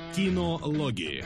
Кинологии.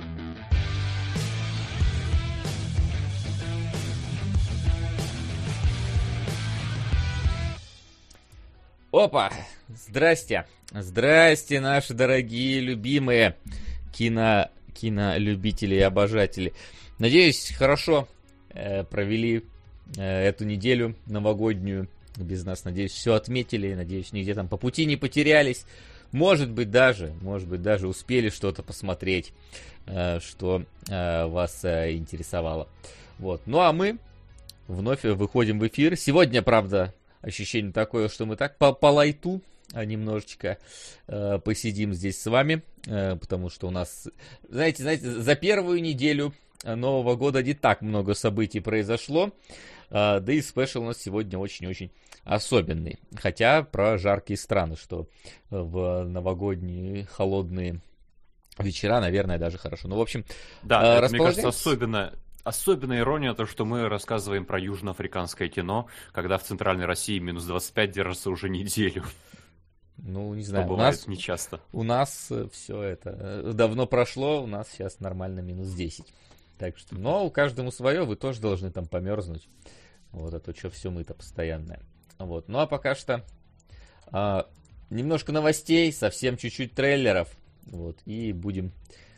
Опа! Здрасте! Здрасте, наши дорогие, любимые кинолюбители и обожатели. Надеюсь, хорошо провели эту неделю новогоднюю без нас. Надеюсь, все отметили. Надеюсь, нигде там по пути не потерялись. Может быть, даже успели что-то посмотреть, что вас интересовало. Вот. Ну, а мы вновь выходим в эфир. Сегодня, правда, ощущение такое, что мы так по лайту немножечко посидим здесь с вами, потому что у нас, знаете, за первую неделю Нового года не так много событий произошло, да и спешл у нас сегодня очень-очень особенный. Хотя про жаркие страны, что в новогодние холодные вечера, наверное, даже хорошо. Ну, в общем, да, это, мне кажется, особенная ирония, то, что мы рассказываем про южноафриканское кино, когда в центральной России минус 25 держится уже неделю. Ну, не знаю, бывает нечасто. У нас все это давно прошло, у нас сейчас нормально минус 10. Так что, но каждому свое, вы тоже должны там померзнуть. Вот, а то что все мы-то постоянное. Вот, ну а пока что немножко новостей, совсем чуть-чуть трейлеров. Вот, и будем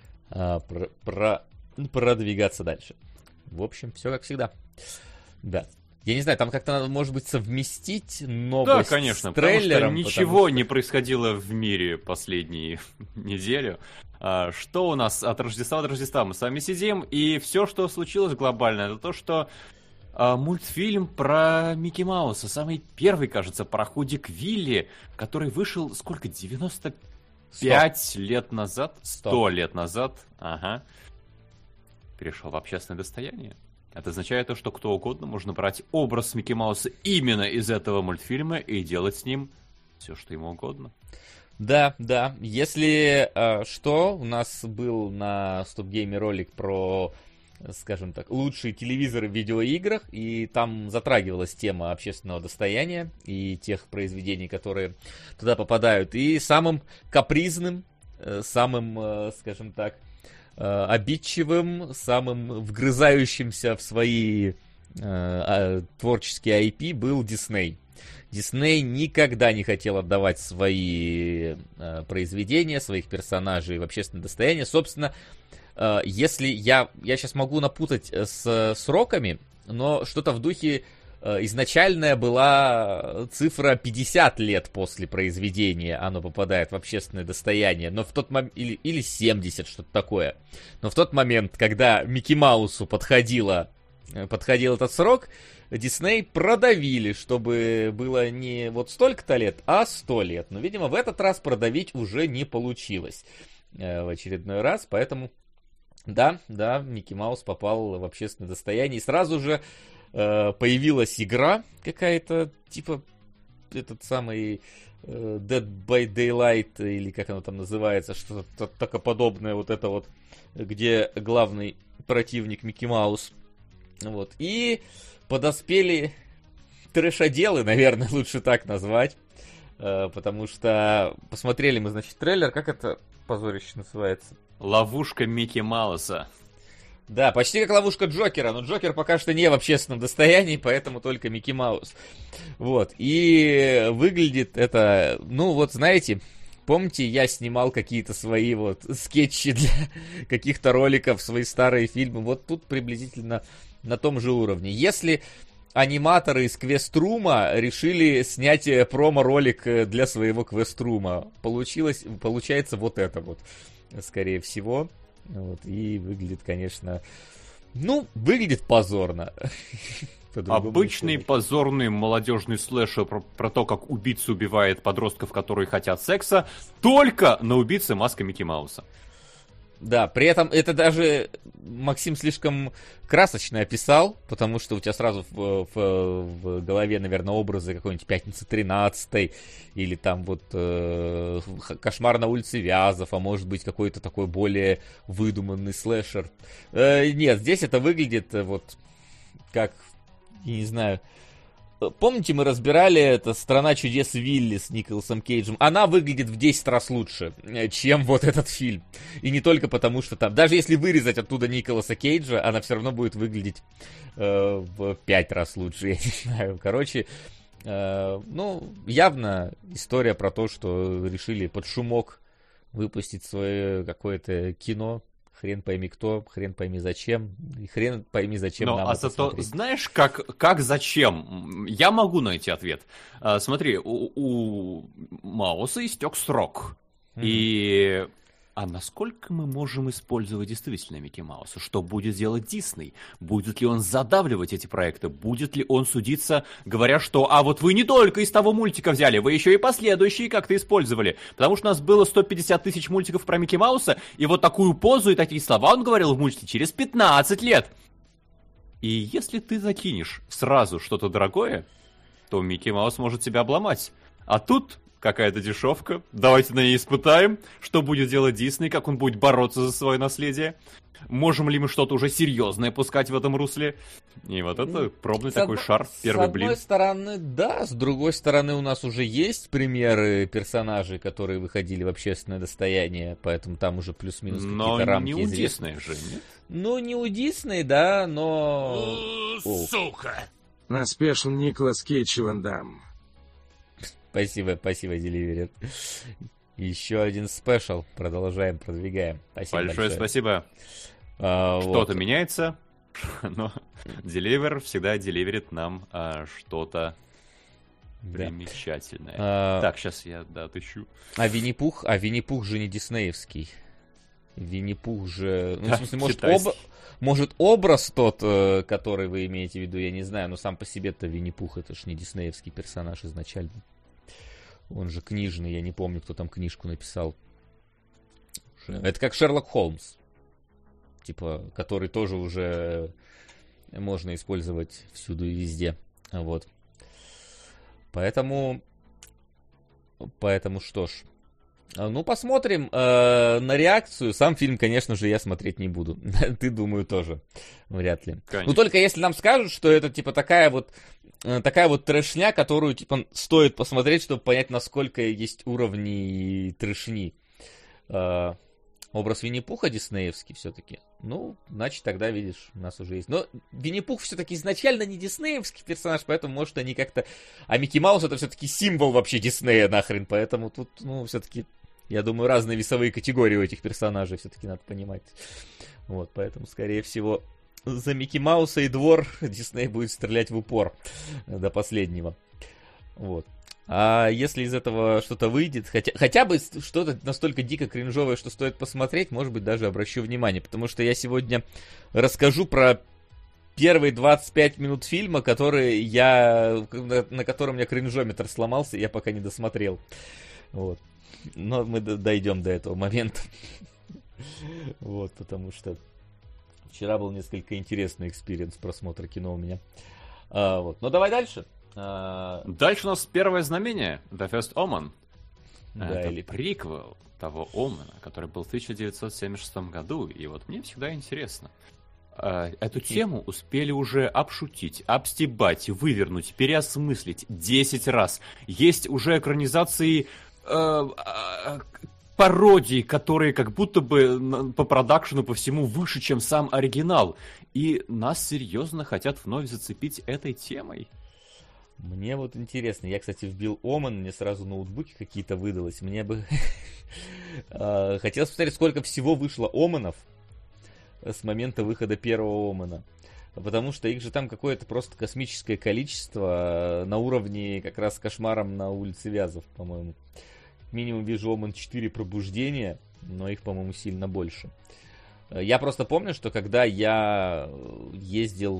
продвигаться дальше. В общем, все как всегда. Да. Я не знаю, там как-то надо, может быть, совместить новость да, конечно, с трейлером. Потому что ничего не происходило в мире последние неделю. Что у нас от Рождества до Рождества? Мы с вами сидим, и все, что случилось глобально, это то, что мультфильм про Микки Мауса, самый первый, кажется, пароходик Вилли, который вышел, сколько, 95 лет назад? 100 лет назад, ага, перешел в общественное достояние. Это означает то, что кто угодно можно брать образ Микки Мауса именно из этого мультфильма и делать с ним все, что ему угодно. Да. Если что, у нас был на Стоп-Гейме ролик про, скажем так, лучшие телевизоры в видеоиграх, и там затрагивалась тема общественного достояния и тех произведений, которые туда попадают. И самым капризным, самым, скажем так, обидчивым, самым вгрызающимся в свои творческие IP был Дисней. Дисней никогда не хотел отдавать свои произведения, своих персонажей в общественное достояние. Собственно, если я сейчас могу напутать с сроками, но что-то в духе изначальная была цифра 50 лет после произведения, оно попадает в общественное достояние, но в тот момент, или 70, что-то такое. Но в тот момент, когда Микки Маусу подходил этот срок, Дисней продавили, чтобы было не вот столько-то лет, а 100 лет. Но, видимо, в этот раз продавить уже не получилось в очередной раз, поэтому да, Микки Маус попал в общественное достояние, и сразу же появилась игра какая-то, типа этот самый Dead by Daylight, или как оно там называется, что-то такое подобное, вот это вот, где главный противник Микки Маус. Вот. И подоспели трэшоделы, наверное, лучше так назвать, потому что посмотрели мы, значит, трейлер, как это позорище называется? Ловушка Микки Мауса. Да, почти как ловушка Джокера, но Джокер пока что не в общественном достоянии, поэтому только Микки Маус. Вот, и выглядит это, ну вот знаете, помните, я снимал какие-то свои вот скетчи для каких-то роликов, свои старые фильмы, вот тут приблизительно на том же уровне. Если аниматоры из Квеструма решили снять промо-ролик для своего Квеструма, получается вот это вот, скорее всего. Вот, и выглядит, конечно, выглядит позорно. Обычный позорный молодежный слэшер про то, как убийца убивает подростков, которые хотят секса, только на убийце маска Микки Мауса. Да, при этом это даже Максим слишком красочно описал, потому что у тебя сразу в голове, наверное, образы какой-нибудь «Пятницы 13-й» или там вот «Кошмар на улице Вязов», а может быть какой-то такой более выдуманный слэшер. Нет, здесь это выглядит вот как, я не знаю, помните, мы разбирали это «Страна чудес Вилли» с Николасом Кейджем? Она выглядит в 10 раз лучше, чем вот этот фильм. И не только потому, что там... Даже если вырезать оттуда Николаса Кейджа, она все равно будет выглядеть в 5 раз лучше, я не знаю. Короче, явно история про то, что решили под шумок выпустить свое какое-то кино. Хрен пойми кто, хрен пойми зачем, и хрен пойми зачем нам это смотреть. Знаешь, как зачем? Я могу найти ответ. Смотри, у Мауса истек срок. И... А насколько мы можем использовать действительно Микки Мауса? Что будет делать Дисней? Будет ли он задавливать эти проекты? Будет ли он судиться, говоря, что «а вот вы не только из того мультика взяли, вы еще и последующие как-то использовали». Потому что у нас было 150 тысяч мультиков про Микки Мауса, и вот такую позу и такие слова он говорил в мультике через 15 лет. И если ты закинешь сразу что-то дорогое, то Микки Маус может тебя обломать. А тут... какая-то дешевка. Давайте на ней испытаем, что будет делать Дисней, как он будет бороться за свое наследие. Можем ли мы что-то уже серьезное пускать в этом русле? И вот это пробный такой шар, первый блин. С одной стороны, да, с другой стороны, у нас уже есть примеры персонажей, которые выходили в общественное достояние, поэтому там уже плюс-минус какие-то рамки известны. Но не у Дисней же, нет? Ну, не у Дисней, да, но... Сука! На спешл Николас Кейдж и Ван Дамм. Спасибо, Деливерит. Еще один спешл. Продолжаем, продвигаем. Спасибо большое. Спасибо. Что-то меняется, но Деливер всегда деливерит нам что-то примечательное. Так, сейчас я отыщу. А Винни-Пух же не диснеевский. Винни-Пух же... Ну, в смысле, может, образ тот, который вы имеете в виду, я не знаю, но сам по себе-то Винни-Пух это ж не диснеевский персонаж изначально. Он же книжный, я не помню, кто там книжку написал. Это как Шерлок Холмс. Типа, который тоже уже можно использовать всюду и везде. Вот. Поэтому что ж. Ну, посмотрим на реакцию. Сам фильм, конечно же, я смотреть не буду. Ты, думаю, тоже. Вряд ли. Конечно. Ну, только если нам скажут, что это, типа, такая вот трэшня, которую, типа, стоит посмотреть, чтобы понять, насколько есть уровни трэшни. Образ Винни-Пуха диснеевский все-таки. Ну, значит, тогда, видишь, у нас уже есть. Но Винни-Пух все-таки изначально не диснеевский персонаж, поэтому, может, они как-то... А Микки Маус это все-таки символ вообще Диснея нахрен, поэтому тут, ну, все-таки, я думаю, разные весовые категории у этих персонажей все-таки надо понимать. Вот, поэтому, скорее всего, за Микки Мауса и двор Дисней будет стрелять в упор до последнего. Вот. А если из этого что-то выйдет, хотя бы что-то настолько дико кринжовое, что стоит посмотреть, может быть, даже обращу внимание. Потому что я сегодня расскажу про первые 25 минут фильма, на котором у меня кринжометр сломался, я пока не досмотрел. Вот. Но мы дойдем до этого момента. Вот, потому что вчера был несколько интересный экспириенс просмотра кино у меня. Вот. Но давай дальше. Дальше у нас первое знамение, The First Omen. Да, это приквел того Омена, который был в 1976 году. И вот мне всегда интересно. Эту тему успели уже обшутить, обстебать, вывернуть, переосмыслить 10 раз. Есть уже экранизации пародии, которые как будто бы по продакшену, по всему выше, чем сам оригинал. И нас серьезно хотят вновь зацепить этой темой. Мне вот интересно, я, кстати, вбил Омен, мне сразу ноутбуки какие-то выдалось. Мне бы хотелось посмотреть, сколько всего вышло Оменов с момента выхода первого Омена. Потому что их же там какое-то просто космическое количество на уровне как раз с Кошмаром на улице Вязов, по-моему. Минимум вижу Омен 4 пробуждения, но их, по-моему, сильно больше. Я просто помню, что когда я ездил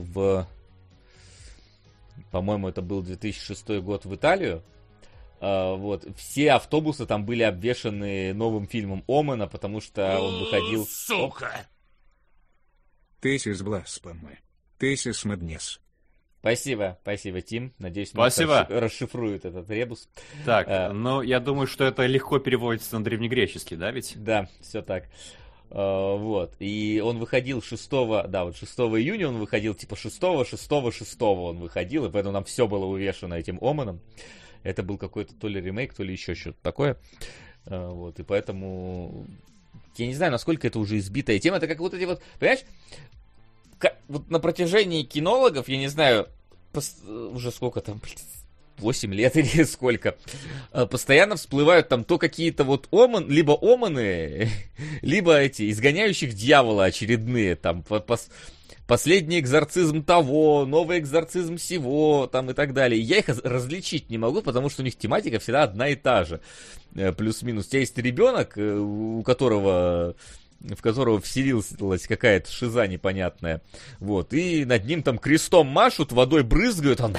по-моему, это был 2006 год в Италию. Вот, все автобусы там были обвешаны новым фильмом Омена, потому что он выходил... Сука! This is blasphemy. This is madness. Спасибо, Тим. Надеюсь, расшифруют этот ребус. Так, ну, я думаю, что это легко переводится на древнегреческий, да, ведь? Да, все так. Вот. И он выходил 6 июня он выходил, типа 6 он выходил, и поэтому нам все было увешано этим Оманом. Это был какой-то то ли ремейк, то ли еще что-то такое. Вот. И поэтому я не знаю, насколько это уже избитая тема. Это как вот эти вот, понимаешь, вот на протяжении кинологов, я не знаю, уже сколько там, 8 лет или сколько, постоянно всплывают там то какие-то вот либо оманы, либо эти изгоняющих дьявола очередные, там последний экзорцизм того, новый экзорцизм сего, там и так далее. И я их различить не могу, потому что у них тематика всегда одна и та же. Плюс-минус. У тебя есть ребенок, в которого вселилась какая-то шиза непонятная. Вот. И над ним там крестом машут, водой брызгают, он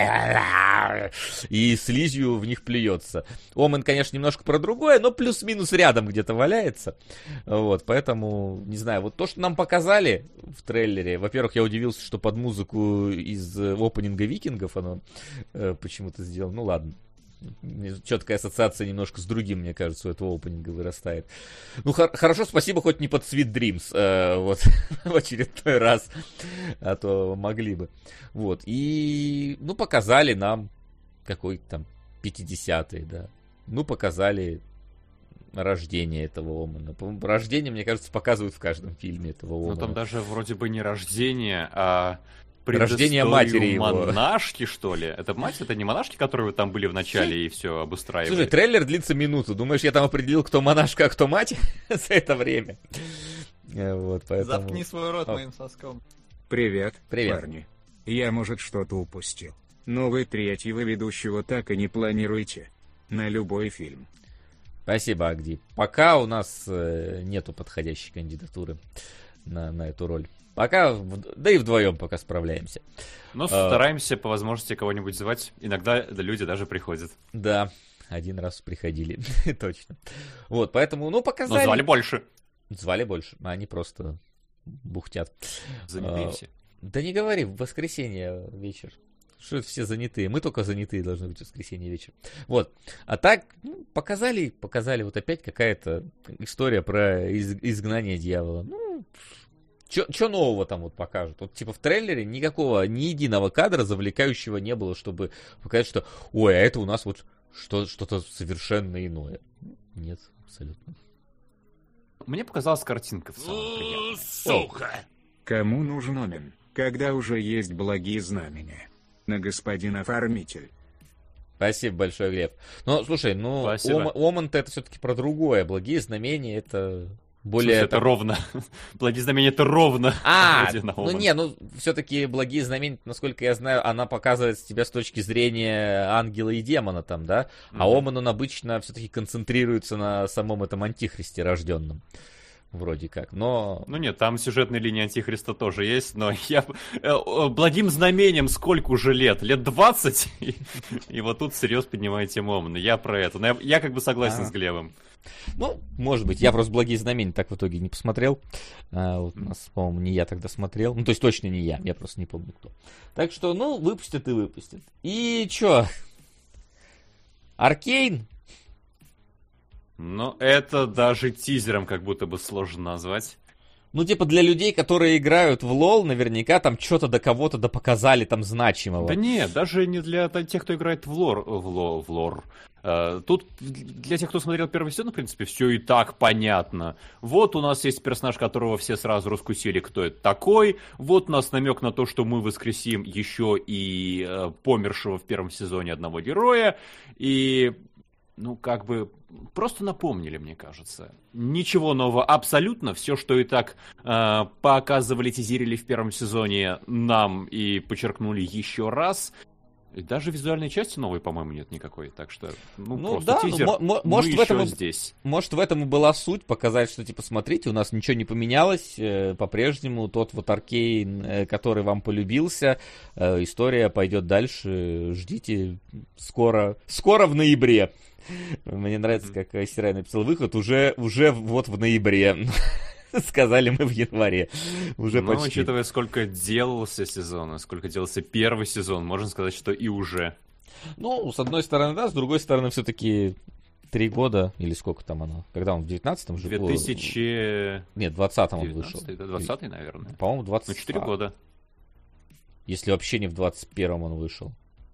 и слизью в них плюется. Омен, конечно, немножко про другое, но плюс-минус рядом где-то валяется. Вот. Поэтому, не знаю, вот то, что нам показали в трейлере, во-первых, я удивился, что под музыку из опенинга Викингов оно почему-то сделано. Ну ладно. Четкая ассоциация немножко с другим, мне кажется, у этого опенинга вырастает. Ну, хорошо, спасибо, хоть не под Sweet Dreams, вот, в очередной раз, а то могли бы. Вот, и, ну, показали нам какой-то там 50-й, да. Ну, показали рождение этого Омана. Рождение, мне кажется, показывают в каждом фильме этого Омана. Ну, там даже вроде бы не рождение, а... Рождение матери его. Монашки, что ли? Это мать, это не монашки, которые там были в начале и все обустраивали? Слушай, трейлер длится минуту. Думаешь, я там определил, кто монашка, а кто мать за это время? Вот, поэтому... Заткни свой рот моим соском. Привет, Привет. парни. Я, может, что-то упустил. Но вы третьего ведущего так и не планируете. На любой фильм. Спасибо, Агди. Пока у нас нету подходящей кандидатуры на эту роль. Пока, да и вдвоем пока справляемся. Но стараемся по возможности кого-нибудь звать. Иногда люди даже приходят. Да, один раз приходили, точно. Вот, поэтому, ну, показали. Но звали больше. Звали больше, а они просто бухтят. Занятые все. Да не говори, в воскресенье вечер. Что это все занятые? Мы только занятые должны быть в воскресенье вечер. Вот. А так, ну, показали вот опять какая-то история про изгнание дьявола. Ну, Что нового там вот покажут? Вот типа в трейлере ни единого кадра завлекающего не было, чтобы показать, что ой, а это у нас вот что-то совершенно иное. Нет, абсолютно. Мне показалась картинка в целом приятная. Сука! Кому нужен Омен, когда уже есть благие знамения? На господин оформитель. Спасибо большое, Глеб. Но, слушай, Спасибо. Оман-то это все-таки про другое. Благие знамения это... Более это ровно. Благие знамения это ровно. Все-таки благие знамения, насколько я знаю, она показывает тебя с точки зрения ангела и демона там, да? А Оман, он обычно все-таки концентрируется на самом этом антихристе рожденном. Вроде как, но... Ну нет, там сюжетная линия антихриста тоже есть, но я... Благим знамением сколько уже лет? Лет 20? И вот тут всерьез поднимаю тему Омана. Я про это. Но я как бы согласен с Глебом. Ну, может быть. Я просто «Благие знамения» так в итоге не посмотрел. Вот у нас, по-моему, не я тогда смотрел. Ну, то есть точно не я. Я просто не помню, кто. Так что, ну, выпустят и выпустят. И чё? Аркейн? Ну, это даже тизером как будто бы сложно назвать. Ну, типа, для людей, которые играют в лол, наверняка там что-то до кого-то допоказали там значимого. Да нет, даже не для тех, кто играет в лор. Тут для тех, кто смотрел первый сезон, в принципе, все и так понятно. Вот у нас есть персонаж, которого все сразу раскусили, кто это такой. Вот у нас намек на то, что мы воскресим еще и помершего в первом сезоне одного героя. И... Ну, как бы, просто напомнили, мне кажется. Ничего нового абсолютно. Все, что и так показывали, тизерили в первом сезоне нам и подчеркнули еще раз. И даже визуальной части новой, по-моему, нет никакой. Так что, просто да, тизер, может, мы в этом еще здесь. Может, в этом и была суть, показать, что, типа, смотрите, у нас ничего не поменялось, по-прежнему тот вот Аркейн, который вам полюбился, история пойдет дальше, ждите скоро в ноябре. Мне нравится, как Сирай написал выход, уже вот в ноябре. Сказали мы в январе. Уже почти. Учитывая, сколько делался сезон, сколько делался первый сезон, можно сказать, что и уже. Ну, с одной стороны, да, с другой стороны, все-таки 3 года, или сколько там оно? Когда он в 19-м же? 2000... Нет, в 20-м он вышел. 20-й, наверное. По-моему, 20... Ну, 4 года. Если вообще не в 21-м он вышел.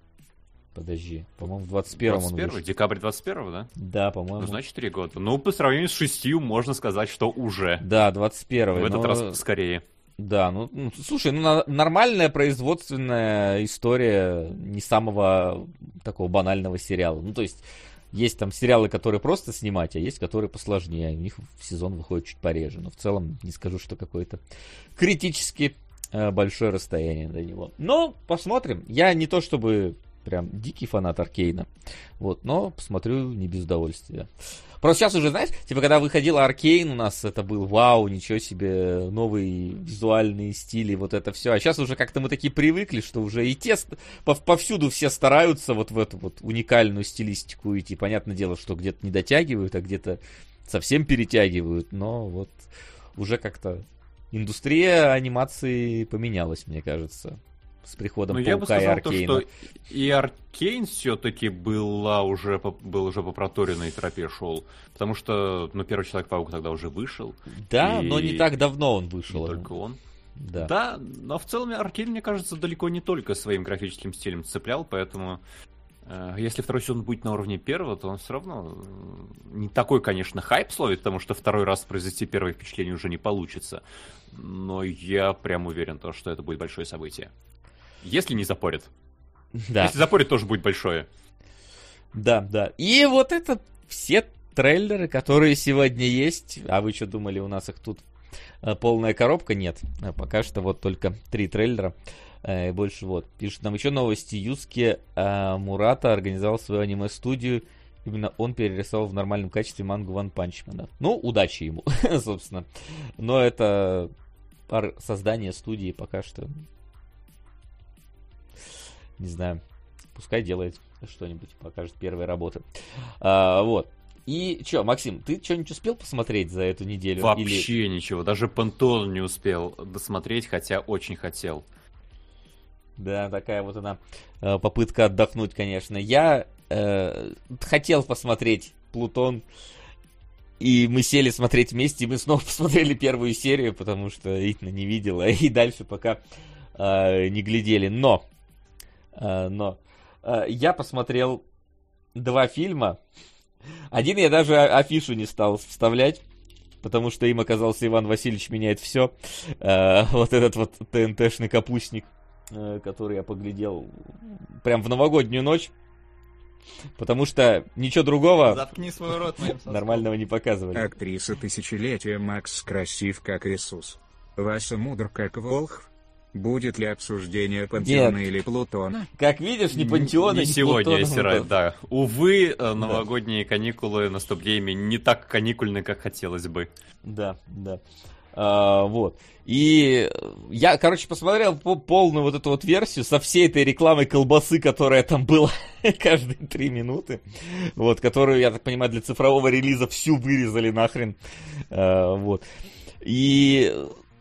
Подожди, по-моему, в 21-м он вышел. Декабрь 21-го, да? Да, по-моему. Ну, значит, 4 года. Ну, по сравнению с 6, можно сказать, что уже. Да, 21-й. В этот раз скорее. Да, слушай, нормальная производственная история не самого такого банального сериала. Ну, то есть, есть там сериалы, которые просто снимать, а есть, которые посложнее. У них в сезон выходит чуть пореже. Но в целом не скажу, что какое-то критически большое расстояние до него. Но посмотрим. Я не то чтобы прям дикий фанат Аркейна, вот, но посмотрю не без удовольствия. Просто сейчас уже, знаешь, типа, когда выходил Аркейн, у нас это был вау, ничего себе, новые визуальные стили, вот это все. А сейчас уже как-то мы такие привыкли, что уже и те повсюду все стараются вот в эту вот уникальную стилистику идти. Понятное дело, что где-то не дотягивают, а где-то совсем перетягивают, но вот уже как-то индустрия анимации поменялась, мне кажется, с приходом Паука я бы сказал, и Аркейна. То, что и Аркейн все-таки был уже по проторенной тропе шел. Потому что, первый Человек-паук тогда уже вышел. Да, но не так давно он вышел. Не только он. Да. Да, но в целом Аркейн, мне кажется, далеко не только своим графическим стилем цеплял, поэтому если второй сезон будет на уровне первого, то он все равно не такой, конечно, хайп словит, потому что второй раз произвести первое впечатление уже не получится. Но я прям уверен, что это будет большое событие. Если не запорят. Да. Если запорят, тоже будет большое. Да, да. И вот это все трейлеры, которые сегодня есть. А вы что думали, у нас их тут полная коробка? Нет. Пока что вот только 3 трейлера. Больше вот. Пишут нам еще новости. Юски Мурата организовал свою аниме-студию. Именно он перерисовал в нормальном качестве мангу One Punch Man. Ну, удачи ему, собственно. Но это создание студии пока что... Не знаю, пускай делает что-нибудь, покажет первые работы. Вот. И что, Максим, ты что-нибудь успел посмотреть за эту неделю? Вообще ничего, даже Пантеон не успел досмотреть, хотя очень хотел. Да, такая вот она попытка отдохнуть, конечно. Я хотел посмотреть Плутон, и мы сели смотреть вместе, и мы снова посмотрели первую серию, потому что Итна не видела, и дальше пока не глядели. Но я посмотрел 2 фильма. Один я даже афишу не стал вставлять, потому что им оказался Иван Васильевич меняет все. Вот этот вот ТНТшный капустник, который я поглядел прям в новогоднюю ночь, потому что ничего другого Заткни свой рот моим соском. Нормального не показывали. Актриса тысячелетия Макс красив как Иисус. Вася мудр как Волхв. Будет ли обсуждение Пантеона или Плутона? Как видишь, ни Пантеона, не ни сегодня, Плутона. Сирай, да. Увы, новогодние каникулы на Стоп-Гейме не так каникульны, как хотелось бы. Да, да. Вот. И я, посмотрел полную вот эту вот версию со всей этой рекламой колбасы, которая там была каждые 3 минуты. Вот, которую, я так понимаю, для цифрового релиза всю вырезали нахрен. Вот. И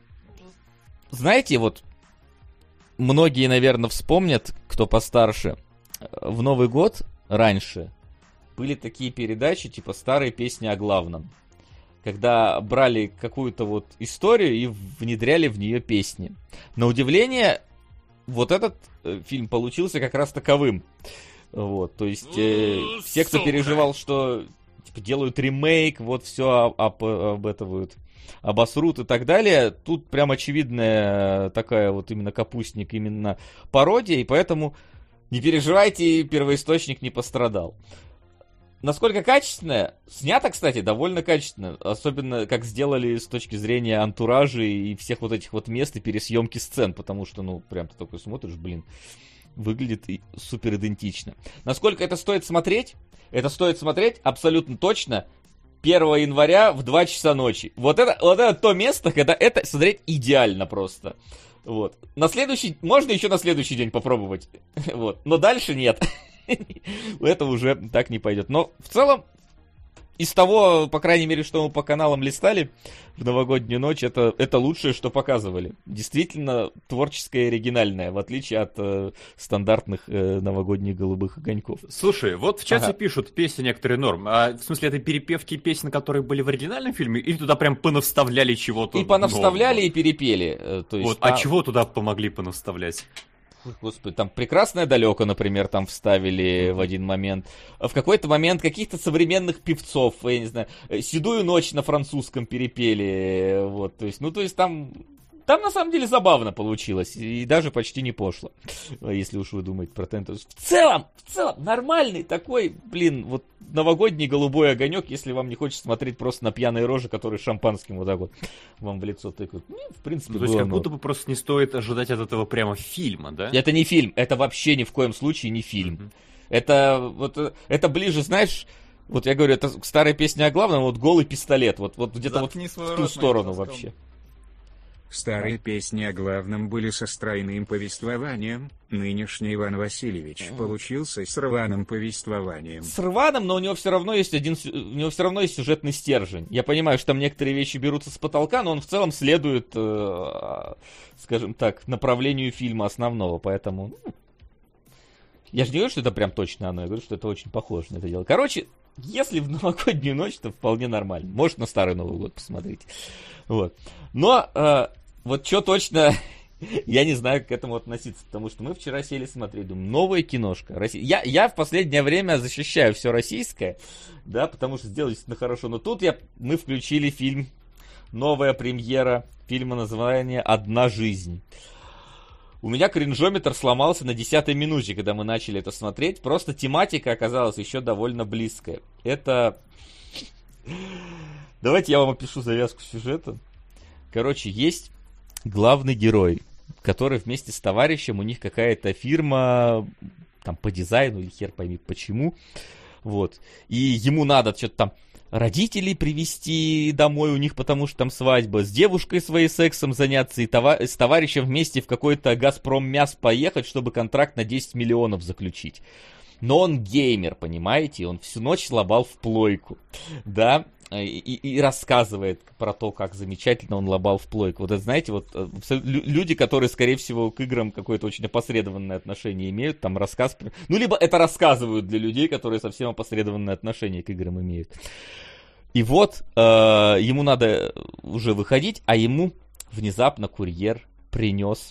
знаете, вот многие, наверное, вспомнят, кто постарше, в Новый год раньше были такие передачи, типа «Старые песни о главном», когда брали какую-то вот историю и внедряли в нее песни. На удивление, вот этот фильм получился как раз таковым. Вот, то есть все, кто переживал, что типа, делают ремейк, вот все обетывают, обосрут и так далее, тут прям очевидная такая вот именно капустник, именно пародия, и поэтому не переживайте, первоисточник не пострадал. Насколько качественная? Снято, кстати, довольно качественно. Особенно, как сделали с точки зрения антуража и всех вот этих вот мест и пересъемки сцен. Потому что, прям ты такой смотришь, выглядит супер идентично. Насколько это стоит смотреть? Это стоит смотреть абсолютно точно 1 января в 2 часа ночи. Вот это то место, когда это смотреть идеально просто. Вот. Можно еще на следующий день попробовать. Вот. Но дальше нет. Это уже так не пойдет. Но в целом из того, по крайней мере, что мы по каналам листали в новогоднюю ночь, это лучшее, что показывали. Действительно творческое и оригинальное, в отличие от стандартных новогодних голубых огоньков. Слушай, вот в чате пишут песни некоторые норм. А в смысле, это перепевки песен, которые были в оригинальном фильме, или туда прям понавставляли чего-то? И понавставляли, и перепели. То есть, вот, а чего туда помогли понавставлять? Господи, там «Прекрасное далеко», например, там вставили в один момент. В какой-то момент каких-то современных певцов, я не знаю, «Седую ночь» на французском перепели. Вот, то есть там на самом деле забавно получилось. И даже почти не пошло. Если уж вы думаете про тент. В целом, нормальный такой, вот новогодний голубой огонек, если вам не хочется смотреть просто на пьяные рожи, которые шампанским вот так вот вам в лицо тыкают. В принципе, то есть как будто бы просто не стоит ожидать от этого прямо фильма, да? Это не фильм, это вообще ни в коем случае не фильм. Это ближе, знаешь, вот я говорю, это старая песня о главном, вот «Голый пистолет», вот где-то вот в ту сторону вообще. Старые песни о главном были со стройным повествованием, нынешний Иван Васильевич получился с рваным повествованием. С рваным, но у него все равно есть сюжетный стержень. Я понимаю, что там некоторые вещи берутся с потолка, но он в целом следует, скажем так, направлению фильма основного, поэтому... Я же не говорю, что это прям точно оно, я говорю, что это очень похоже на это дело. Короче, если в новогоднюю ночь, то вполне нормально. Может, на старый Новый год посмотрите. Вот. Но вот что точно, я не знаю, как к этому относиться, потому что мы вчера сели смотреть, думаю, новая киношка. Я в последнее время защищаю все российское, да, потому что сделали действительно хорошо. Но тут мы включили фильм, новая премьера фильма, название «Одна жизнь». У меня кринжометр сломался на 10-й минуте, когда мы начали это смотреть. Просто тематика оказалась еще довольно близкая. Это... Давайте я вам опишу завязку сюжета. Короче, есть главный герой, который вместе с товарищем, у них какая-то фирма там по дизайну или хер пойми почему. Вот. И ему надо что-то там родителей привезти домой у них, потому что там свадьба, с девушкой своей сексом заняться и с товарищем вместе в какой-то «Газпром Мяс» поехать, чтобы контракт на 10 миллионов заключить. Но он геймер, понимаете, он всю ночь лобал в плойку, да, и рассказывает про то, как замечательно он лобал в плойку. Вот это, знаете, вот люди, которые, скорее всего, к играм какое-то очень опосредованное отношение имеют, там рассказ... Ну, либо это рассказывают для людей, которые совсем опосредованное отношение к играм имеют. И вот ему надо уже выходить, а ему внезапно курьер принес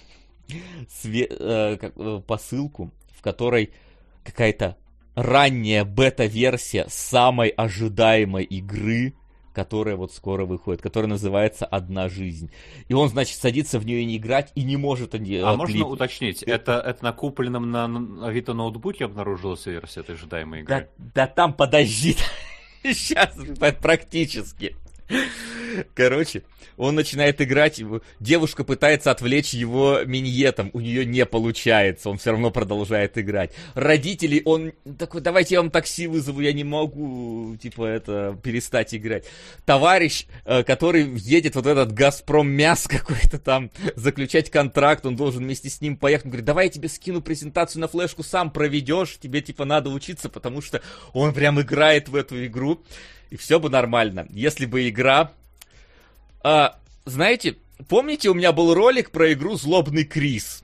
посылку, в которой какая-то ранняя бета-версия самой ожидаемой игры, которая вот скоро выходит, которая называется «Одна жизнь». И он, значит, садится в нее не играть и не может А можно уточнить, это на купленном на Авито ноутбуке обнаружилась версия этой ожидаемой игры? Да там, подожди, сейчас практически. Короче, он начинает играть, девушка пытается отвлечь его миньетом, у нее не получается, он все равно продолжает играть. Родители, он такой, давайте я вам такси вызову, я не могу, перестать играть. Товарищ, который едет вот этот «Газпром Мяс» какой-то там, заключать контракт, он должен вместе с ним поехать, он говорит, давай я тебе скину презентацию на флешку, сам проведешь, тебе надо учиться, потому что он прям играет в эту игру. И все бы нормально, если бы игра... знаете, помните, у меня был ролик про игру «Злобный Крис»?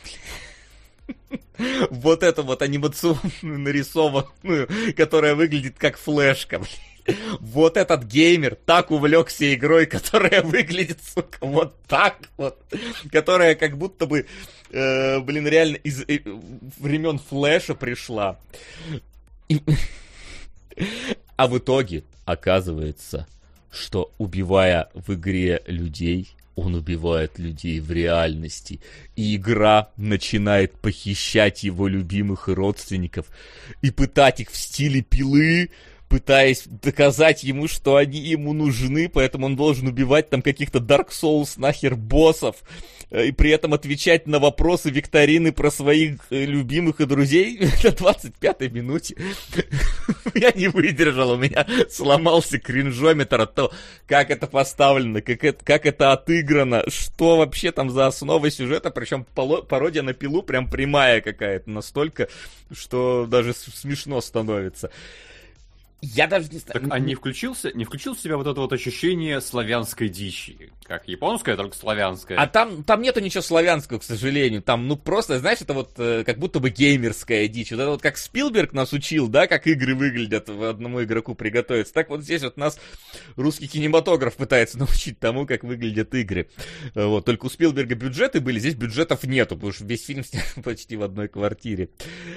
Вот эту вот анимационную нарисованную, которая выглядит как флешка. Вот этот геймер так увлекся игрой, которая выглядит, сука, вот так вот. Которая как будто бы, реально из времен флеша пришла. А в итоге оказывается, что убивая в игре людей, он убивает людей в реальности. И игра начинает похищать его любимых и родственников и пытать их в стиле Пилы, пытаясь доказать ему, что они ему нужны, поэтому он должен убивать там каких-то Dark Souls нахер боссов, и при этом отвечать на вопросы викторины про своих любимых и друзей на 25-й минуте. Я не выдержал, у меня сломался кринжометр от того, как это поставлено, как это отыграно, что вообще там за основа сюжета, причем пародия на Пилу прям прямая какая-то, настолько, что даже смешно становится. Я даже не знаю. Так, а не включил в себя вот это вот ощущение славянской дичи? Как японская, только славянская. А там нету ничего славянского, к сожалению. Там, ну, просто, знаешь, это вот как будто бы геймерская дичь. Вот это вот как Спилберг нас учил, да, как игры выглядят, одному игроку приготовиться. Так вот здесь вот нас русский кинематограф пытается научить тому, как выглядят игры. Вот. Только у Спилберга бюджеты были, здесь бюджетов нету, потому что весь фильм снят почти в одной квартире.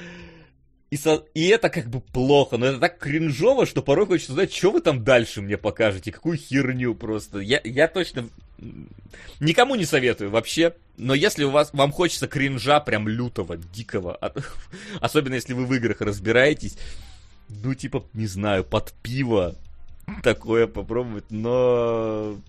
И это как бы плохо, но это так кринжово, что порой хочется знать, что вы там дальше мне покажете, какую херню просто. Я точно никому не советую вообще, но если вам хочется кринжа прям лютого, дикого, особенно если вы в играх разбираетесь, ну типа, не знаю, под пиво такое попробовать, но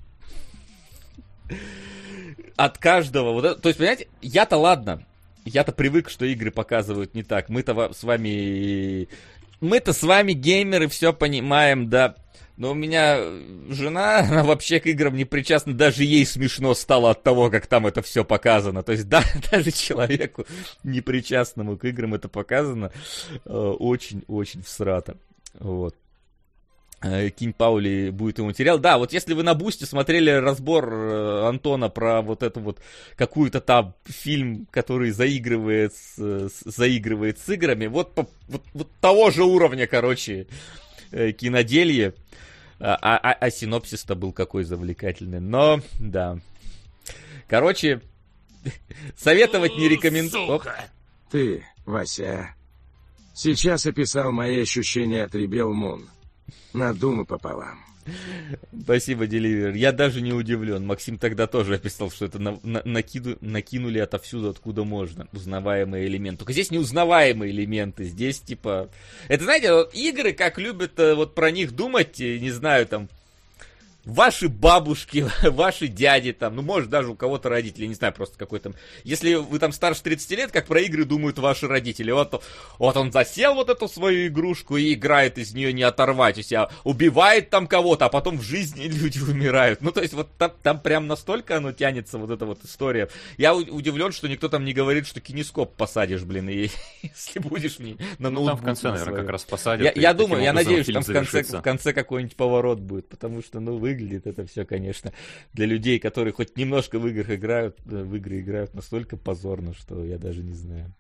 от каждого, вот это, то есть, понимаете, я-то ладно. Я-то привык, что игры показывают не так. Мы-то с вами геймеры, все понимаем, да. Но у меня жена, она вообще к играм не причастна. Даже ей смешно стало от того, как там это все показано. То есть, да, даже человеку непричастному к играм это показано очень-очень всрато. Вот. Кинь Паули будет ему материал. Да, вот если вы на Бусте смотрели разбор Антона про вот эту вот какую-то там фильм, который заигрывает с играми, вот того же уровня, короче, киноделье. А синопсис-то был какой завлекательный. Но, да. Короче, советовать не рекомендую. Ты, Вася, сейчас описал мои ощущения от Rebel Moon. На думу пополам. Спасибо, Деливер. Я даже не удивлен. Максим тогда тоже описал, что это накинули отовсюду, откуда можно. Узнаваемые элементы. Только здесь не узнаваемые элементы. Здесь типа... Это, знаете, вот игры, как любят вот про них думать, не знаю, там... Ваши бабушки, ваши дяди, там, ну, может, даже у кого-то родители, не знаю, просто какой там... Если вы там старше 30 лет, как про игры думают ваши родители. Вот он засел вот эту свою игрушку и играет из нее не оторвать у себя, убивает там кого-то, а потом в жизни люди умирают. Ну, то есть, вот там прям настолько оно тянется, вот эта вот история. Я удивлен, что никто там не говорит, что кинескоп посадишь, блин, и если будешь мне на ноутбук. Там в конце, наверное, как раз посадят. Я думаю, я надеюсь, что там в конце какой-нибудь поворот будет, потому что, ну, выглядит это все, конечно, для людей, которые хоть немножко в игры играют, настолько позорно, что я даже не знаю.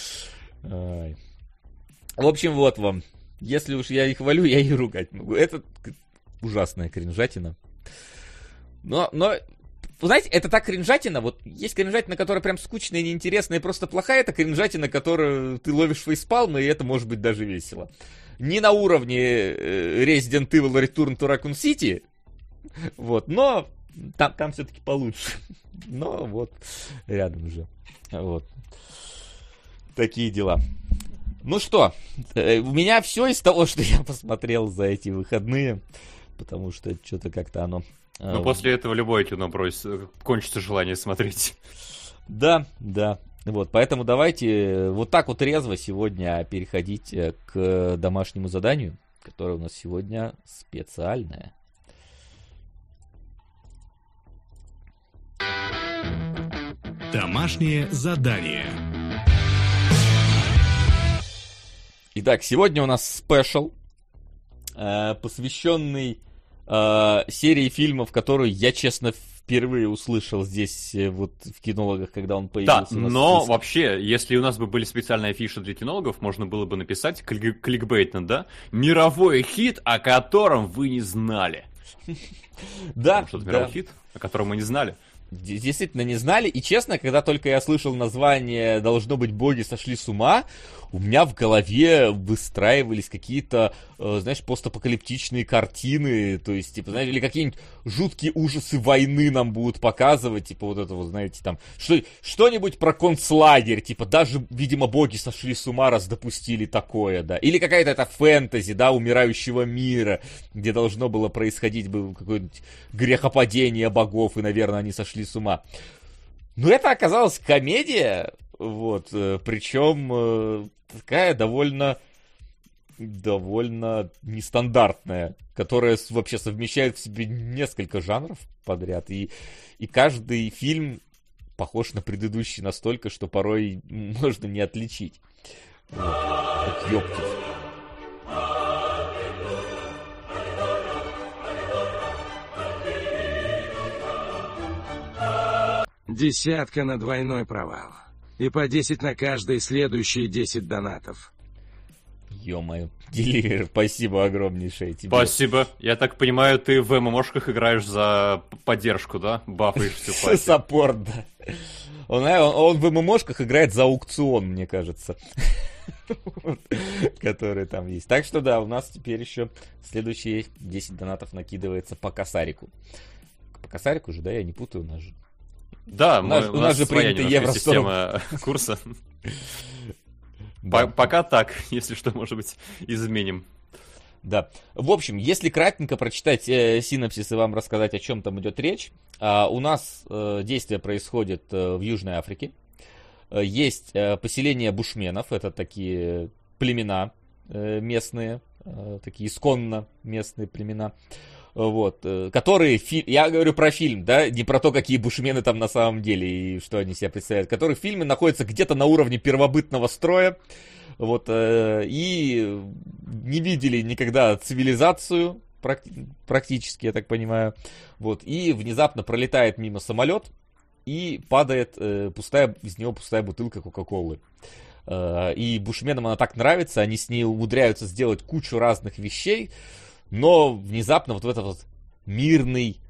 Ай. В общем, вот вам. Если уж я их хвалю, я и ругать могу. Это ужасная кринжатина. Но, вы знаете, это так кринжатина, вот есть кринжатина, которая прям скучная, неинтересная и просто плохая, это кринжатина, которую ты ловишь фейспалм, и это может быть даже весело. Не на уровне Resident Evil Return to Raccoon City, вот, но там все-таки получше. Но вот, рядом же. Вот. Такие дела. Ну что, у меня все из того, что я посмотрел за эти выходные, потому что что-то как-то оно... Ну, после этого любое кино кончится желание смотреть. Да. Вот, поэтому давайте вот так вот резво сегодня переходить к домашнему заданию, которое у нас сегодня специальное. Домашнее задание. Итак, сегодня у нас спешл, посвященный серии фильмов, которую я, честно, впервые услышал здесь вот в кинологах, когда он появился. Да, но вообще, если у нас бы были специальные афиши для кинологов, можно было бы написать кликбейтно, да? Мировой хит, о котором вы не знали. Да, что-то мировой хит, о котором мы не знали. Действительно не знали, и честно, когда только я слышал название «Должно быть, боги сошли с ума», у меня в голове выстраивались какие-то, знаешь, постапокалиптичные картины, то есть, типа, знаете, или какие-нибудь жуткие ужасы войны нам будут показывать, типа, вот это вот, знаете, там, что-нибудь про концлагерь, типа, даже, видимо, боги сошли с ума, раз допустили такое, да, или какая-то это фэнтези, да, умирающего мира, где должно было происходить бы какое-нибудь грехопадение богов, и, наверное, они сошли с ума. Но это оказалась комедия, вот, причем такая довольно нестандартная, которая вообще совмещает в себе несколько жанров подряд, и каждый фильм похож на предыдущий настолько, что порой можно не отличить. Вот. Ёптись. 10 на двойной провал. И по 10 на каждые следующие 10 донатов. Ё-моё, Деливер, спасибо огромнейшее тебе. Спасибо. Я так понимаю, ты в ММОшках играешь за поддержку, да? Бафаешь всю пати. Саппорт, да. Он в ММОшках играет за аукцион, мне кажется. Который там есть. Так что да, у нас теперь еще следующие 10 донатов накидывается по косарику. По косарику же, да? Я не путаю, у нас же... Да, у нас же принята евросистема курса. Пока так, если что, может быть, изменим. Да. В общем, если кратенько прочитать синопсис и вам рассказать, о чем там идет речь, у нас действие происходит в Южной Африке. Есть поселение бушменов, это такие племена местные, такие исконно местные племена. Вот, которые, я говорю про фильм, да, не про то, какие бушмены там на самом деле и что они себя представляют, которые в фильме находятся где-то на уровне первобытного строя, вот, и не видели никогда цивилизацию, практически, я так понимаю, вот, и внезапно пролетает мимо самолет, и падает из него пустая бутылка Кока-Колы. И бушменам она так нравится, они с ней умудряются сделать кучу разных вещей, но внезапно вот в этот вот мирный,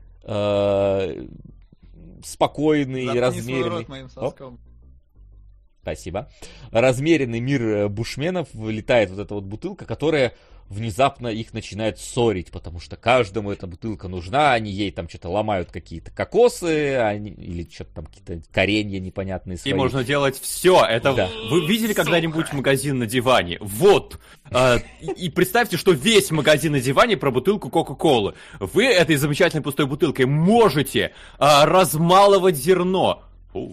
спокойный, Заткни размеренный... свой рот моим соском. Спасибо. Размеренный мир бушменов вылетает вот эта вот бутылка, которая внезапно их начинает ссорить, потому что каждому эта бутылка нужна, они ей там что-то ломают какие-то кокосы, или что-то там какие-то коренья непонятные свои. И можно делать все. Это да. Вы видели когда-нибудь магазин на диване? Вот. И представьте, что весь магазин на диване про бутылку Кока-Колы. Вы этой замечательной пустой бутылкой можете размалывать зерно.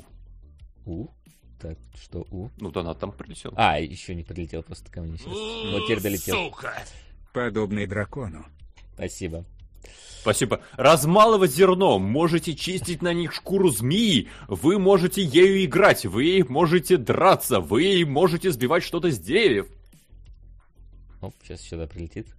Так, что Ну, донат там прилетел. Еще не прилетел, просто ко мне сейчас. Вот теперь долетел. Сука! Подобный дракону. Спасибо. Спасибо. Размалывать зерно. Можете чистить на них шкуру змеи. Вы можете ею играть. Вы можете драться. Вы можете сбивать что-то с деревьев. Сейчас сюда прилетит.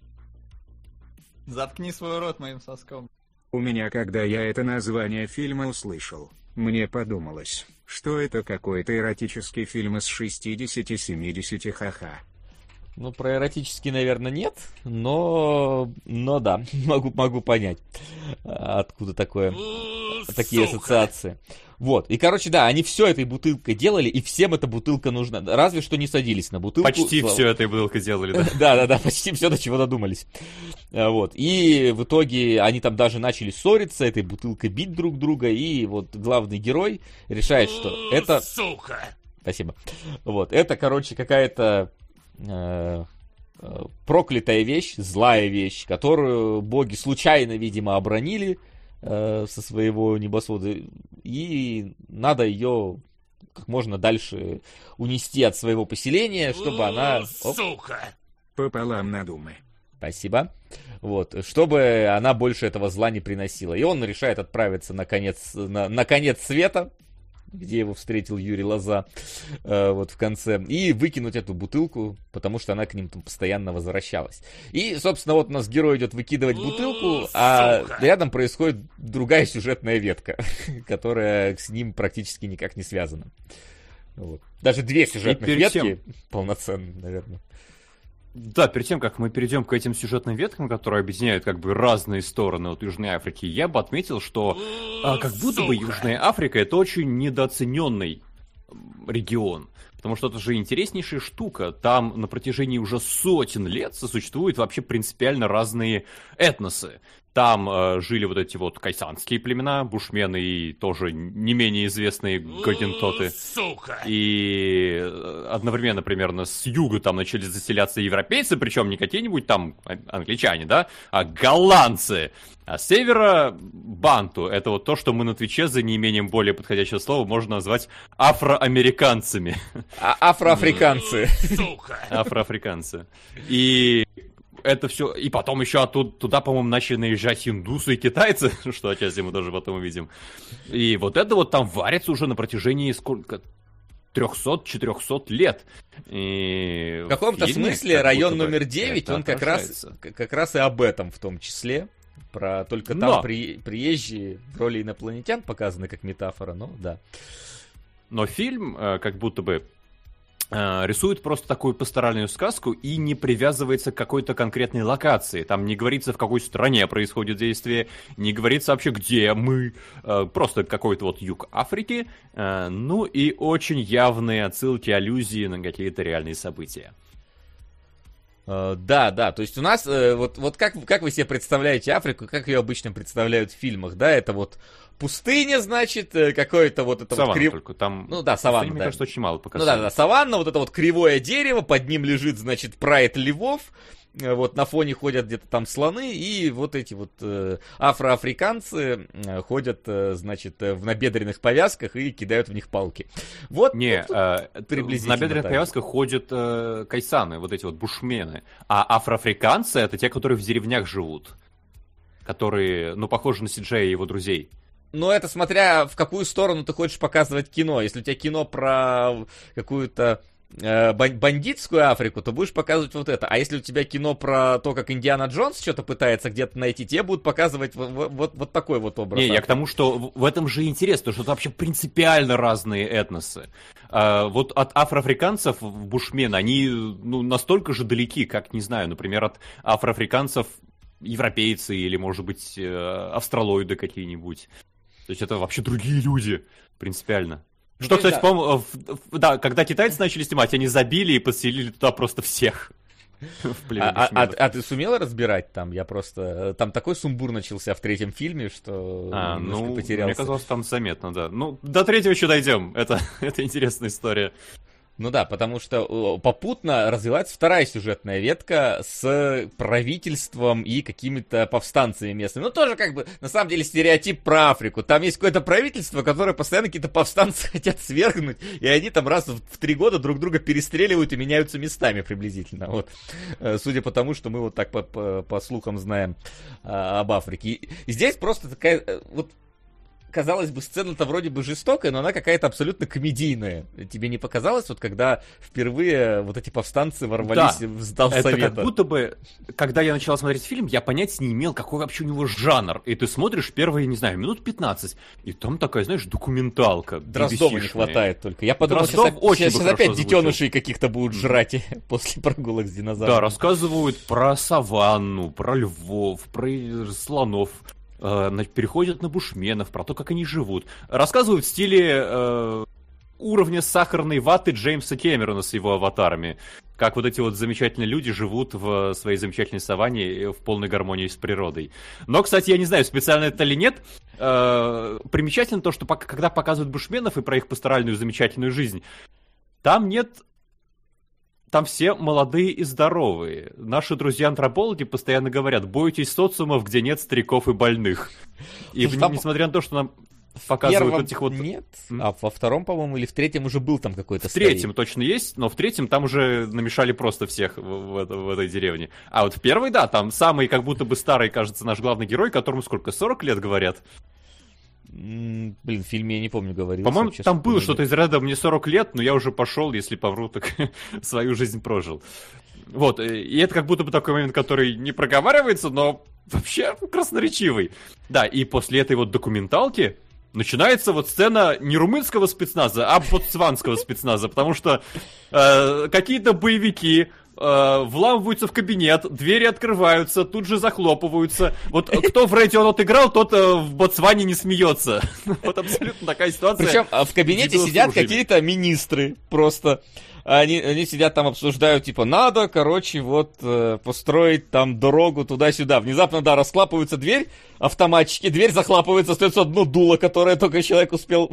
Заткни свой рот моим соском. У меня, когда я это название фильма услышал, мне подумалось, что это какой-то эротический фильм из 60-70 ха-ха. Про эротический, наверное, нет, но да, могу понять, откуда такие ассоциации. Вот, и, короче, да, они все этой бутылкой делали, и всем эта бутылка нужна, разве что не садились на бутылку. Почти все этой бутылкой делали, да. Да, почти все, до чего додумались. Вот, и в итоге они там даже начали ссориться, этой бутылкой бить друг друга, и вот главный герой решает, что это... Сука! Спасибо. Вот, это, короче, какая-то... проклятая вещь, злая вещь, которую боги случайно, видимо, обронили со своего небосвода, и надо ее как можно дальше унести от своего поселения, чтобы она... Сука! Пополам на думы. Спасибо. Вот, чтобы она больше этого зла не приносила. И он решает отправиться на конец света, где его встретил Юрий Лоза, вот в конце, и выкинуть эту бутылку, потому что она к ним там постоянно возвращалась. И, собственно, вот у нас герой идет выкидывать бутылку, а рядом происходит другая сюжетная ветка, которая с ним практически никак не связана. Вот. Даже две сюжетных ветки полноценные, наверное. Да, перед тем, как мы перейдем к этим сюжетным веткам, которые объединяют как бы разные стороны от Южной Африки, я бы отметил, что как будто бы Южная Африка — это очень недооцененный регион. Потому что это же интереснейшая штука. Там на протяжении уже сотен лет существуют вообще принципиально разные этносы. Там жили вот эти вот кайсанские племена, бушмены и тоже не менее известные гогентоты. И одновременно примерно с юга там начали заселяться европейцы, причем не какие-нибудь там англичане, да, а голландцы. А с севера банту. Это вот то, что мы на Твиче за неимением более подходящего слова можно назвать афроамериканцами. Афроафриканцы. Афроафриканцы. И это все. И потом еще туда, по-моему, начали наезжать индусы и китайцы, что отчасти мы тоже потом увидим. И вот это вот там варится уже на протяжении сколько? 300-400 лет. И в каком-то смысле район номер 9, он как раз и об этом в том числе. Только Но. там приезжие в роли инопланетян показаны как метафора, ну да. Но фильм как будто бы рисует просто такую пасторальную сказку и не привязывается к какой-то конкретной локации. Там не говорится, в какой стране происходит действие, не говорится вообще, где мы. Просто какой-то вот юг Африки. Ну и очень явные отсылки, аллюзии на какие-то реальные события. Да, то есть у нас, вот как вы себе представляете Африку, как ее обычно представляют в фильмах, да, это вот пустыня, значит, какое-то вот это Саванна вот только, там, ну да, саванна, мне да. кажется, очень мало Ну показали. да, саванна, вот это вот кривое дерево, под ним лежит, значит, прайд львов, вот на фоне ходят где-то там слоны, и вот эти вот афроафриканцы ходят, значит, в набедренных повязках и кидают в них палки. Вот Не, приблизительно на бедренных так. повязках ходят кайсаны, вот эти вот бушмены. А афроафриканцы — это те, которые в деревнях живут. Которые, ну, похожи на Сиджея и его друзей. Но это смотря в какую сторону ты хочешь показывать кино. Если у тебя кино про какую-то бандитскую Африку, то будешь показывать вот это. А если у тебя кино про то, как Индиана Джонс что-то пытается где-то найти, тебе будут показывать вот такой вот образ. Не, я к тому, что в этом же интерес, потому что это вообще принципиально разные этносы. Вот от афроафриканцев бушмены, они ну, настолько же далеки, как, не знаю, например, от афроафриканцев европейцы или, может быть, австралоиды какие-нибудь. То есть это вообще другие люди, принципиально. Ну, Что, то есть, кстати, по-моему, да, когда китайцы начали снимать, они забили и подселили туда просто всех. В племя бушменов. А ты сумел разбирать там? Я просто... Там такой сумбур начался в третьем фильме, что немножко Ну, потерялся. мне казалось, там заметно, да. Ну, до третьего еще дойдем. Это интересная история. Ну да, потому что попутно развивается вторая сюжетная ветка с правительством и какими-то повстанцами местными. Ну тоже как бы, на самом деле, стереотип про Африку. Там есть какое-то правительство, которое постоянно какие-то повстанцы хотят свергнуть, и они там раз в 3 года друг друга перестреливают и меняются местами приблизительно. Вот. Судя по тому, что мы вот так по слухам знаем об Африке. И здесь просто такая... вот. Казалось бы, сцена-то вроде бы жестокая, но она какая-то абсолютно комедийная. Тебе не показалось, вот когда впервые вот эти повстанцы ворвались в зал Это совета? как будто бы, когда я начал смотреть фильм, я понятия не имел, какой вообще у него жанр. И ты смотришь первые, не знаю, минут 15, и там такая, знаешь, документалка. Дроздова не BBC-шная. хватает только. Я подумал, Дроздов очень бы сейчас хорошо опять озвучил. детенышей каких-то будут жрать после прогулок с динозаврами. Да, рассказывают про саванну, про львов, про слонов. Переходят на бушменов, про то, как они живут. Рассказывают в стиле уровня сахарной ваты Джеймса Кэмерона с его аватарами. Как вот эти вот замечательные люди живут в своей замечательной саванне в полной гармонии с природой. Но, кстати, я не знаю, специально это или нет. Примечательно то, что когда показывают бушменов и про их пасторальную замечательную жизнь, там нет... Там все молодые и здоровые. Наши друзья-антропологи постоянно говорят, бойтесь социумов, где нет стариков и больных. И там... несмотря на то, что нам показывают первом этих вот... нет, а во втором, по-моему, или в третьем уже был там какой-то В третьем точно есть, но в третьем там уже намешали просто всех в этой деревне. А вот в первой, да, там самый как будто бы старый, кажется, наш главный герой, которому сколько, 40 лет говорят? Блин, в фильме я не помню, говорил. По-моему, там было что-то из ряда «мне 40 лет, но я уже пошел, если повру, так свою жизнь прожил». Вот, и это как будто бы такой момент, который не проговаривается, но вообще красноречивый. Да, и после этой вот документалки начинается вот сцена не румынского спецназа, а ботсванского спецназа, потому что какие-то боевики вламываются в кабинет, двери открываются, тут же захлопываются. Вот кто в Ready or Not играл, тот в Ботсване не смеется. Вот абсолютно такая ситуация. Причем в кабинете сидят какие-то министры просто. Они сидят там, обсуждают, типа, надо, короче, вот, построить там дорогу туда-сюда. Внезапно, да, расхлапывается дверь, автоматчики, дверь захлапывается, остается одно дуло, которое только человек успел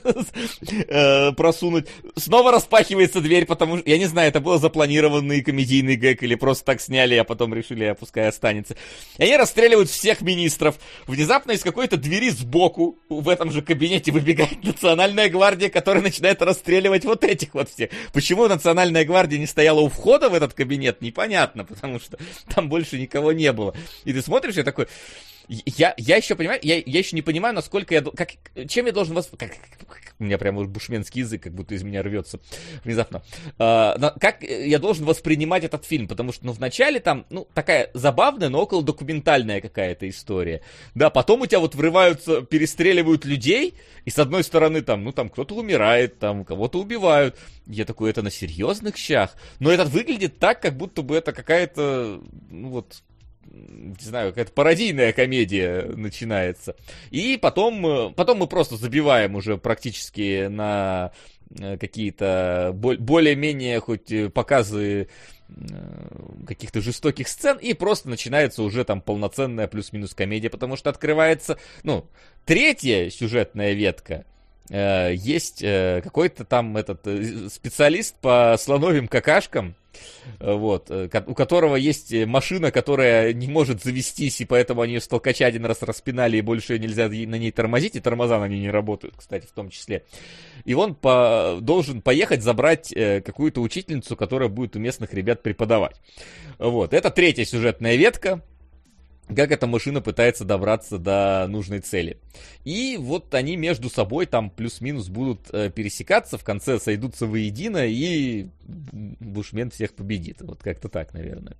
просунуть. Снова распахивается дверь, потому что, я не знаю, это был запланированный комедийный гэг или просто так сняли, а потом решили, пускай останется. И они расстреливают всех министров. Внезапно из какой-то двери сбоку в этом же кабинете выбегает Национальная гвардия, которая начинает расстреливать вот этих вот всех. Почему Национальная гвардия не стояла у входа в этот кабинет, непонятно, потому что там больше никого не было. И ты смотришь, и такой... Я еще понимаю, я еще не понимаю, насколько чем я должен у меня прям бушменский язык, как будто из меня рвется внезапно. Как я должен воспринимать этот фильм, потому что, вначале там, такая забавная, но около документальная какая-то история. Да, потом у тебя вот врываются, перестреливают людей, и с одной стороны там кто-то умирает, там кого-то убивают. Я такой, это на серьезных щах? Но этот выглядит так, как будто бы это какая-то, не знаю, какая-то пародийная комедия начинается. И потом мы просто забиваем уже практически на какие-то более-менее хоть показы каких-то жестоких сцен, и просто начинается уже там полноценная плюс-минус комедия, потому что открывается, третья сюжетная ветка. Есть какой-то там специалист по слоновьим какашкам, у которого есть машина, которая не может завестись, и поэтому они ее с толкача один раз распинали, и больше нельзя на ней тормозить, и тормоза на ней не работают, кстати, в том числе. И он должен поехать забрать какую-то учительницу, которая будет у местных ребят преподавать. Это третья сюжетная ветка. Как эта машина пытается добраться до нужной цели. И вот они между собой там плюс-минус будут пересекаться, в конце сойдутся воедино, и Бушмен всех победит. Вот как-то так, наверное.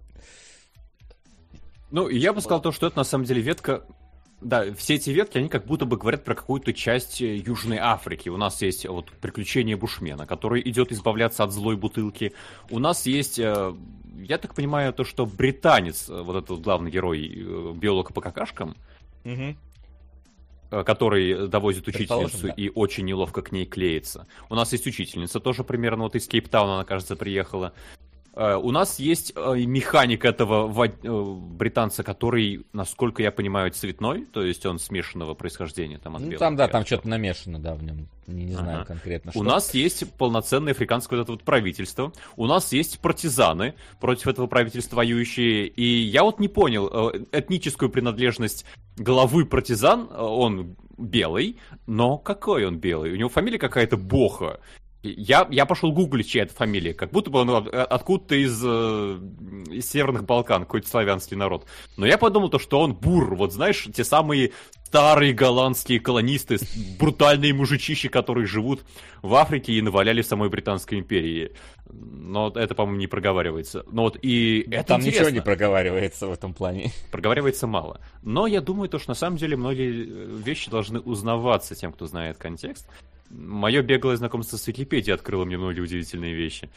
Я бы сказал что это на самом деле ветка... Да, все эти ветки, они как будто бы говорят про какую-то часть Южной Африки. У нас есть приключение Бушмена, который идет избавляться от злой бутылки. У нас есть, я так понимаю, то, что британец, этот главный герой, биолог по какашкам, который довозит учительницу и очень неловко к ней клеится. У нас есть учительница, тоже примерно из Кейптауна, она, кажется, приехала. У нас есть механик этого британца, который, насколько я понимаю, цветной, то есть он смешанного происхождения там от белого. Там что-то намешано, в нем. Не знаю конкретно что. У нас есть полноценное африканское правительство, у нас есть партизаны против этого правительства воюющие, и я не понял этническую принадлежность главы партизан, он белый, но какой он белый? У него фамилия какая-то Боха. Я пошел гуглить, чья это фамилия, как будто бы он откуда-то из Северных Балкан, какой-то славянский народ. Но я подумал, что он бур, знаешь, те самые старые голландские колонисты, брутальные мужичищи, которые живут в Африке и наваляли в самой Британской империи. Но это, по-моему, не проговаривается. Это там интересно. Ничего не проговаривается в этом плане. Проговаривается мало. Но я думаю, что на самом деле многие вещи должны узнаваться тем, кто знает контекст. Мое беглое знакомство с Википедией открыло мне многие удивительные вещи.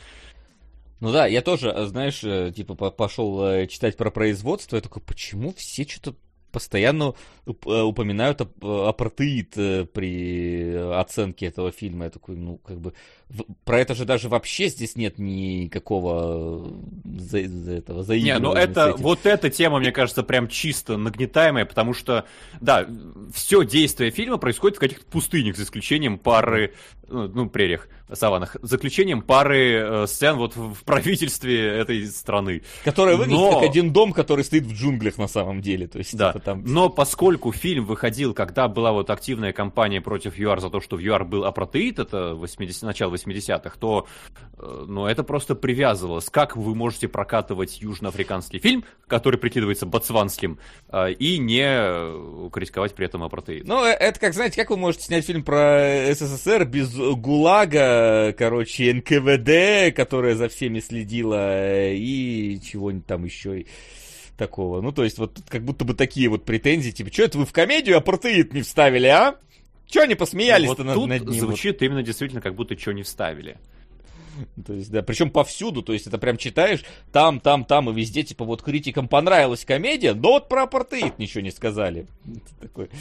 Я тоже, знаешь, пошел читать про производство, я такой, почему все что-то постоянно упоминают апартеид при оценке этого фильма. Я такой, про это же даже вообще здесь нет никакого заигрывания. Эта тема, мне кажется, прям чисто нагнетаемая, потому что, да, все действие фильма происходит в каких-то пустынях, за исключением пары, прериях, саваннах, за исключением пары сцен в правительстве этой страны. Которая выглядит как один дом, который стоит в джунглях на самом деле. То есть, да. Но поскольку фильм выходил, когда была активная кампания против ЮАР за то, что в ЮАР был апартеид, это начало 80-х, то это просто привязывалось. Как вы можете прокатывать южноафриканский фильм, который прикидывается ботсванским, и не критиковать при этом апартеид? Это как, знаете, как вы можете снять фильм про СССР без ГУЛАГа, НКВД, которая за всеми следила, и чего-нибудь там еще такого. То есть, как будто бы такие претензии, что это вы в комедию апартеид не вставили, а? Чего они посмеялись-то над ним? Тут звучит именно действительно, как будто чего не вставили. То есть, да, причем повсюду, то есть, это прям читаешь, там, и везде, критикам понравилась комедия, но про апартеид ничего не сказали. Такой,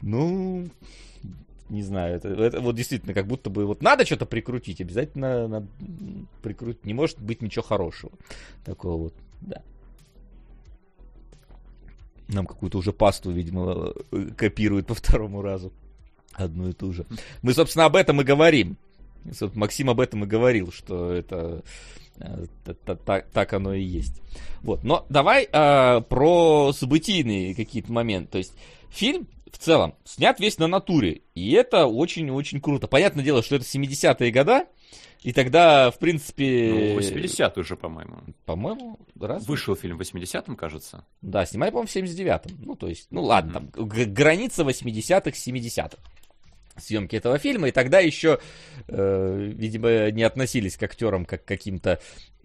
не знаю, это действительно, как будто бы, надо что-то прикрутить, обязательно надо прикрутить, не может быть ничего хорошего. Такого да. Нам какую-то уже пасту, видимо, копируют по второму разу. Одну и ту же. Мы, собственно, об этом и говорим. Максим об этом и говорил, что это так оно и есть. Но давай про событийные какие-то моменты. То есть фильм в целом снят весь на натуре. И это очень-очень круто. Понятное дело, что это 70-е годы. И тогда, в принципе... Ну, 80-й уже, по-моему. По-моему, раз. Вышел фильм в 80-м, кажется. Да, снимали, по-моему, в 79-м. Ну, то есть, ну ладно, там граница 80-х, 70-х. Съемки этого фильма, и тогда еще, видимо, не относились к актерам как к каким-то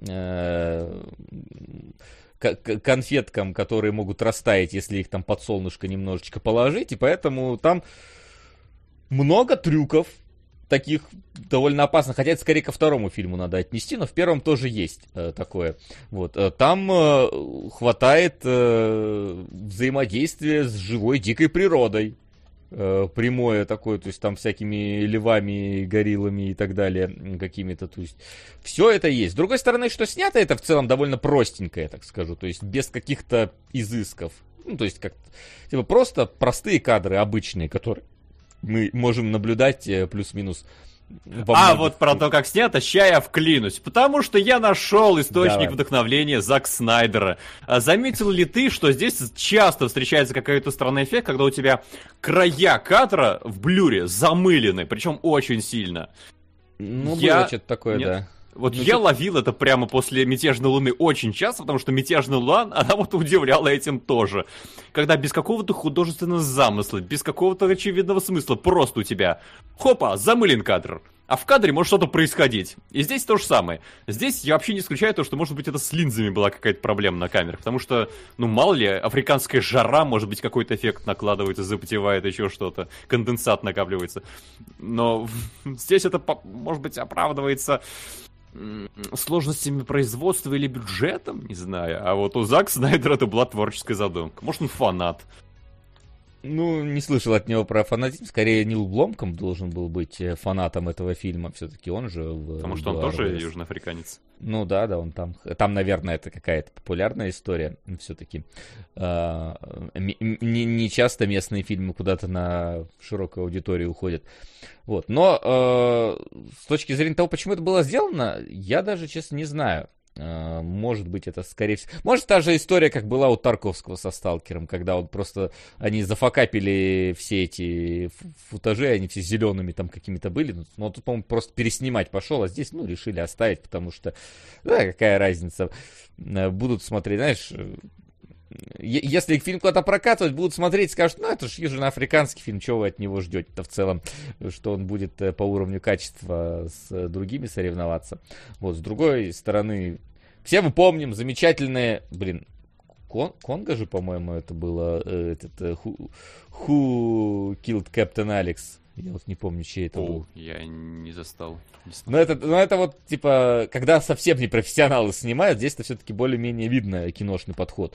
конфеткам, которые могут растаять, если их там под солнышко немножечко положить, и поэтому там много трюков, таких довольно опасных, хотя это скорее ко второму фильму надо отнести, но в первом тоже есть такое. Вот. Там хватает взаимодействия с живой дикой природой. Прямое такое, то есть там всякими львами, гориллами и так далее какими-то, то есть все это есть. С другой стороны, что снято это в целом довольно простенькое, так скажу, то есть без каких-то изысков. Ну, то есть как типа просто простые кадры обычные, которые мы можем наблюдать плюс-минус. Вот про то, как снято, ща я вклинусь. Потому что я нашел источник вдохновления Зака Снайдера. Заметил ли ты, что здесь часто встречается какой-то странный эффект, когда у тебя края кадра в блюре замылены, причем очень сильно? Ну, было что-то такое, Нет? да. Вот я ловил это прямо после «Мятежной луны» очень часто, потому что «Мятежная луна», она вот удивляла этим тоже. Когда без какого-то художественного замысла, без какого-то очевидного смысла, просто у тебя, хопа, замылен кадр. А в кадре может что-то происходить. И здесь то же самое. Здесь я вообще не исключаю то, что, может быть, это с линзами была какая-то проблема на камерах. Потому что, ну, мало ли, африканская жара, может быть, какой-то эффект накладывается, запотевает, еще что-то. Конденсат накапливается. Но здесь это, может быть, оправдывается сложностями производства или бюджетом, не знаю. А вот у Зака Снайдера это была творческая задумка. Может, он фанат. Ну, не слышал от него про фанатизм. Скорее, Нил Бломком должен был быть фанатом этого фильма. Все-таки он же... Потому что он тоже южноафриканец. Ну да, он там... Там, наверное, это какая-то популярная история. Все-таки не часто местные фильмы куда-то на широкую аудиторию уходят. Вот. Но с точки зрения того, почему это было сделано, я даже, честно, не знаю. Может быть, это скорее всего... Может, та же история, как была у Тарковского со «Сталкером», когда он просто... Они зафакапили все эти футажи, они все зелеными там какими-то были. Но тут, по-моему, просто переснимать пошел, а здесь, ну, решили оставить, потому что... Да, какая разница. Будут смотреть, знаешь... Если фильм куда-то прокатывать, будут смотреть и скажут, ну, это же южноафриканский фильм, чего вы от него ждете-то в целом, что он будет по уровню качества с другими соревноваться. Вот, с другой стороны, все мы помним замечательные, Конго же, по-моему, это было, Who Killed Captain Alex? Я вот не помню, чей это был. Я не застал. Но это вот, типа, когда совсем не профессионалы снимают, здесь-то все-таки более-менее видно киношный подход.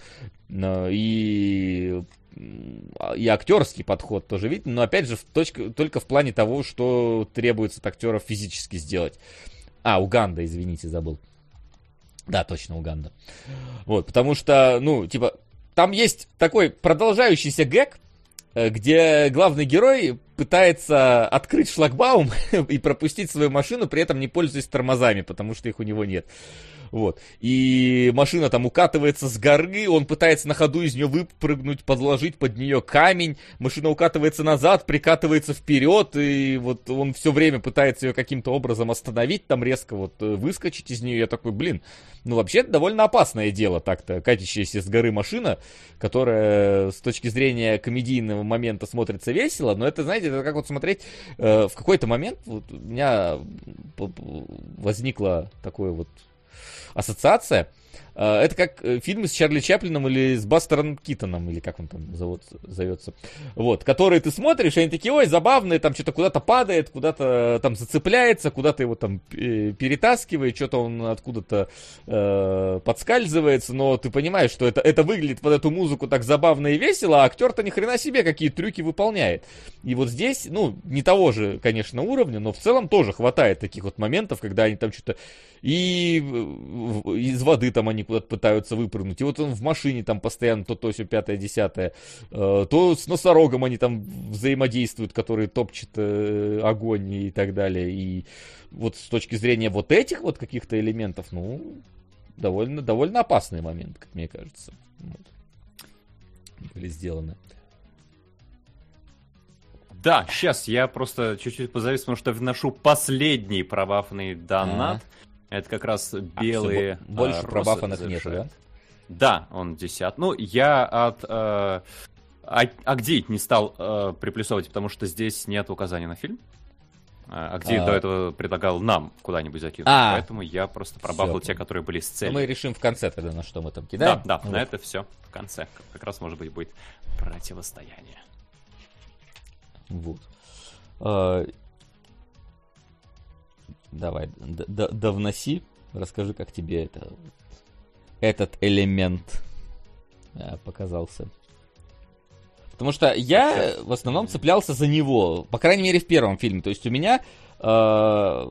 И актерский подход тоже видно, но опять же только в плане того, что требуется от актеров физически сделать. Уганда, извините, забыл. Да, точно, Уганда. Вот, потому что, ну, типа, там есть такой продолжающийся гэг, где главный герой пытается открыть шлагбаум и пропустить свою машину, при этом не пользуясь тормозами, потому что их у него нет. Вот. И машина там укатывается с горы, он пытается на ходу из нее выпрыгнуть, подложить под нее камень, машина укатывается назад, прикатывается вперед, и вот он все время пытается ее каким-то образом остановить, там резко вот выскочить из нее. Я такой, ну вообще это довольно опасное дело так-то, катящаяся с горы машина, которая с точки зрения комедийного момента смотрится весело, но это, знаете, это как вот смотреть, в какой-то момент вот у меня возникло такое вот ассоциация. Это как фильмы с Чарли Чаплином или с Бастером Китоном, или как он там зовется. Вот, которые ты смотришь, и они такие, ой, забавные, там что-то куда-то падает, куда-то там зацепляется, куда-то его там перетаскивает, что-то он откуда-то подскальзывается, но ты понимаешь, что это выглядит под эту музыку так забавно и весело, а актер-то ни хрена себе какие трюки выполняет. И вот здесь, ну, не того же, конечно, уровня, но в целом тоже хватает таких вот моментов, когда они там что-то и из воды там они куда-то пытаются выпрыгнуть. И вот он в машине там постоянно то все 5-10, то с носорогом они там взаимодействуют, который топчет огонь и так далее. И вот с точки зрения вот этих вот каких-то элементов, ну, довольно опасный момент, как мне кажется. Вот. Были сделаны. Да, сейчас я просто чуть-чуть позавис, потому что вношу последний пробафанный донат. Это как раз белые больше росы пробафанных нету, завершают. да? Да, он 10. Ну, я от Агдейт не стал приплюсовывать, потому что здесь нет указания на фильм. Агдейт до этого предлагал нам куда-нибудь закинуть. Поэтому я просто пробафал те, которые были с целью. Мы решим в конце тогда, на что мы там кидаем. Да, на это все в конце. Как раз, может быть, будет противостояние. Вот. Давай, довноси. Расскажи, как тебе этот элемент показался. Потому что я в основном цеплялся за него, по крайней мере, в первом фильме. То есть у меня, в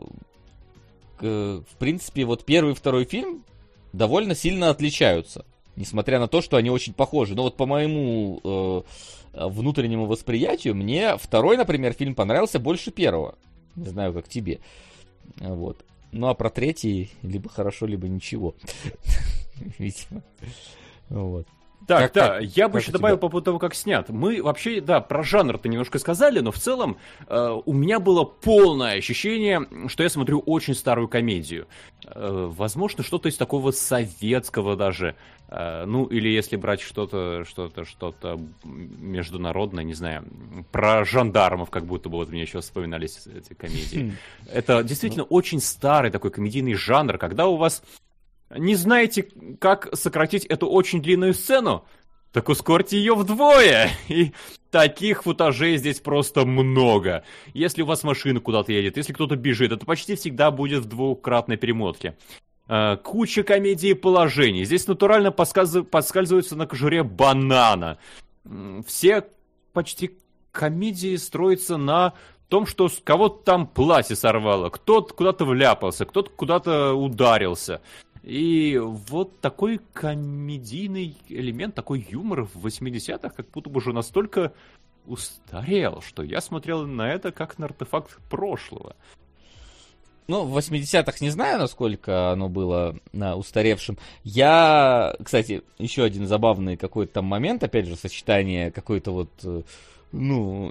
принципе, вот первый и второй фильм довольно сильно отличаются. Несмотря на то, что они очень похожи. Но вот по моему внутреннему восприятию, мне второй, например, фильм понравился больше первого. Не знаю, как тебе. Вот. Ну, а про третий либо хорошо, либо ничего. Видимо. Вот. Так, да, я бы еще добавил по поводу того, как снят. Мы вообще, да, про жанр-то немножко сказали, но в целом у меня было полное ощущение, что я смотрю очень старую комедию. Возможно, что-то из такого советского даже. Ну, или если брать что-то международное, не знаю, про жандармов, как будто бы вот мне еще вспоминались эти комедии. Это действительно очень старый такой комедийный жанр, когда у вас... Не знаете, как сократить эту очень длинную сцену? Так ускорьте ее вдвое! И таких футажей здесь просто много. Если у вас машина куда-то едет, если кто-то бежит, это почти всегда будет в двукратной перемотке. Куча комедий и положений. Здесь натурально подскальзываются на кожуре банана. Все почти комедии строятся на том, что с кого-то там платье сорвало, кто-то куда-то вляпался, кто-то куда-то ударился. И вот такой комедийный элемент, такой юмор в 80-х как будто бы уже настолько устарел, что я смотрел на это как на артефакт прошлого. Ну, в 80-х не знаю, насколько оно было устаревшим. Я, кстати, еще один забавный какой-то там момент, опять же, сочетание какой-то вот... Ну,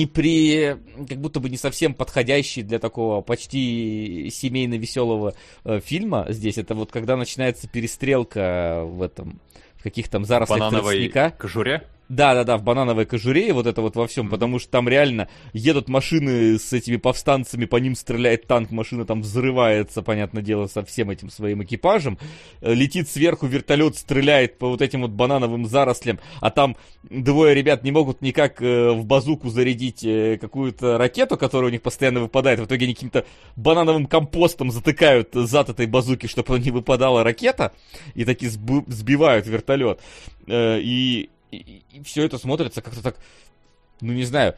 как будто бы не совсем подходящий для такого почти семейно-веселого фильма здесь. Это вот когда начинается перестрелка в каких там зарослях тростника. Банановой кожуре? Да, в банановой кожуре и вот это вот во всем, потому что там реально едут машины с этими повстанцами, по ним стреляет танк, машина там взрывается, понятное дело, со всем этим своим экипажем, летит сверху вертолет, стреляет по вот этим вот банановым зарослям, а там двое ребят не могут никак в базуку зарядить какую-то ракету, которая у них постоянно выпадает, в итоге они каким-то банановым компостом затыкают зад этой базуки, чтобы не выпадала ракета, и таки сбивают вертолет, и все это смотрится как-то так, ну не знаю,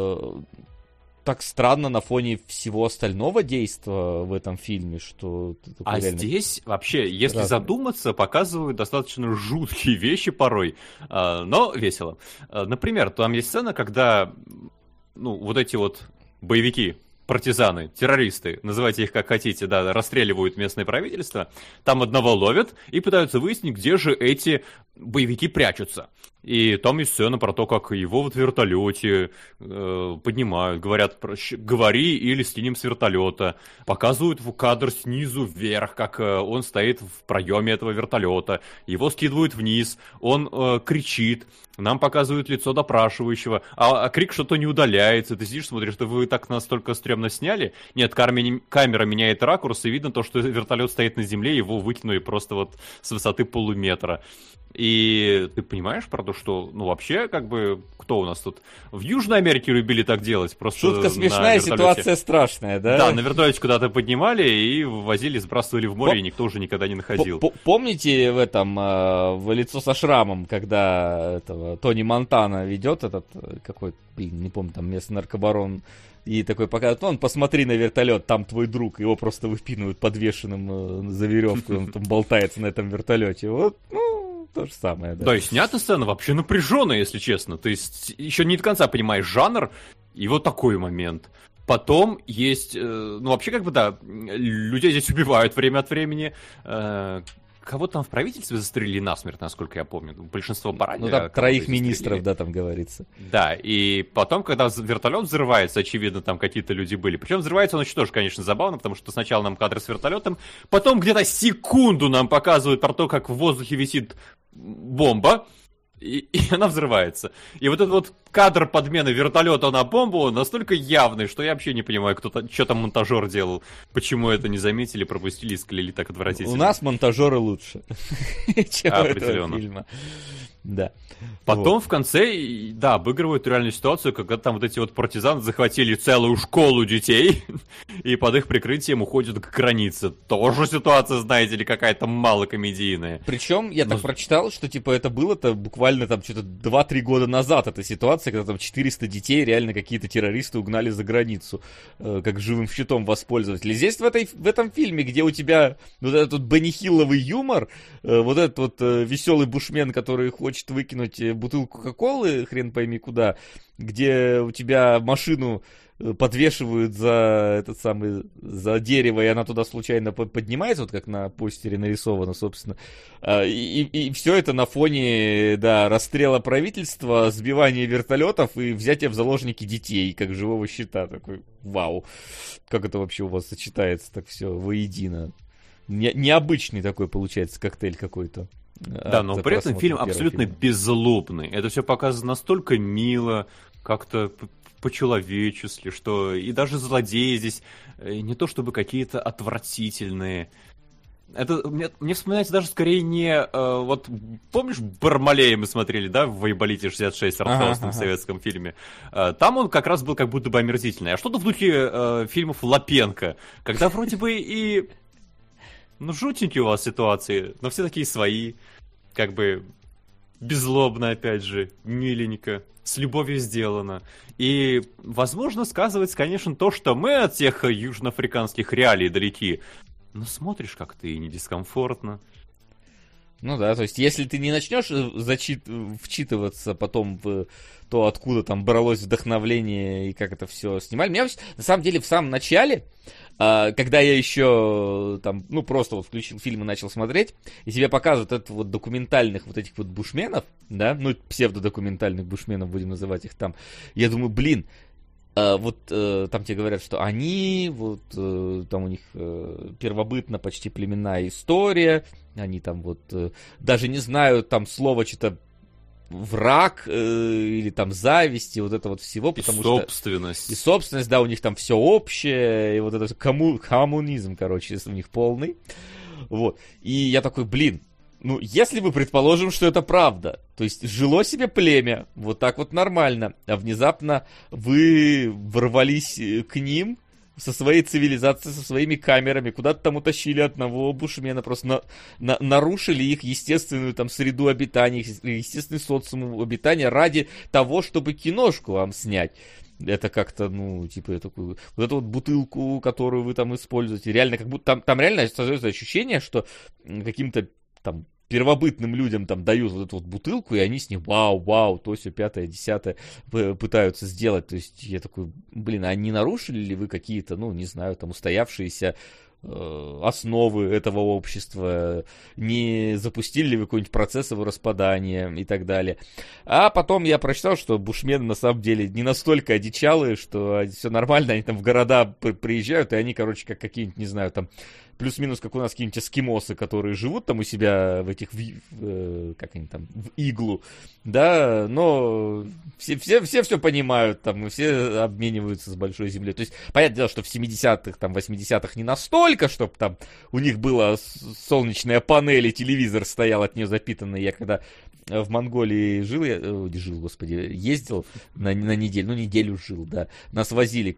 так странно на фоне всего остального действия в этом фильме, что... Здесь вообще, если задуматься, показывают достаточно жуткие вещи порой, но весело. Например, там есть сцена, когда, ну, вот эти вот боевики, партизаны, террористы, называйте их как хотите, да, расстреливают местное правительство, там одного ловят и пытаются выяснить, где же эти боевики прячутся. И там есть сцена про то, как его вот в вертолете поднимают, говорят, говори или снимем с вертолета. Показывают кадр снизу вверх, как он стоит в проеме этого вертолета. Его скидывают вниз, он кричит. Нам показывают лицо допрашивающего, а крик что-то не удаляется. Ты сидишь, смотришь, что вы так настолько стрёмно сняли. Нет, камера меняет ракурс, и видно то, что вертолет стоит на земле, его выкинули просто вот с высоты полуметра. И ты понимаешь про то, что, ну, вообще, как бы, кто у нас тут? В Южной Америке любили так делать. Просто шутка смешная, ситуация страшная, да? Да, на вертолете куда-то поднимали и возили, сбрасывали в море, и никто уже никогда не находил. Помните в «Лицо со шрамом», когда Тони Монтана ведет этот, какой-то, не помню, там местный наркобарон, и такой показывает, он, посмотри на вертолет, там твой друг, его просто выпинывают подвешенным за веревку, он там болтается на этом вертолете. Вот, ну, то же самое, да. Да, и снята сцена вообще напряженная, если честно. То есть еще не до конца понимаешь жанр, и вот такой момент. Потом есть, ну вообще как бы да, людей здесь убивают время от времени. кого там в правительстве застрелили насмерть, насколько я помню. Большинство поранили. Ну, там троих министров, да, там говорится. Да, и потом, когда вертолет взрывается, очевидно, там какие-то люди были. Причем взрывается он еще тоже, конечно, забавно, потому что сначала нам кадры с вертолетом, потом где-то секунду нам показывают про то, как в воздухе висит бомба, и она взрывается. И вот этот вот кадр подмены вертолета на бомбу настолько явный, что я вообще не понимаю, что там монтажер делал. Почему это не заметили, пропустили и склеили так отвратительно. У нас монтажеры лучше, чем у этого Определенно. фильма. Да. Потом Вот. в конце, да, обыгрывают реальную ситуацию, когда там вот эти вот партизаны захватили целую школу детей, и под их прикрытием уходят к границе. Тоже ситуация, знаете ли, какая-то малокомедийная. Причем я так прочитал, что типа это было-то буквально там что-то 2-3 года назад, эта ситуация, когда там 400 детей реально какие-то террористы угнали за границу, как живым щитом воспользователей. Здесь в этом фильме, где у тебя вот этот вот Бенни Хилловый юмор, вот этот вот веселый бушмен, который хочет выкинуть бутылку Кока-Колы, хрен пойми куда, где у тебя машину подвешивают за дерево, и она туда случайно поднимается, вот как на постере нарисовано, собственно. И все это на фоне, да, расстрела правительства, сбивания вертолетов и взятия в заложники детей, как живого щита. Такой, вау, как это вообще у вас сочетается так все воедино. Необычный такой получается коктейль какой-то. Да, но при этом фильм абсолютно беззлобный. Это все показано настолько мило, как-то по-человечески, что и даже злодеи здесь не то чтобы какие-то отвратительные. Это мне вспоминается даже скорее не... вот помнишь, Бармалея мы смотрели, да, в «Айболите 66» артхаусном советском фильме? Там он как раз был как будто бы омерзительный. А что-то в духе фильмов Лапенко, когда вроде бы и... Ну, жутенькие у вас ситуации, но все такие свои, как бы беззлобно, опять же, миленько, с любовью сделано. И, возможно, сказывается, конечно, то, что мы от тех южноафриканских реалий далеки, но смотришь как-то и не дискомфортно. Ну да, то есть, если ты не начнешь вчитываться потом в то, откуда там бралось вдохновление и как это все снимали. Меня, на самом деле, в самом начале, когда я еще там, ну, просто вот включил фильм и начал смотреть, и тебе показывают это вот документальных вот этих вот бушменов, да, ну, псевдодокументальных бушменов, будем называть их там, я думаю, блин, вот там тебе говорят, что они, вот там у них первобытно почти племенная история, они там вот даже не знают там слова что-то враг или там зависть, и вот это вот всего, потому что... И собственность, да, у них там все общее, и вот это коммунизм, короче, у них полный. Вот. И я такой, блин, ну, если мы предположим, что это правда, то есть жило себе племя, вот так вот нормально, а внезапно вы ворвались к ним со своей цивилизацией, со своими камерами, куда-то там утащили одного бушмена, просто нарушили их естественную там среду обитания, естественный социум обитания ради того, чтобы киношку вам снять. Это как-то, ну, типа, такую, вот эту вот бутылку, которую вы там используете, реально, как будто там реально создается ощущение, что каким-то там первобытным людям там дают вот эту вот бутылку, и они с ней вау, то все, 5-е, 10-е пытаются сделать. То есть я такой, блин, а не нарушили ли вы какие-то, ну, не знаю, там устоявшиеся основы этого общества, не запустили ли вы какой-нибудь процесс его распадания и так далее. А потом я прочитал, что бушмены на самом деле не настолько одичалые, что все нормально, они там в города приезжают, и они, короче, как какие-нибудь, не знаю, там плюс-минус, как у нас какие-нибудь эскимосы, которые живут там у себя в этих, как они там, в иглу, да, но все понимают, там, и все обмениваются с большой землей. То есть, понятное дело, что в 70-х, там, 80-х не настолько, чтобы там у них была солнечная панель, и телевизор стоял от нее запитанный. Я когда в Монголии ездил на неделю, ну, неделю жил, да, нас возили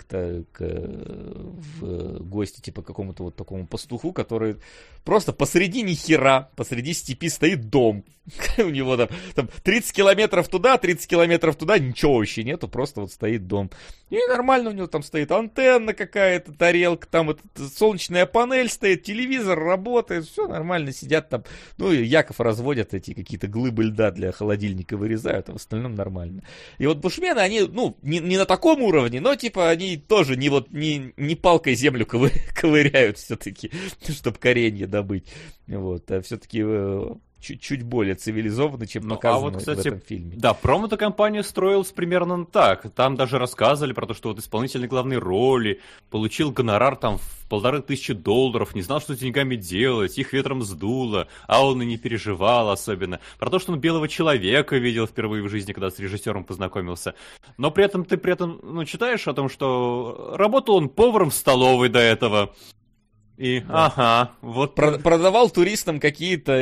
в гости, типа, к какому-то вот такому пастуху, который просто посреди нихера, посреди степи стоит дом. У него там 30 километров туда, 30 километров туда, ничего вообще нету, просто вот стоит дом. И нормально у него там стоит антенна какая-то, тарелка, там солнечная панель стоит, телевизор работает, все нормально, сидят там. Ну, и Яков разводят эти какие-то глыбы льда для холодильника, вырезают, а в остальном нормально. И вот бушмены, они, ну, не на таком уровне, но, типа, они тоже не палкой землю ковыряют все-таки. чтобы коренья добыть. Вот. А все-таки чуть более цивилизованно, чем Ну, показано вот, кстати, в этом фильме. Да, промо-то компания строилась примерно так. Там даже рассказывали про то, что вот исполнитель главной роли получил гонорар там в $1500, не знал, что с деньгами делать, их ветром сдуло, а он и не переживал особенно. Про то, что он белого человека видел впервые в жизни, когда с режиссером познакомился. Но при этом ты читаешь о том, что работал он поваром в столовой до этого. И, да. Ага, вот... Продавал туристам какие-то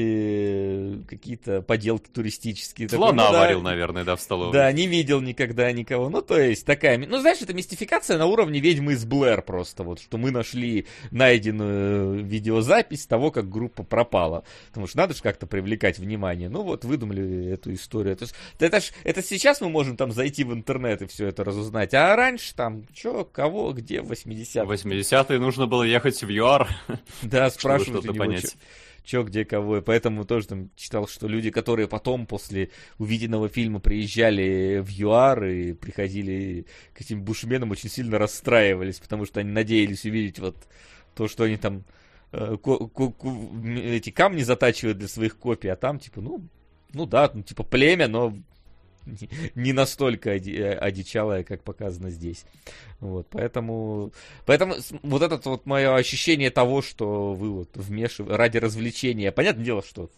поделки туристические. Слона варил, наверное, да, в столовой. Да, не видел никогда никого. Ну, то есть, такая... Ну, знаешь, это мистификация на уровне «Ведьмы из Блэр» просто. Вот, что мы нашли найденную видеозапись того, как группа пропала. Потому что надо же как-то привлекать внимание. Ну, вот, выдумали эту историю. Это сейчас мы можем там зайти в интернет и все это разузнать. А раньше там, что, кого, где, в 80-е. В 80-е нужно было ехать в ЮАР. Да, спрашивают у него, что, где, кого. И поэтому тоже там читал, что люди, которые потом после увиденного фильма приезжали в ЮАР и приходили к этим бушменам, очень сильно расстраивались, потому что они надеялись увидеть вот то, что они там эти камни затачивают для своих копий, а там типа, типа племя, но не настолько одичалое, как показано здесь. Вот, поэтому вот это вот мое ощущение того, что вы вот вмешиваете ради развлечения. Понятное дело, что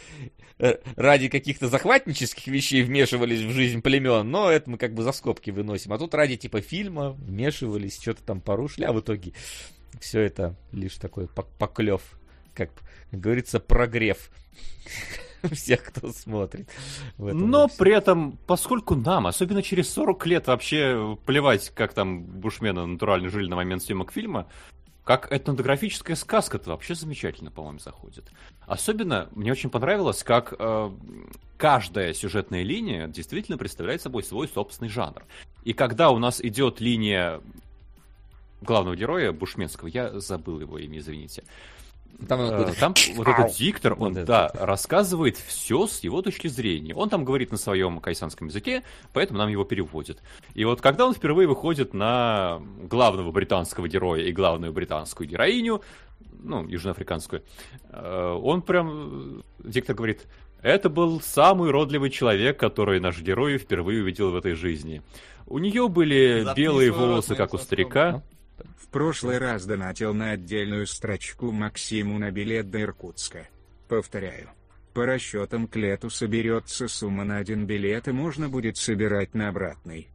ради каких-то захватнических вещей вмешивались в жизнь племен, но это мы как бы за скобки выносим. А тут ради типа фильма вмешивались, что-то там порушили, а в итоге все это лишь такой поклев, как говорится, прогрев всех, кто смотрит. Но при этом, поскольку нам, особенно через 40 лет, вообще плевать, как там бушмены натурально жили на момент съемок фильма, как этнографическая сказка-то вообще замечательно, по-моему, заходит. Особенно мне очень понравилось, как каждая сюжетная линия действительно представляет собой свой собственный жанр. И когда у нас идет линия главного героя бушменского, я забыл его имя, извините. Там вот этот диктор, он, рассказывает все с его точки зрения. Он там говорит на своем кайсанском языке, поэтому нам его переводят. И вот когда он впервые выходит на главного британского героя и главную британскую героиню, южноафриканскую, он прям, диктор говорит, это был самый уродливый человек, который наш герой впервые увидел в этой жизни. У нее были белые волосы, как у старика. В прошлый раз донатил на отдельную строчку Максиму на билет до Иркутска. Повторяю. По расчетам к лету соберется сумма на один билет, и можно будет собирать на обратный.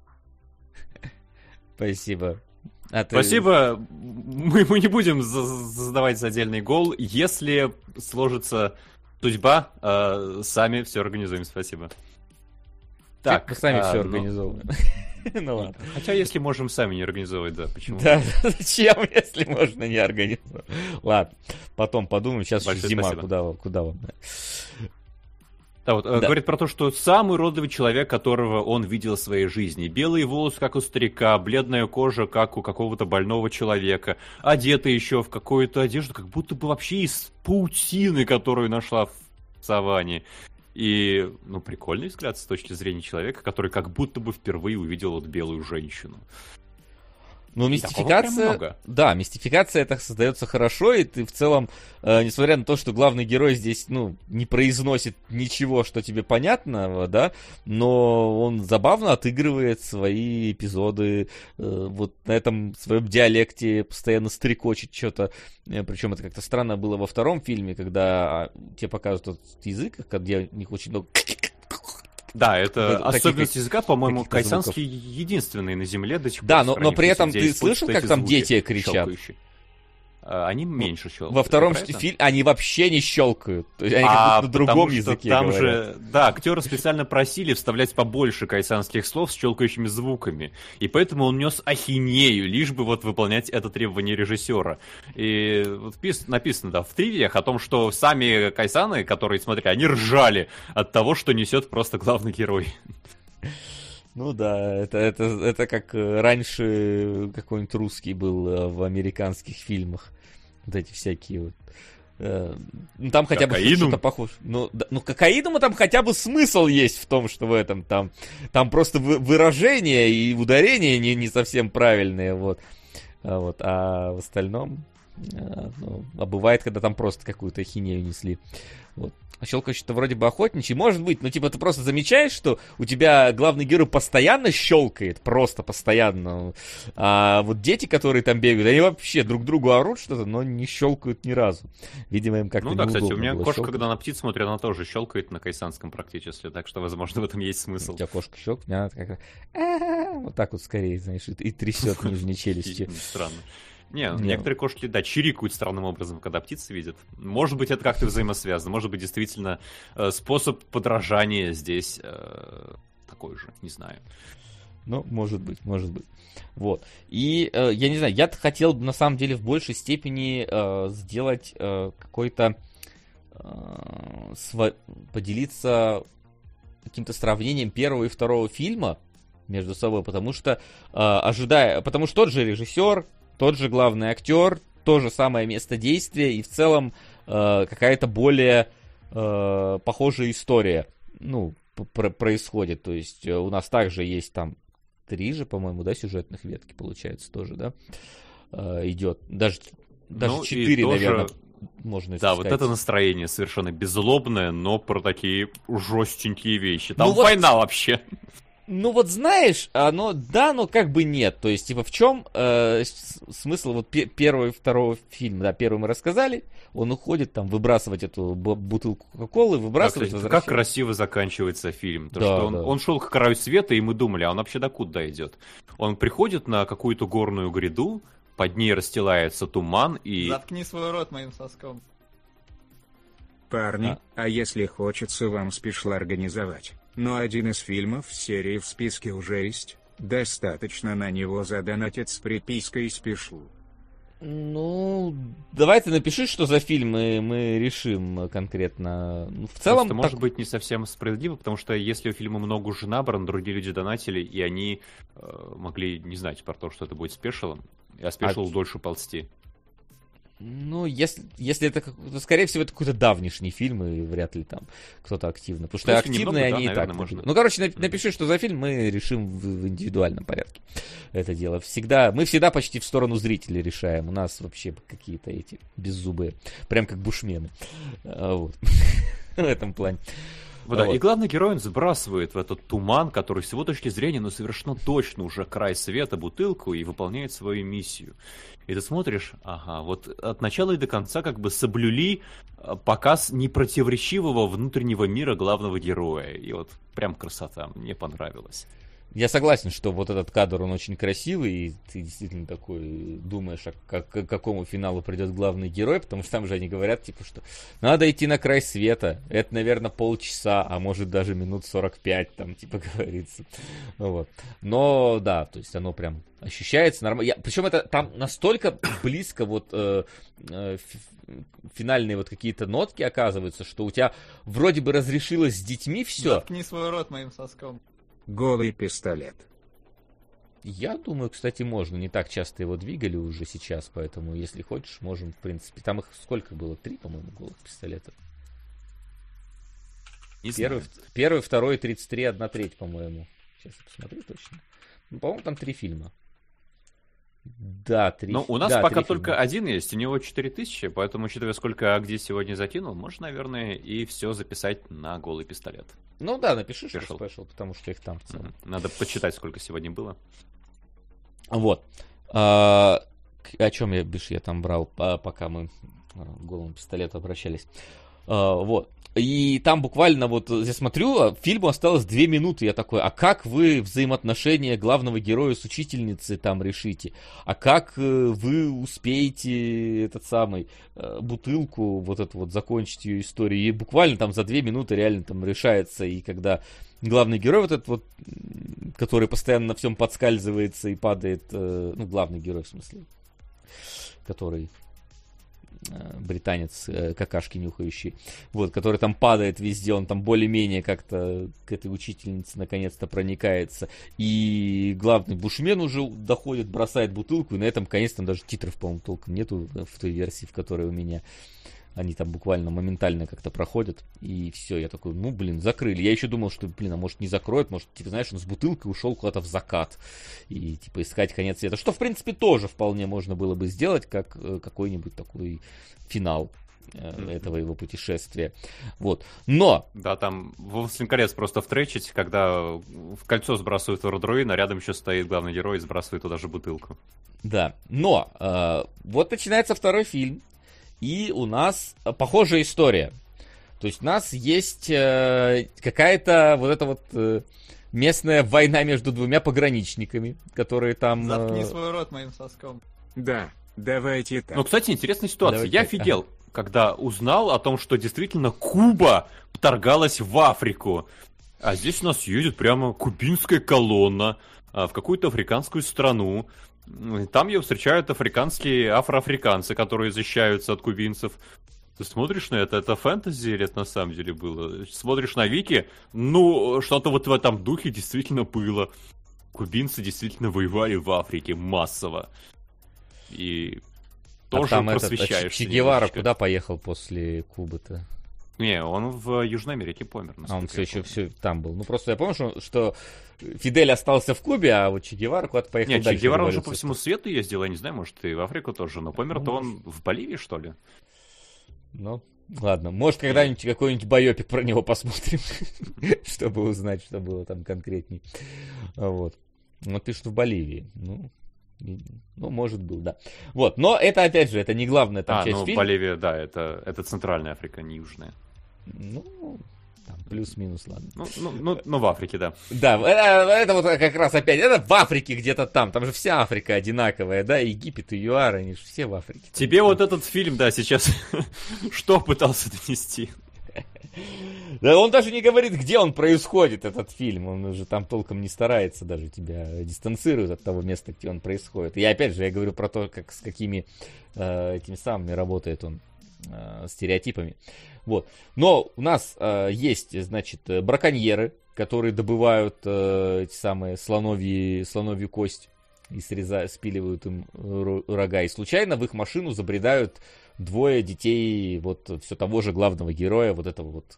Спасибо. Спасибо. Мы не будем задавать отдельный гол. Если сложится судьба, сами все организуем. Спасибо. Так, мы сами все организовываем. Ну ладно. Хотя если можем сами не организовывать, да, почему? Да, зачем, если можно не организовать? Ладно, потом подумаем, сейчас еще зима, куда вам? Да, вот говорит про то, что самый уродливый человек, которого он видел в своей жизни. Белые волосы, как у старика, бледная кожа, как у какого-то больного человека, одетый еще в какую-то одежду, как будто бы вообще из паутины, которую нашла в саванне. И, прикольный взгляд с точки зрения человека, который как будто бы впервые увидел вот белую женщину. Ну, мистификация... Да, мистификация это создается хорошо, и ты в целом, несмотря на то, что главный герой здесь, не произносит ничего, что тебе понятно, да, но он забавно отыгрывает свои эпизоды, вот на этом своем диалекте постоянно стрекочет что-то. Причем это как-то странно было во втором фильме, когда тебе показывают этот язык, где у них очень много... Да, это особенность языка, по-моему, кайсанский единственный на земле до сих пор. Да, но при этом ты слышал, как там дети кричат? Они меньше щелкают. Во втором фильме они вообще не щелкают. То есть они как будто на другом языке там говорят. Же, да, актеры специально просили вставлять побольше кайсанских слов с щелкающими звуками. И поэтому он нес ахинею, лишь бы вот выполнять это требование режиссера. И вот написано, в тривиях о том, что сами кайсаны, которые смотрели, они ржали от того, что несет просто главный герой. Ну да, это как раньше какой-нибудь русский был в американских фильмах. Вот эти всякие вот. Там хотя бы что-то похоже. Ну, кокаиному там хотя бы смысл есть в том, что в этом там просто выражения и ударения не совсем правильные, вот. А в остальном Ну, а бывает, когда там просто какую-то ахинею несли. Вот. А щелкающий-то вроде бы охотничий, может быть, но типа ты просто замечаешь, что у тебя главный герой постоянно щелкает, просто постоянно. А вот дети, которые там бегают, они вообще друг другу орут что-то, но не щелкают ни разу. Видимо, им как-то Ну да, кстати, у меня было кошка, щелкать. когда на птиц смотрит, она тоже щелкает на кайсанском практически, так что, возможно, в этом есть У смысл. тебя кошка щелкает, она как вот так вот скорее, знаешь, и трясет нижней челюстью. Странно. Не, Не. некоторые кошки, да, чирикают странным образом, когда птицы видят. Может быть, это как-то взаимосвязано. Может быть, действительно, способ подражания здесь такой же, не знаю. Ну, может быть, может быть. Вот. И, я не знаю, я хотел бы, на самом деле, в большей степени сделать какой-то... поделиться каким-то сравнением первого и второго фильма между собой, потому что, потому что тот же режиссер, тот же главный актер, то же самое место действия и в целом какая-то более похожая история, ну, происходит. То есть у нас также есть там 3 же, по-моему, да, сюжетных ветки, получается, тоже, да, идет. Даже Ну, и 4, тоже- наверное, можно Да, сказать. вот это настроение совершенно беззлобное, но про такие жестенькие вещи. Там Ну вот- война вообще. Ну вот знаешь, оно да, но как бы нет. То есть, типа, в чем смысл вот первого и второго фильма? Да, первый мы рассказали, он уходит там выбрасывать эту бутылку Кока-Колы, Да, выбрасывать, кстати, как возвращать. красиво заканчивается фильм. То, Да, что да. он шел к краю света, и мы думали, а он вообще докуда идет? Он приходит на какую-то горную гряду, под ней расстилается туман, и... Заткни свой рот моим соском. Парни, а если хочется вам спешл организовать, но один из фильмов в серии в списке уже есть, достаточно на него задонатить с припиской спешл. Ну, давай ты напиши, что за фильм, и мы решим конкретно. Ну, в целом, Просто может быть не совсем справедливо, потому что если у фильма много уже набрано, другие люди донатили, и они могли не знать про то, что это будет спешалом, а спешл дольше ползти. ну, если это, то, скорее всего, это какой-то давнишний фильм, и вряд ли там кто-то активно. Потому что Ну, если активные немного, да, они и наверное, так. можно. Ну, короче, напиши, что за фильм, мы решим в индивидуальном порядке это дело. Мы всегда почти в сторону зрителей решаем. У нас вообще какие-то эти беззубые. Прям как бушмены. Вот. В этом плане. Да, Вот. и главный герой он сбрасывает в этот туман, который с его точки зрения, ну, совершенно точно уже край света, бутылку, и выполняет свою миссию. И ты смотришь, ага, вот от начала и до конца как бы соблюли показ непротиворечивого внутреннего мира главного героя. И вот прям красота, мне понравилось. Я согласен, что вот этот кадр, он очень красивый, и ты действительно такой думаешь, к какому финалу придет главный герой, потому что там же они говорят, типа, что надо идти на край света, это, наверное, полчаса, а может даже минут 45, там, типа, говорится. Вот. Но, да, то есть оно прям ощущается нормально. Причем это там настолько близко вот финальные вот какие-то нотки оказываются, что у тебя вроде бы разрешилось с детьми все. Заткни свой рот моим соском. Голый пистолет. Я думаю, кстати, можно. Не так часто его двигали уже сейчас, поэтому, если хочешь, можем, в принципе. Там их сколько было? 3, по-моему, голых пистолета. Первый, второй, 33, 1/3, по-моему. Сейчас я посмотрю точно. Ну, по-моему, там 3 фильма. Да, 3. Ну, у нас да, пока 3 только фильма. один есть, у него 4000, поэтому, учитывая, сколько где сегодня закинул, можно, наверное, и все записать на голый пистолет. Ну да, напиши, что Special. спешл, потому что их там в целом. Надо почитать, сколько сегодня было. Вот. О чем я там брал, пока мы к голому пистолету обращались. Вот. И там буквально вот, я смотрю, фильму осталось 2 минуты. Я такой, а как вы взаимоотношения главного героя с учительницей там решите? А как вы успеете бутылку, вот эту вот, закончить ее историю? И буквально там за 2 минуты реально там решается. И когда главный герой вот этот вот, который постоянно на всем подскальзывается и падает, ну, главный герой в смысле, который... британец, какашки нюхающий, вот, который там падает везде, он там более-менее как-то к этой учительнице наконец-то проникается, и главный бушмен уже доходит, бросает бутылку, и на этом конец там даже титров, по-моему, толком нету в той версии, в которой у меня. Они там буквально моментально как-то проходят, и все, я такой, закрыли. Я еще думал, что, а может не закроют, может, типа, знаешь, он с бутылкой ушел куда-то в закат, и, типа, искать конец света. Что, в принципе, тоже вполне можно было бы сделать, как какой-нибудь такой финал этого его путешествия. Вот. Но... Да, там «Властелин колец» просто втречить, когда в кольцо сбрасывают Родруин, а рядом еще стоит главный герой и сбрасывает туда же бутылку. Да, но вот начинается второй фильм, и у нас похожая история. То есть у нас есть какая-то вот эта вот местная война между двумя пограничниками, которые там... Заткни свой рот моим соском. Да, давайте так. Ну, кстати, интересная ситуация. Давайте Я так. офигел, когда узнал о том, что действительно Куба вторгалась в Африку. А здесь у нас едет прямо кубинская колонна в какую-то африканскую страну. Там ее встречают афроафриканцы, которые защищаются от кубинцев. Ты смотришь на это фэнтези или это на самом деле было? Смотришь на Вики, что-то вот в этом духе действительно было. Кубинцы действительно воевали в Африке массово. И тоже там просвещаешься. Че Гевара немножечко. куда поехал после Кубы-то? Не, он в Южной Америке помер. А он насколько я все еще помню. все там был. Ну, просто я помню, что Фидель остался в Кубе, а вот Че Гевара куда-то поехал Нет, Че дальше. Гевара уже революцию по всему свету ездил, я не знаю, может, и в Африку тоже, но помер-то Ну, он в Боливии, что ли? Ну, ладно. Может, когда-нибудь какой-нибудь байопик про него посмотрим, чтобы узнать, что было там конкретней. Вот. Вот пишут в Боливии. Ну, может быть, да. Вот, но это, опять же, это не главная там часть фильма. Боливия, да, это Центральная Африка, не Южная. Ну, там плюс-минус, ладно. Ну, в Африке, да. Да, это вот как раз опять, это в Африке где-то там же вся Африка одинаковая, да, Египет и ЮАР, они же все в Африке. Тебе вот этот фильм, да, сейчас что пытался донести? Да он даже не говорит, где он происходит, этот фильм. Он уже там толком не старается даже тебя дистанцирует от того места, где он происходит. И опять же, я говорю про то, как с какими этими самыми работает он стереотипами. Вот. Но у нас есть, значит, браконьеры, которые добывают эти самые слоновью кость и спиливают им рога. И случайно в их машину забредают двое детей вот все того же главного героя, вот этого вот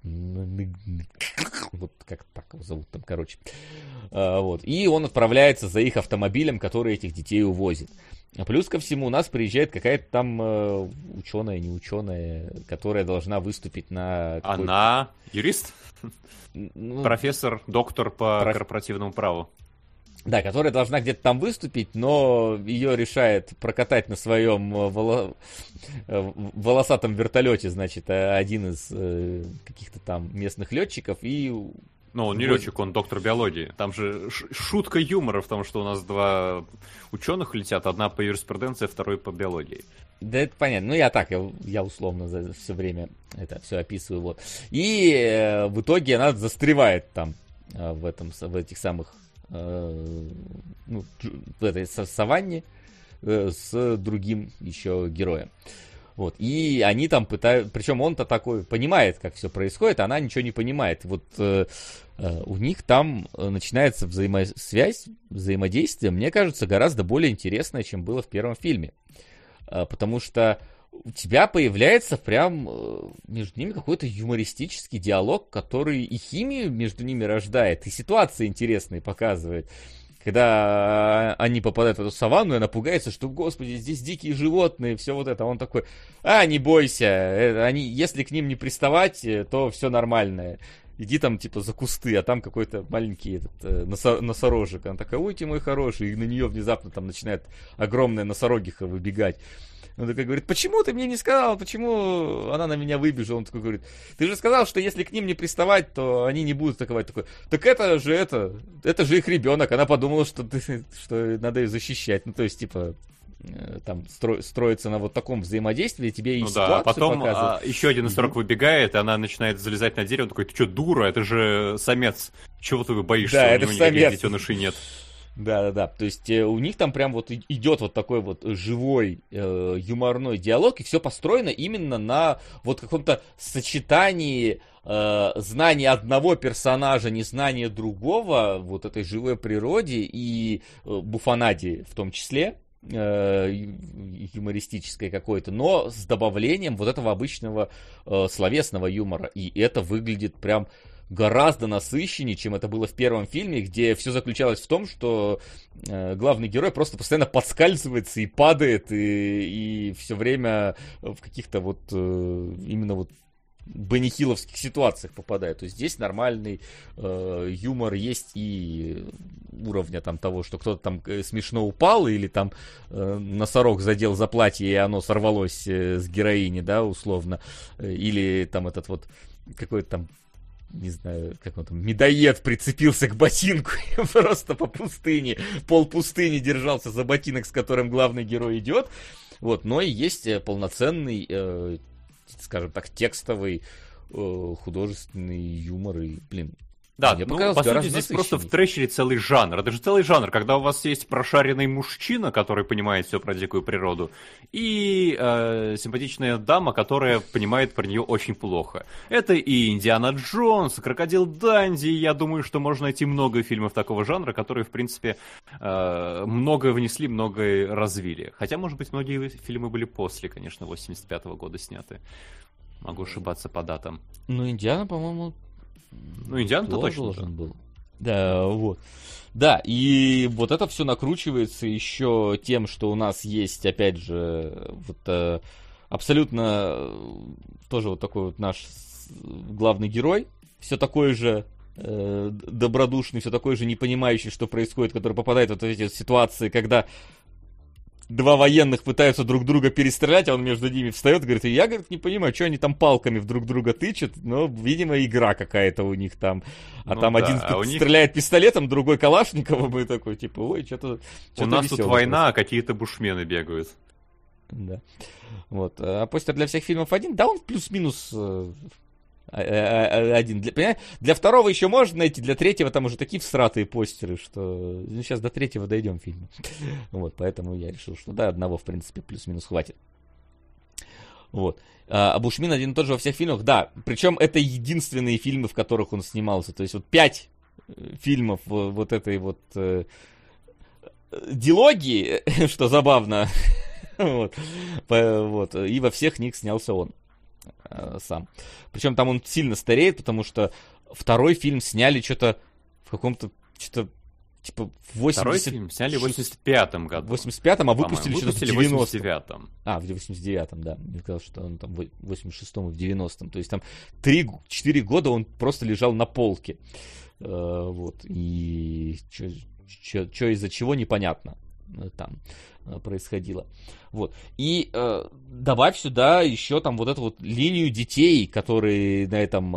как так его зовут там, короче. Вот. И он отправляется за их автомобилем, который этих детей увозит. А плюс ко всему у нас приезжает какая-то там ученая, не ученая, которая должна выступить на... Она юрист? Ну, Профессор, доктор по корпоративному праву. Да, которая должна где-то там выступить, но ее решает прокатать на своем волосатом вертолете, значит, один из каких-то там местных летчиков. И... Ну, он не летчик, он доктор биологии. Там же шутка юмора в том, что у нас два ученых летят, одна по юриспруденции, второй по биологии. Да, это понятно. Ну, я условно за все время это все описываю. Вот. И в итоге она застревает там, в этих самых... в этой саванне с другим еще героем. Вот. И они там пытаются... Причем он-то такой понимает, как все происходит, а она ничего не понимает. Вот у них там начинается взаимодействие, мне кажется, гораздо более интересное, чем было в первом фильме. Потому что у тебя появляется прям между ними какой-то юмористический диалог, который и химию между ними рождает, и ситуации интересные показывает. Когда они попадают в эту саванну, и она пугается, что, господи, здесь дикие животные, все вот это. Он такой, не бойся, если к ним не приставать, то все нормально. Иди там, типа, за кусты, а там какой-то маленький носорожек. Она такая, ой, ты мой хороший, и на нее внезапно там начинает огромная носорогиха выбегать. Он такой говорит, почему ты мне не сказал, почему она на меня выбежала? Он такой говорит, ты же сказал, что если к ним не приставать, то они не будут атаковать. Такой, так это же их ребенок. Она подумала, что надо ее защищать. Ну, то есть, типа, там строится на вот таком взаимодействии, тебе и ситуацию потом показывают. Еще один носорог выбегает, и она начинает залезать на дерево. Он такой, ты что, дура, это же самец. Чего ты боишься? Да, у это него никаких самец. детенышей нет. Да. То есть у них там прям вот идет вот такой вот живой юморной диалог, и все построено именно на вот каком-то сочетании знания одного персонажа, незнания другого, вот этой живой природе и буфонаде в том числе. юмористической какой-то, но с добавлением вот этого обычного словесного юмора. И это выглядит прям гораздо насыщеннее, чем это было в первом фильме, где все заключалось в том, что главный герой просто постоянно подскальзывается и падает, и все время в каких-то вот именно вот бенихиловских ситуациях попадает. То есть здесь нормальный юмор есть и уровня там того, что кто-то там смешно упал или там носорог задел за платье и оно сорвалось с героини, да, условно. Или там этот вот какой-то там, не знаю, как он там, медоед прицепился к ботинку и просто по пустыне, полпустыни держался за ботинок, с которым главный герой идет. Вот, но и есть полноценный скажем так, текстовый, художественный юмор, и, блин, да, мне ну, показалось по сути, гораздо здесь насыщенней. просто втрещили целый жанр. Это же целый жанр, когда у вас есть прошаренный мужчина, который понимает все про дикую природу, и симпатичная дама, которая понимает про нее очень плохо. Это и Индиана Джонс, и Крокодил Данди, и я думаю, что можно найти много фильмов такого жанра, которые, в принципе, многое внесли, многое развили. Хотя, может быть, многие фильмы были после, конечно, 85-го года сняты. Могу ошибаться по датам. Ну, Индиана, по-моему, ну, Индиана-то точно должен был. Да, вот. Да, и вот это все накручивается еще тем, что у нас есть, опять же, вот абсолютно тоже вот такой вот наш главный герой, все такой же добродушный, все такой же не понимающий, что происходит, который попадает в вот эти ситуации, когда два военных пытаются друг друга перестрелять, а он между ними встает и говорит, я, говорит, не понимаю, что они там палками в друг друга тычут, но, видимо, игра какая-то у них там. А ну там да, один стреляет пистолетом, другой Калашниковым, и такой, типа, ой, что-то у нас тут война, а какие-то бушмены бегают. Да. Вот. А постер для всех фильмов один, да, он плюс-минус один. Для второго еще можно найти, для третьего там уже такие всратые постеры, что ну, сейчас до третьего дойдем фильма. Вот, поэтому я решил, что да, одного, в принципе, плюс-минус хватит. Вот. А Бушмин один и тот же во всех фильмах, да. Причем это единственные фильмы, в которых он снимался. То есть вот 5 фильмов вот этой вот дилогии, что забавно. Вот. И во всех них снялся он сам. Причем там он сильно стареет, потому что второй фильм сняли что-то в каком-то, что-то типа в 80... Второй фильм сняли в 85-м году. В 85-м, а выпустили что-то в 90-м. В 89-м. А, в 89-м, да. Мне казалось, что он там в 86-м и в 90-м. То есть там 3-4 года он просто лежал на полке. Вот. И что из-за чего, непонятно там происходило. Вот. И добавь сюда еще там вот эту вот линию детей, которые на этом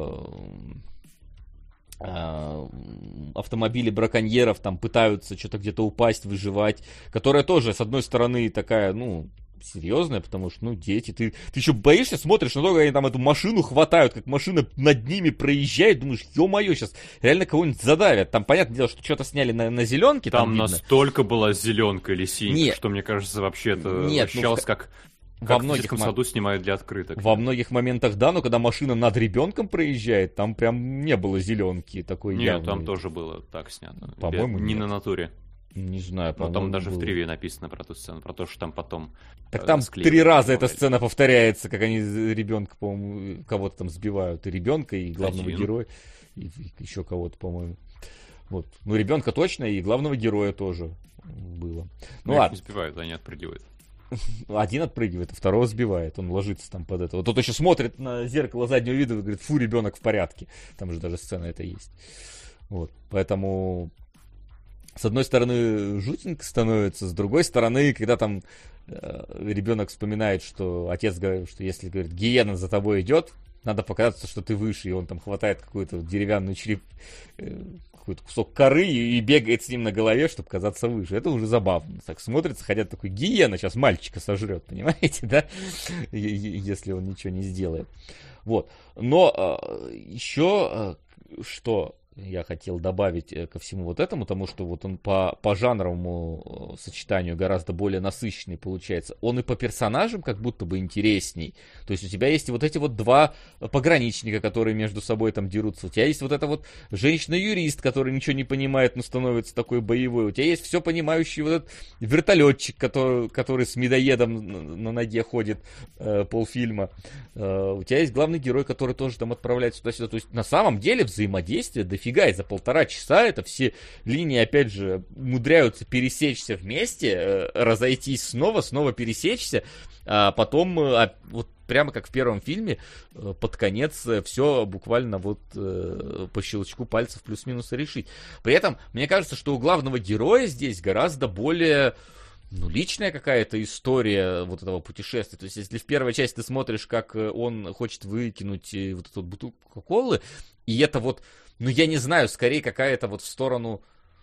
автомобиле браконьеров там пытаются что-то где-то упасть, выживать, которая тоже, с одной стороны, такая, ну, серьезная, потому что, ну, дети, ты еще боишься, смотришь на то, как они там эту машину хватают, как машина над ними проезжает, думаешь, ё-моё, сейчас реально кого-нибудь задавят. Там, понятное дело, что что-то сняли на зеленке. Там настолько была зеленка или синька, что, мне кажется, вообще это ощущалось как в детском саду снимают для открыток. Во многих моментах, да, но когда машина над ребенком проезжает, там прям не было зеленки такой явной. Нет, там тоже было так снято. По-моему, не на натуре. Не знаю, по-моему. Но там даже в тривии написано про ту сцену, про то, что там потом... Так там 3 раза эта сцена повторяется, как они ребенка, по-моему, кого-то там сбивают. И ребенка, и главного героя, и еще кого-то, по-моему. Вот. Ну, ребенка точно, и главного героя тоже было. Ну ладно. Не сбивают, они отпрыгивают. Один отпрыгивает, а второго сбивает. Он ложится там под это. Вот тот еще смотрит на зеркало заднего вида и говорит, фу, ребенок в порядке. Там же даже сцена это есть. Вот. Поэтому... С одной стороны, жутенько становится, с другой стороны, когда там ребенок вспоминает, что отец говорит, что если, говорит, гиена за тобой идет, надо показаться, что ты выше, и он там хватает какую-то деревянную какой-то кусок коры и бегает с ним на голове, чтобы казаться выше. Это уже забавно. Так смотрится, хотя такой, гиена сейчас мальчика сожрет, понимаете, да? Если он ничего не сделает. Вот. Но еще что я хотел добавить ко всему вот этому, потому что вот он по жанровому сочетанию гораздо более насыщенный получается. Он и по персонажам как будто бы интересней. То есть у тебя есть вот эти вот два пограничника, которые между собой там дерутся. У тебя есть вот эта вот женщина-юрист, которая ничего не понимает, но становится такой боевой. У тебя есть все понимающий вот этот вертолетчик, который с медоедом на ноге ходит полфильма. У тебя есть главный герой, который тоже там отправляется туда-сюда. То есть на самом деле взаимодействие дофига, и за 1,5 часа это все линии, опять же, умудряются пересечься вместе, разойтись снова пересечься, а потом, вот прямо как в первом фильме, под конец все буквально вот по щелчку пальцев плюс-минус решить. При этом, мне кажется, что у главного героя здесь гораздо более... личная какая-то история вот этого путешествия. То есть, если в первой части ты смотришь, как он хочет выкинуть вот эту бутылку Кока-Колы, и это вот, я не знаю, скорее какая-то вот в сторону,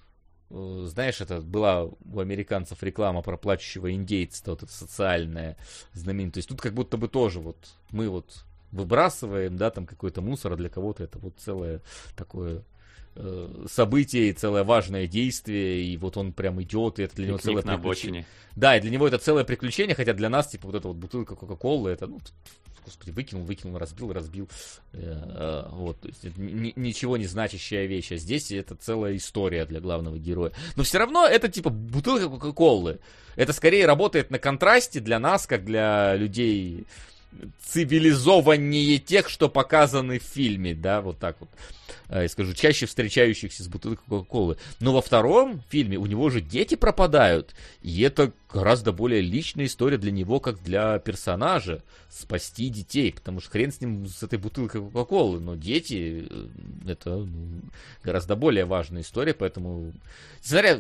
знаешь, это была у американцев реклама про плачущего индейца, вот это социальная знаменитость. То есть, тут как будто бы тоже вот мы вот выбрасываем, да, там какой-то мусор, а для кого-то это вот целое такое... событие и целое важное действие, и вот он прям идет, и это для него целое приключение. Да, и для него это целое приключение, хотя для нас, типа, вот эта вот бутылка Кока-Колы, это, господи, выкинул, разбил. Вот, то есть это ничего не значащая вещь, а здесь это целая история для главного героя. Но все равно это, типа, бутылка Кока-Колы. Это скорее работает на контрасте для нас, как для людей цивилизованнее тех, что показаны в фильме, да, вот так вот. Я скажу, чаще встречающихся с бутылкой Кока-Колы. Но во втором фильме у него же дети пропадают, и это гораздо более личная история для него, как для персонажа, спасти детей, потому что хрен с ним, с этой бутылкой Кока-Колы, но дети, это гораздо более важная история, поэтому, несмотря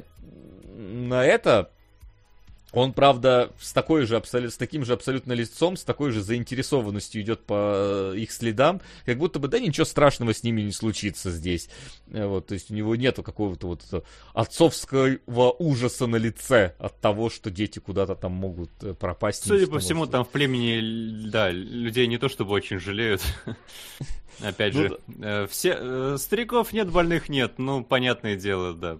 на это, он, правда, с таким же абсолютно лицом, с такой же заинтересованностью идет по их следам, как будто бы, да, ничего страшного с ними не случится здесь. Вот, то есть у него нету какого-то вот отцовского ужаса на лице от того, что дети куда-то там могут пропасть. Судя по всему, там в племени, да, людей не то чтобы очень жалеют. Опять же, все стариков нет, больных нет, понятное дело, да.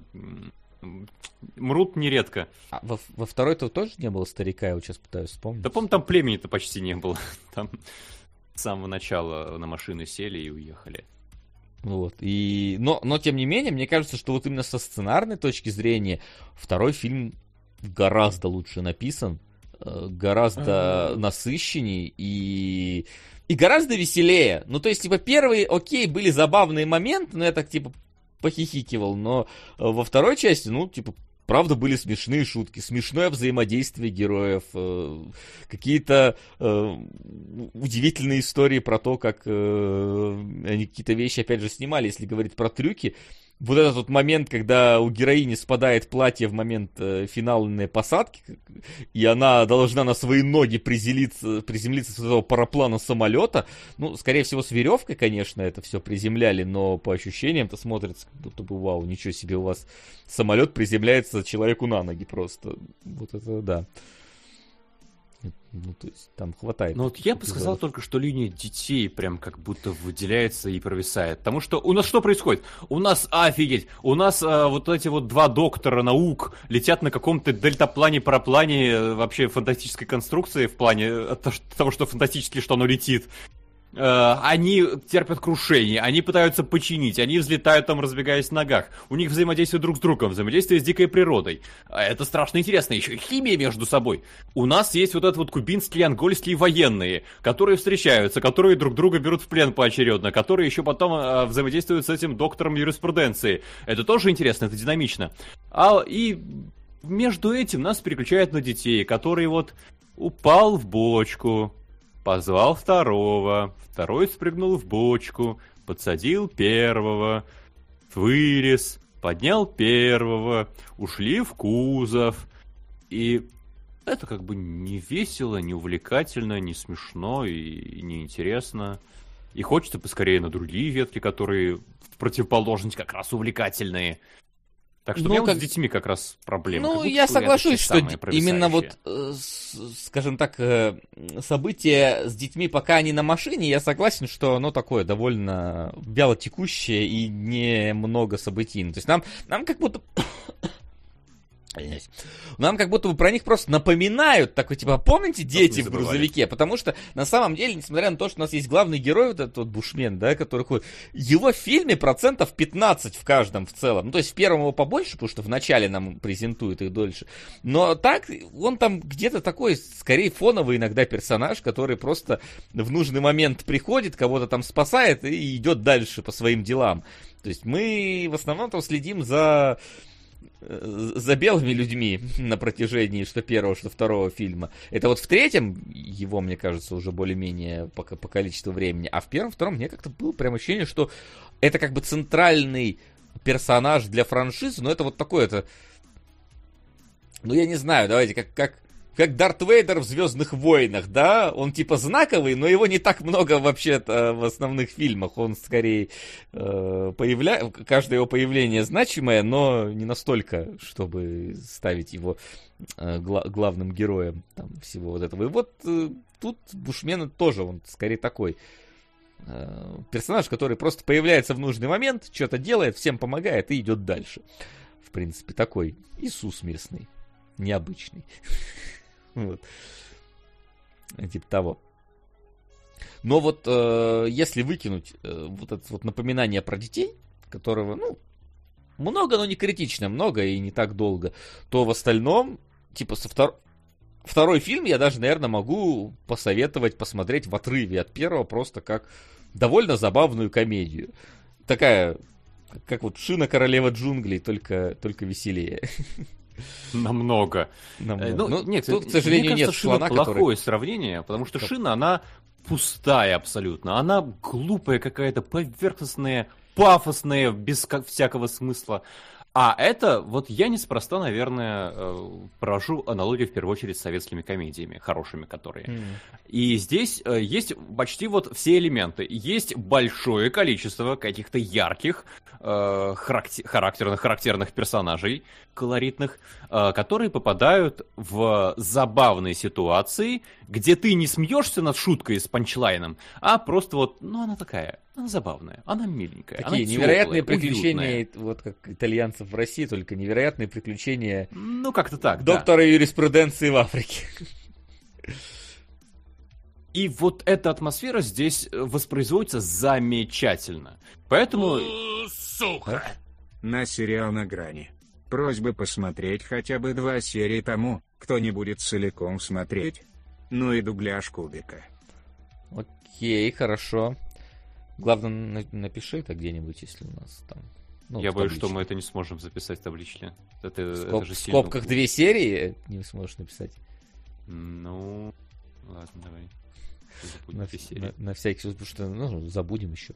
Мрут нередко. А во второй-то тоже не было старика, я вот сейчас пытаюсь вспомнить. Да, по-моему, там племени-то почти не было. Там с самого начала на машины сели и уехали. Вот. Но, тем не менее, мне кажется, что вот именно со сценарной точки зрения второй фильм гораздо лучше написан, гораздо насыщенней и гораздо веселее. Ну, то есть, типа, первые, окей, были забавные моменты, но я так, типа, похихикивал, но во второй части, правда, были смешные шутки, смешное взаимодействие героев, какие-то удивительные истории про то, как они какие-то вещи, опять же, снимали, если говорить про трюки. Вот этот вот момент, когда у героини спадает платье в момент финальной посадки, и она должна на свои ноги приземлиться с этого параплана самолета. Скорее всего, с веревкой, конечно, это все приземляли, но по ощущениям-то смотрится, как будто бы, вау, ничего себе, у вас самолет приземляется человеку на ноги просто. Вот это да. То есть там хватает. Я бы сказал только, что линия детей прям как будто выделяется и провисает. Потому что у нас что происходит? У нас, офигеть, у нас вот эти вот два доктора наук летят на каком-то дельтаплане-параплане вообще фантастической конструкции в плане того, что фантастически, что оно летит. Они терпят крушение, они пытаются починить, они взлетают там, разбегаясь в ногах. У них взаимодействие друг с другом, взаимодействие с дикой природой. Это страшно интересно, еще и химия между собой. У нас есть вот это вот кубинские, ангольские военные, которые встречаются, которые друг друга берут в плен поочередно, которые еще потом взаимодействуют с этим доктором юриспруденции. Это тоже интересно, это динамично. И между этим нас переключают на детей, который вот упал в бочку, позвал второго, второй спрыгнул в бочку, подсадил первого, вылез, поднял первого, ушли в кузов. И это как бы не весело, не увлекательно, не смешно и не интересно. И хочется поскорее на другие ветки, которые в противоположность как раз увлекательные. Так что у меня вот с детьми как раз проблема. Ну, я соглашусь, что именно вот, скажем так, события с детьми, пока они на машине, я согласен, что оно такое довольно вялотекущее и немного событийное. То есть нам как будто... Нам как будто бы про них просто напоминают, такой, типа, помните дети в грузовике? Потому что, на самом деле, несмотря на то, что у нас есть главный герой, вот этот вот Бушмен, да, который ходит, его в фильме 15% в каждом в целом. Ну, то есть в первом его побольше, потому что в начале нам презентуют их дольше. Но так, он там где-то такой, скорее, фоновый иногда персонаж, который просто в нужный момент приходит, кого-то там спасает и идет дальше по своим делам. То есть мы в основном там следим за белыми людьми на протяжении что первого, что второго фильма. Это вот в третьем его, мне кажется, уже более-менее по количеству времени, а в первом, втором мне как-то было прям ощущение, что это как бы центральный персонаж для франшизы, но это вот такое, это... Ну, я не знаю, давайте, как Дарт Вейдер в «Звездных войнах», да? Он типа знаковый, но его не так много вообще-то в основных фильмах. Он скорее каждое его появление значимое, но не настолько, чтобы ставить его главным героем там, всего вот этого. И вот тут Бушмен тоже, он скорее такой персонаж, который просто появляется в нужный момент, что-то делает, всем помогает и идет дальше. В принципе, такой Иисус местный, необычный. Вот. Типа того. Но вот если выкинуть вот это вот напоминание про детей, которого, ну, много, но не критично много и не так долго, то в остальном, типа, второй фильм я даже, наверное, могу посоветовать посмотреть в отрыве от первого, просто как довольно забавную комедию. Такая, как вот «Шина, королева джунглей», только веселее. Намного. Ну, нет, тут, к сожалению, мне кажется, нет слона, Шина плохое сравнение, потому что Шина, она пустая абсолютно. Она глупая какая-то, поверхностная, пафосная, без всякого смысла. А это, вот я неспроста, наверное, провожу аналогию в первую очередь с советскими комедиями, хорошими которые. И здесь есть почти вот все элементы. Есть большое количество каких-то ярких, характерных персонажей, колоритных, которые попадают в забавные ситуации, где ты не смеешься над шуткой с панчлайном, а просто вот, ну, она такая, она забавная, она миленькая, такие она невероятные теплая, приключения, уютная. вот как итальянцев в России, только невероятные приключения Ну, как-то так, доктора юриспруденции в Африке. И вот эта атмосфера здесь воспроизводится замечательно. Поэтому... Сука! На сериал «На грани». Просьба посмотреть хотя бы 2 серии тому, кто не будет целиком смотреть. Ну и дубляж Кубика. Окей, хорошо. Главное, напиши это где-нибудь, если у нас там... Ну, я боюсь, что мы это не сможем записать в табличке. Это же в сильно... скобках 2 серии не сможешь написать. Ну, ладно, давай. На всякий случай, потому что забудем еще.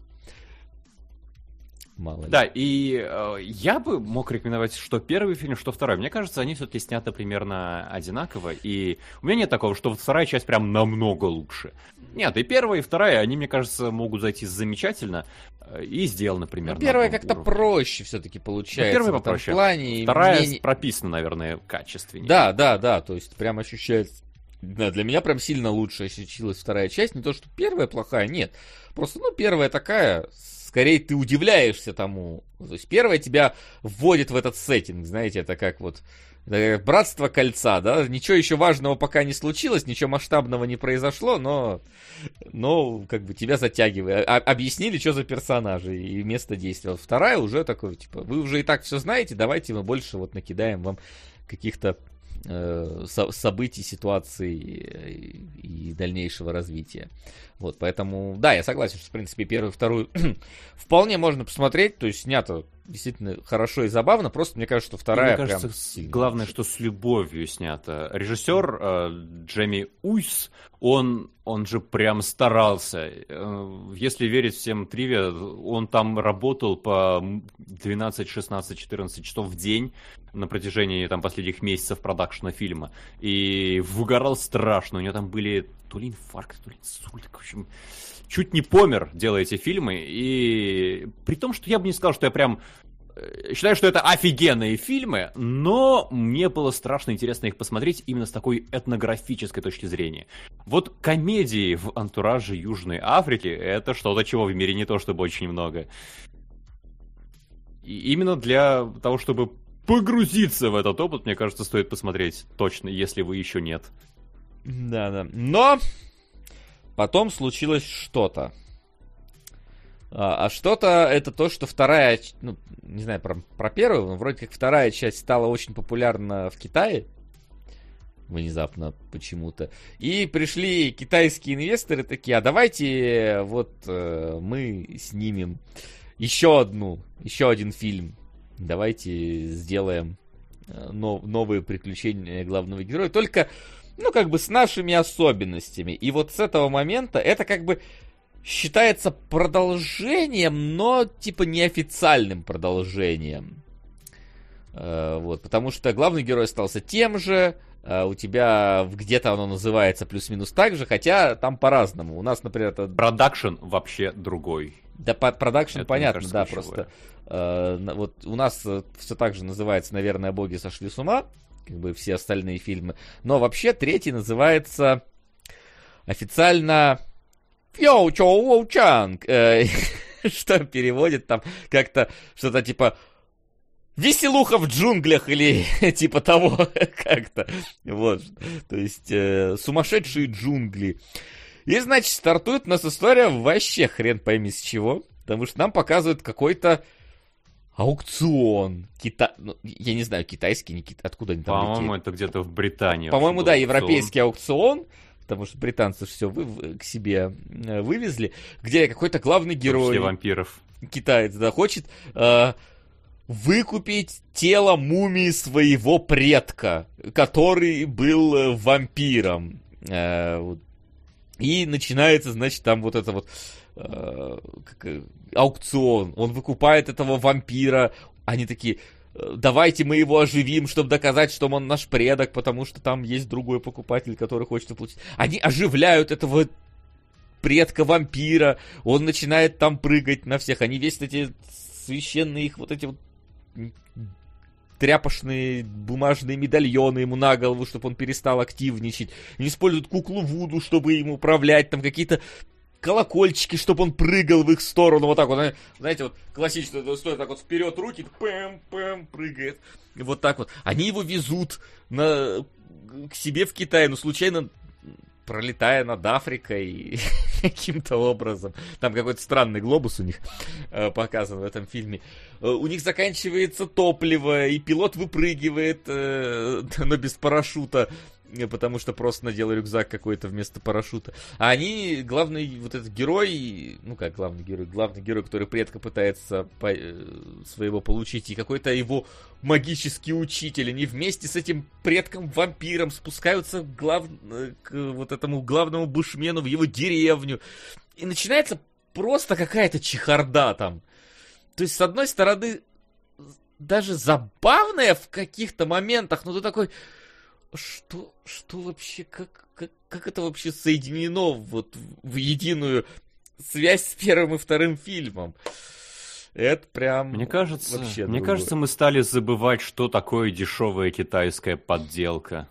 Мало ли. Да, и я бы мог рекомендовать, что первый фильм, что второй. Мне кажется, они все-таки сняты примерно одинаково. И у меня нет такого, что вторая часть прям намного лучше. Нет, и первая, и вторая, они, мне кажется, могут зайти замечательно. И сделаны примерно. Первая как-то проще все-таки получается. Первая попроще. Плане, вторая прописана, наверное, качественнее. Да. То есть прям ощущается. Да, для меня прям сильно лучше ощутилась вторая часть. Не то, что первая плохая, нет. Просто, первая такая, скорее ты удивляешься тому. То есть первая тебя вводит в этот сеттинг, знаете, это как вот «Братство кольца», да? Ничего еще важного пока не случилось, ничего масштабного не произошло, но как бы тебя затягивает. Объяснили, что за персонажи и место действия. Вторая уже такой, типа, вы уже и так все знаете, давайте мы больше вот накидаем вам каких-то событий, ситуаций и дальнейшего развития. Вот, поэтому, да, я согласен, что, в принципе, первую и вторую вполне можно посмотреть, то есть снято действительно хорошо и забавно, просто мне кажется, что вторая мне кажется, прям главное, что с любовью снято. Режиссер Джейми Уйс, он же прям старался. Если верить всем тривиа, он там работал по 12, 16, 14 часов в день на протяжении там последних месяцев продакшена фильма. И выгорал страшно. У него там были то ли инфаркт, то ли инсульт. В общем, чуть не помер, делая эти фильмы. И при том, что я бы не сказал, что я прям считаю, что это офигенные фильмы, но мне было страшно интересно их посмотреть именно с такой этнографической точки зрения. Вот комедии в антураже Южной Африки — это что-то, чего в мире не то чтобы очень много. И именно для того, чтобы погрузиться в этот опыт, мне кажется, стоит посмотреть точно, если вы еще нет. Да. Но потом случилось что-то. А что-то это то, что вторая, ну, не знаю про первую, но вроде как вторая часть стала очень популярна в Китае. Внезапно почему-то. И пришли китайские инвесторы такие, а давайте вот мы снимем еще один фильм. Давайте сделаем новые приключения главного героя. Только, ну, как бы с нашими особенностями. И вот с этого момента это как бы считается продолжением, но типа неофициальным продолжением. Вот, потому что главный герой остался тем же. У тебя где-то оно называется плюс-минус так же, хотя там по-разному. У нас, например, это... Продакшн вообще другой. Да, продакшн это, понятно, кажется, да, ключевое. просто вот у нас все так же называется, наверное, «Боги сошли с ума», как бы все остальные фильмы. Но вообще третий называется официально «Фьоу Чоу Воу Чанг», что переводит там как-то что-то типа «Веселуха в джунглях» или типа того как-то. Вот. То есть сумасшедшие джунгли. И, значит, стартует у нас история вообще хрен пойми с чего. Потому что нам показывают какой-то аукцион. Ну, я не знаю, китайский, не откуда они там По-моему, летели. это где-то в Британии. По-моему, да, аукцион. европейский аукцион. Потому что британцы все к себе вывезли. Где какой-то главный герой. Все вампиров. Китаец, да, хочет выкупить тело мумии своего предка, который был вампиром. И начинается, значит, там вот это вот аукцион. Он выкупает этого вампира. Они такие: давайте мы его оживим, чтобы доказать, что он наш предок, потому что там есть другой покупатель, который хочет получить. Они оживляют этого предка вампира. Он начинает там прыгать на всех. Они весят эти священные их вот эти вот тряпочные бумажные медальоны ему на голову, чтобы он перестал активничать. Они используют куклу Вуду, чтобы им управлять. Там какие-то колокольчики, чтобы он прыгал в их сторону. Вот так вот, знаете, вот классично стоит так вот вперед руки, пэм-пэм, прыгает. И вот так вот. Они его везут к себе в Китай, но случайно пролетая над Африкой каким-то образом. Там какой-то странный глобус у них показан в этом фильме. У них заканчивается топливо, и пилот выпрыгивает, но без парашюта, потому что просто надел рюкзак какой-то вместо парашюта. А они, главный вот этот герой, ну как главный герой, который предка пытается своего получить, и какой-то его магический учитель, они вместе с этим предком-вампиром спускаются к вот этому главному бушмену в его деревню. И начинается просто какая-то чехарда там. То есть, с одной стороны, даже забавная в каких-то моментах, но ты такой... Что вообще, как это вообще соединено вот в единую связь с первым и вторым фильмом? Это прям Мне кажется, вообще мне другое. кажется, мы стали забывать, что такое дешевая китайская подделка.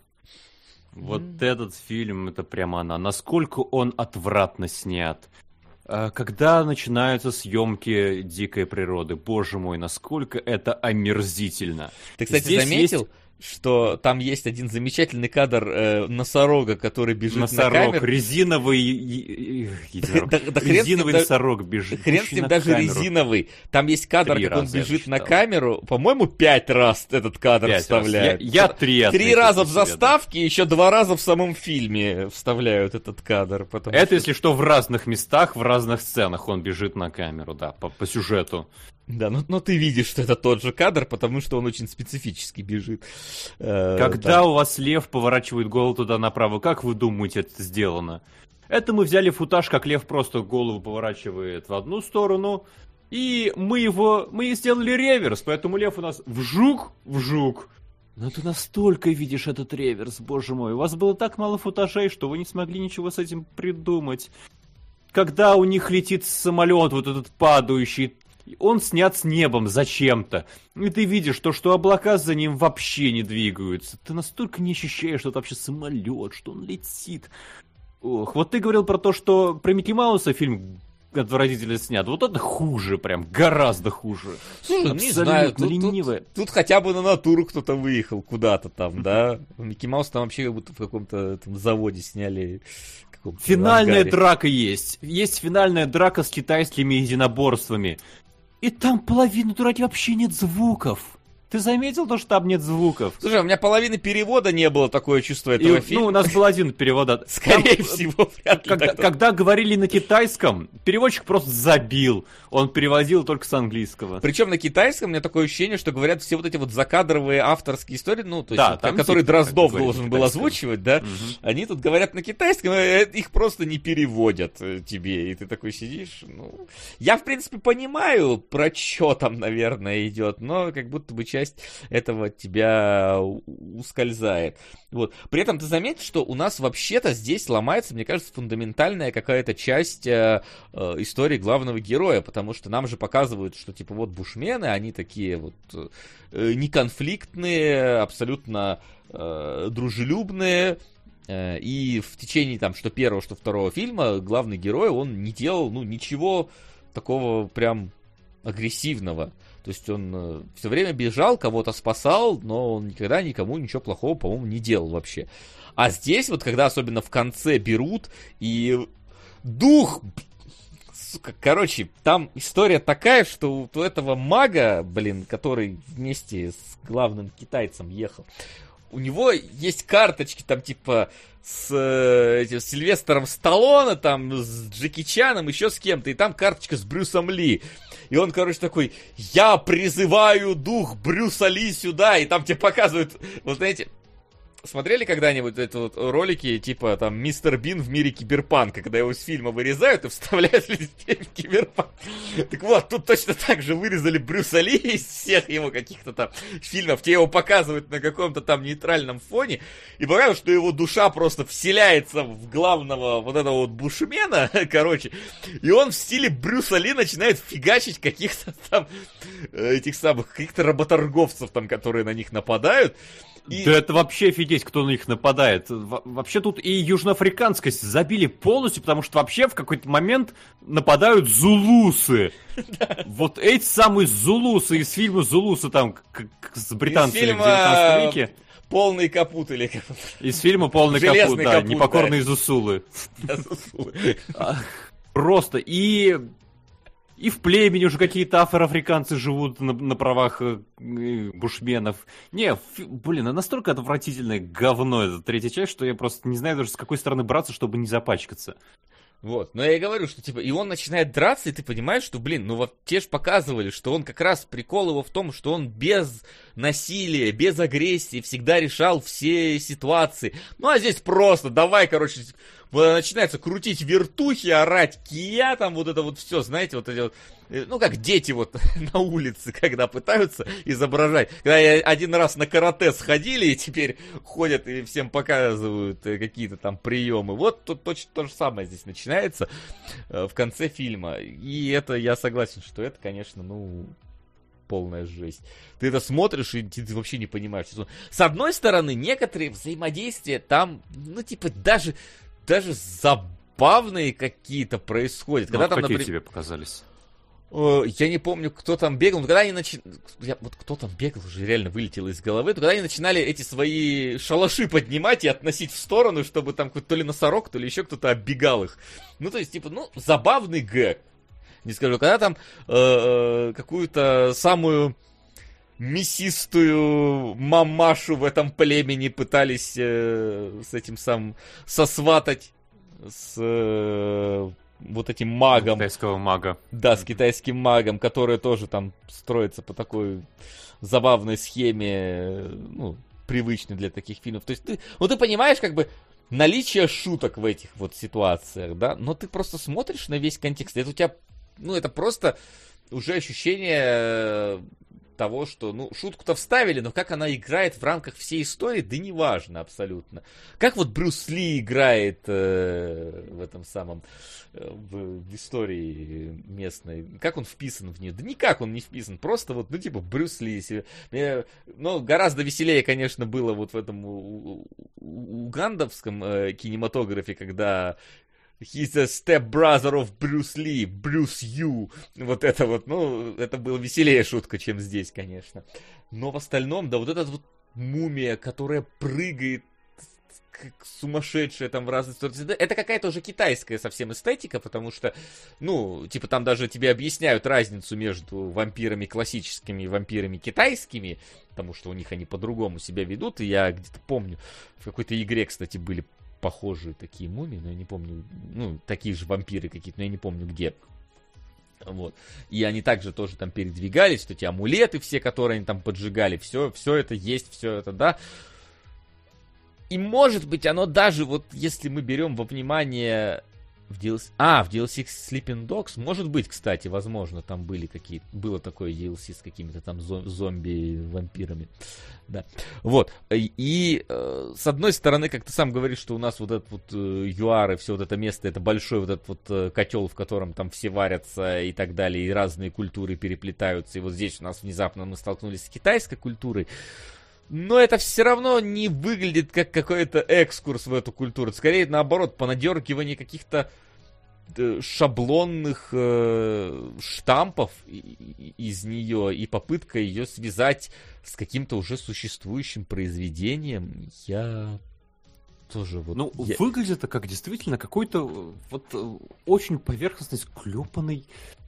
Вот этот фильм, это прямо она. Насколько он отвратно снят. Когда начинаются съемки дикой природы, боже мой, насколько это омерзительно. Ты, кстати, Здесь заметил, есть что там есть один замечательный кадр носорога, который бежит носорог, на камеру. резиновый единорог. Да хрен с ним, Резиновый носорог бежит. Хрен с идущий ним на даже камеру. резиновый. Там есть кадр, 3 как он раза я бежит на считал. камеру. По-моему, 5 раз этот кадр 5 раз. вставляют. Я 3 отметил 3 раза в себе, да. заставке, еще 2 раза в самом фильме вставляют этот кадр. Потому Это, что... если что, в разных местах, в разных сценах он бежит на камеру, да, по сюжету. Да, но ты видишь, что это тот же кадр, потому что он очень специфически бежит. Когда у вас лев поворачивает голову туда-направо, как вы думаете, это сделано? Это мы взяли футаж, как лев просто голову поворачивает в одну сторону, и мы сделали реверс, поэтому лев у нас вжук. Но ты настолько видишь этот реверс, боже мой. У вас было так мало футажей, что вы не смогли ничего с этим придумать. Когда у них летит самолет, вот этот падающий, Он снят с небом зачем-то. И ты видишь то, что облака за ним вообще не двигаются. Ты настолько не ощущаешь, что это вообще самолет, что он летит. Ох, вот ты говорил про то, что про Микки Мауса фильм отвратительно снят. Вот это хуже прям, гораздо хуже. Слушай, не знаю, ленивое. Тут хотя бы на натуру кто-то выехал куда-то там, да? Микки Маус там вообще как будто в каком-то там заводе сняли. Финальная драка есть. Есть финальная драка с китайскими единоборствами. И там половины дураки вообще нет звуков. Ты заметил то, что там нет звуков? Слушай, у меня половины перевода не было, такое чувство этого фильма. Ну, у нас был один перевод. Скорее всего, вряд ли. Когда говорили на китайском, переводчик просто забил. Он переводил только с английского. Причем на китайском у меня такое ощущение, что говорят все вот эти вот закадровые авторские истории, ну, то есть, да, вот, которые Дроздов должен был озвучивать, да, они тут говорят на китайском, их просто не переводят тебе, и ты такой сидишь, ну... Я, в принципе, понимаю, про что там, наверное, идет, но как будто бы часть этого от тебя ускользает. Вот. При этом ты заметишь, что у нас вообще-то здесь ломается, мне кажется, фундаментальная какая-то часть истории главного героя, потому что нам же показывают, что типа вот бушмены, они такие вот неконфликтные, абсолютно дружелюбные, и в течение там что первого, что второго фильма главный герой, он не делал, ну, ничего такого прям агрессивного. То есть он все время бежал, кого-то спасал, но он никогда никому ничего плохого, по-моему, не делал вообще. А здесь вот, когда особенно в конце берут, и дух... Сука, короче, там история такая, что у этого мага, блин, который вместе с главным китайцем ехал, у него есть карточки там типа с этим Сильвестром Сталлоне, там с Джеки Чаном, еще с кем-то, и там карточка с Брюсом Ли. И он, короче, такой: я призываю дух Брюса Ли сюда, и там тебе показывают, вот знаете... Смотрели когда-нибудь эти вот ролики, типа там Мистер Бин в мире киберпанка, когда его из фильма вырезают и вставляют везде в киберпанк? Так вот, тут точно так же вырезали Брюса Ли из всех его каких-то там фильмов, те его показывают на каком-то там нейтральном фоне, и показывают, что его душа просто вселяется в главного вот этого вот бушмена, короче, и он в стиле Брюса Ли начинает фигачить каких-то там этих самых, каких-то работорговцев там, которые на них нападают. И... Да это вообще офигеть, кто на них нападает. Вообще тут и южноафриканскость забили полностью, потому что вообще в какой-то момент нападают зулусы. Вот эти самые зулусы из фильма «Зулусы» там с британцами в 19 веке. Полный капут или как? Из фильма «Полный капут», да, непокорные зусулы. Просто и в племени уже какие-то афроафриканцы живут на правах бушменов. Блин, настолько отвратительное говно эта третья часть, что я просто не знаю даже с какой стороны браться, чтобы не запачкаться. Вот, но я и говорю, что типа, и он начинает драться, и ты понимаешь, что, блин, ну вот те же показывали, что он как раз, прикол его в том, что он без насилия, без агрессии всегда решал все ситуации. Ну а здесь просто, давай, короче, начинается крутить вертухи, орать кия, там вот это вот все, знаете, вот эти вот, ну как дети вот на улице, когда пытаются изображать. Когда один раз на карате сходили и теперь ходят и всем показывают какие-то там приемы. Вот тут точно то же самое здесь начинается в конце фильма. И это, я согласен, что это, конечно, ну... полная жесть. Ты это смотришь, и ты вообще не понимаешь. С одной стороны, некоторые взаимодействия там, ну, типа, даже забавные какие-то происходят. Когда там, например, тебе показались? Я не помню, кто там бегал, но когда они вот кто там бегал, уже реально вылетело из головы, то когда они начинали эти свои шалаши поднимать и относить в сторону, чтобы там то ли носорог, то ли еще кто-то оббегал их. Ну, то есть, типа, ну, забавный гэг. Не скажу, когда там какую-то самую мясистую мамашу в этом племени пытались с этим самым сосватать с вот этим магом. Китайского мага. Да, с китайским магом, который тоже там строится по такой забавной схеме, ну, привычной для таких фильмов. То есть ты понимаешь, как бы, наличие шуток в этих вот ситуациях, да, но ты просто смотришь на весь контекст, это у тебя, ну, это просто уже ощущение того, что, ну, шутку-то вставили, но как она играет в рамках всей истории, да неважно абсолютно. Как вот Брюс Ли играет в этом самом, в истории местной, как он вписан в нее? Да никак он не вписан, просто вот, ну, типа, Брюс Ли. Мне, ну, гораздо веселее, конечно, было вот в этом угандовском кинематографе, когда he's a step-brother of Bruce Lee, Bruce Yu. Вот это вот, ну, это была веселее шутка, чем здесь, конечно. Но в остальном, да, вот эта вот мумия, которая прыгает как сумасшедшая там в разные стороны. Это какая-то уже китайская совсем эстетика, потому что, ну, типа там даже тебе объясняют разницу между вампирами классическими и вампирами китайскими, потому что у них они по-другому себя ведут, и я где-то помню, в какой-то игре, кстати, были похожие такие мумии, но я не помню, ну, такие же вампиры какие-то, но я не помню где. Вот. И они также тоже там передвигались, вот эти амулеты все, которые они там поджигали, все это есть, все это, да. И может быть оно даже, вот если мы берем во внимание в DLC... в DLC Sleeping Dogs, может быть, кстати, возможно, там было такое DLC с какими-то там зомби-вампирами. Да. Вот. И с одной стороны, как ты сам говоришь, что у нас вот этот вот ЮАР и все вот это место, это большой вот этот вот котел, в котором там все варятся и так далее, и разные культуры переплетаются. И вот здесь у нас внезапно мы столкнулись с китайской культурой. Но это все равно не выглядит как какой-то экскурс в эту культуру. Скорее, наоборот, понадергивание каких-то шаблонных штампов из нее и попытка ее связать с каким-то уже существующим произведением. Я тоже вот... Ну, выглядит это как действительно какой-то вот очень поверхностный, склепанный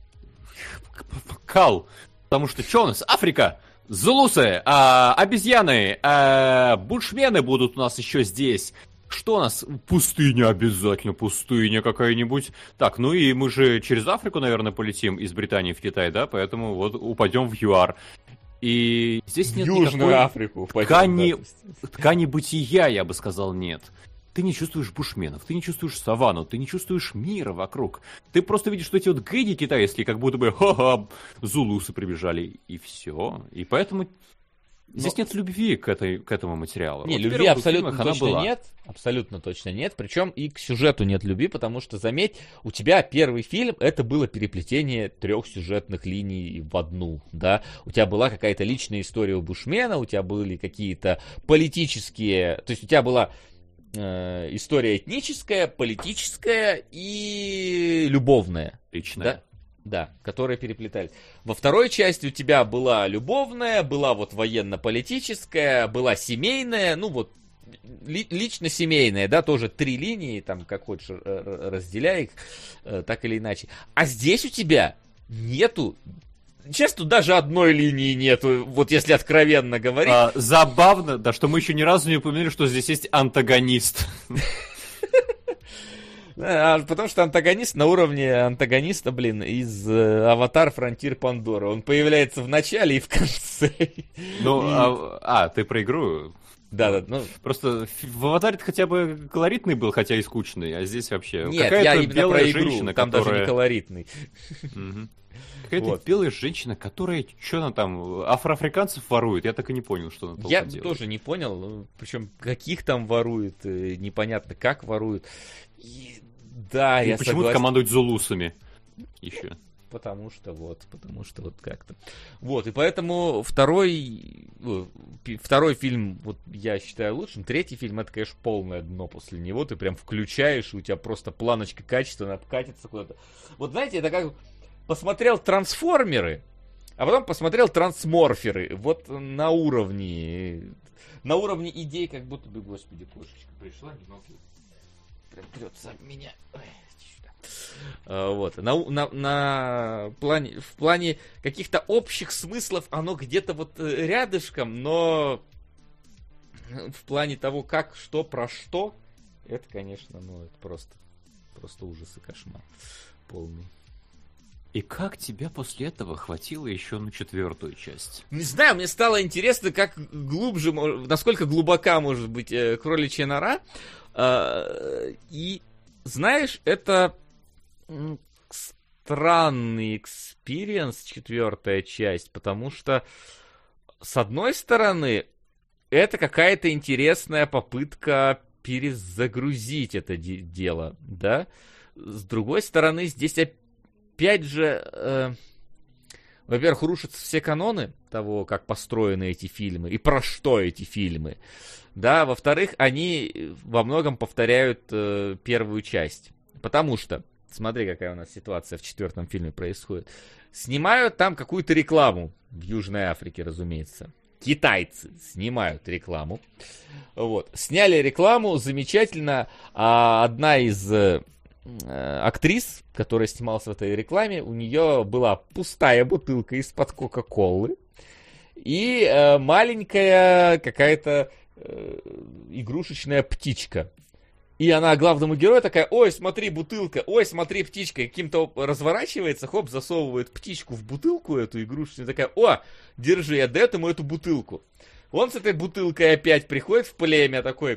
кал. Потому что у нас? Африка! Зулусы, обезьяны, бушмены будут у нас еще здесь. Что у нас? Пустыня обязательно, пустыня какая-нибудь. Так, ну и мы же через Африку, наверное, полетим из Британии в Китай, да? Поэтому вот упадем в ЮАР. И здесь нет Южную Африку ткани бытия, я бы сказал, нет. Ты не чувствуешь бушменов, ты не чувствуешь саванну, ты не чувствуешь мира вокруг. Ты просто видишь, что эти вот гэги китайские, как будто бы зулусы прибежали, и все. И поэтому здесь нет любви к этому материалу. Не, вот любви абсолютно точно нет. Абсолютно точно нет. Причем и к сюжету нет любви, потому что, заметь, у тебя первый фильм, это было переплетение 3 сюжетных линий в одну, да. У тебя была какая-то личная история у бушмена, у тебя были какие-то политические... То есть у тебя была... история этническая, политическая и любовная. Личная. Да, которые переплетались. Во второй части у тебя была любовная, была вот военно-политическая, была семейная, ну вот лично-семейная, да, тоже 3 линии, там как хочешь разделяй их, так или иначе. А здесь у тебя нету... Честно, даже одной линии нету, вот если откровенно говорить. Забавно, да, что мы еще ни разу не упомянули, что здесь есть антагонист. Потому что антагонист на уровне антагониста, из Аватар Фронтир Пандоры. Он появляется в начале и в конце. Ну, ты про игру? Да, ну... Просто в Аватаре хотя бы колоритный был, хотя и скучный, а здесь вообще... Нет, я именно про игру, женщина, там даже не колоритный. Какая-то белая женщина, которая, что она там, афроафриканцев ворует, я так и не понял, что она там делает. Я тоже не понял, причем каких там ворует, непонятно как ворует. Да, я почему-то согласен. командуют зулусами еще. Потому что вот как-то. Вот, и поэтому второй фильм, вот я считаю лучшим. Третий фильм, это, конечно, полное дно после него. Ты прям включаешь, и у тебя просто планочка качества, она катится куда-то. Вот знаете, это как посмотрел «Трансформеры», а потом посмотрел «Трансморферы». Вот на уровне идей, как будто бы, господи, кошечка пришла, не могу. Прям трется об меня. Ой, вот. В плане каких-то общих смыслов оно где-то вот рядышком, но в плане того, как, что, про что, это, конечно, это просто ужас и кошмар полный. И как тебя после этого хватило еще на 4-ю часть? Не знаю, мне стало интересно, как глубже, насколько глубока может быть кроличья нора. И, знаешь, это странный экспириенс, 4-я часть, потому что с одной стороны, это какая-то интересная попытка перезагрузить это дело, да? С другой стороны, здесь опять же, во-первых, рушатся все каноны того, как построены эти фильмы и про что эти фильмы, да? Во-вторых, они во многом повторяют первую часть, потому что, смотри, какая у нас ситуация в 4-м фильме происходит. Снимают там какую-то рекламу в Южной Африке, разумеется. Китайцы снимают рекламу. Вот. Сняли рекламу, замечательно. А одна из актрис, которая снималась в этой рекламе, у нее была пустая бутылка из-под Кока-Колы и маленькая какая-то игрушечная птичка. И она главному герою такая: ой, смотри, бутылка, ой, смотри, птичка. И каким-то разворачивается, хоп, засовывает птичку в бутылку эту игрушечную. Такая: о, держи, я отдаю ему эту бутылку. Он с этой бутылкой опять приходит в племя такой.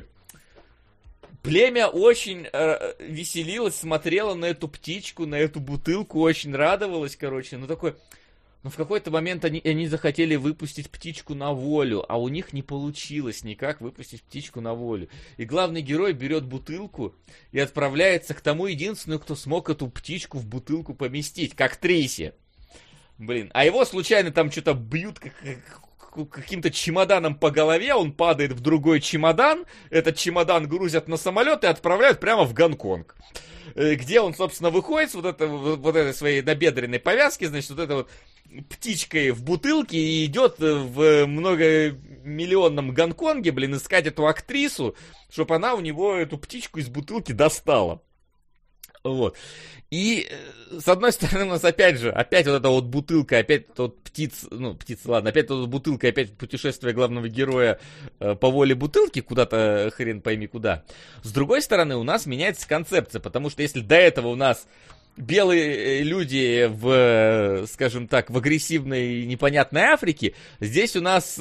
Племя очень веселилось, смотрело на эту птичку, на эту бутылку, очень радовалось, короче. Ну такой... Но в какой-то момент они захотели выпустить птичку на волю, а у них не получилось никак выпустить птичку на волю. И главный герой берет бутылку и отправляется к тому единственному, кто смог эту птичку в бутылку поместить, к актрисе. Блин, а его случайно там что-то бьют каким-то чемоданом по голове, он падает в другой чемодан, этот чемодан грузят на самолет и отправляют прямо в Гонконг. Где он, собственно, выходит с вот этой своей набедренной повязки, значит, вот это вот птичкой в бутылке и идет в многомиллионном Гонконге, блин, искать эту актрису, чтобы она у него эту птичку из бутылки достала. Вот. И, с одной стороны, у нас опять вот эта вот бутылка, опять вот птица, ладно, опять вот бутылка, опять путешествие главного героя по воле бутылки куда-то, хрен пойми куда. С другой стороны, у нас меняется концепция, потому что если до этого у нас белые люди в, скажем так, в агрессивной непонятной Африке, здесь у нас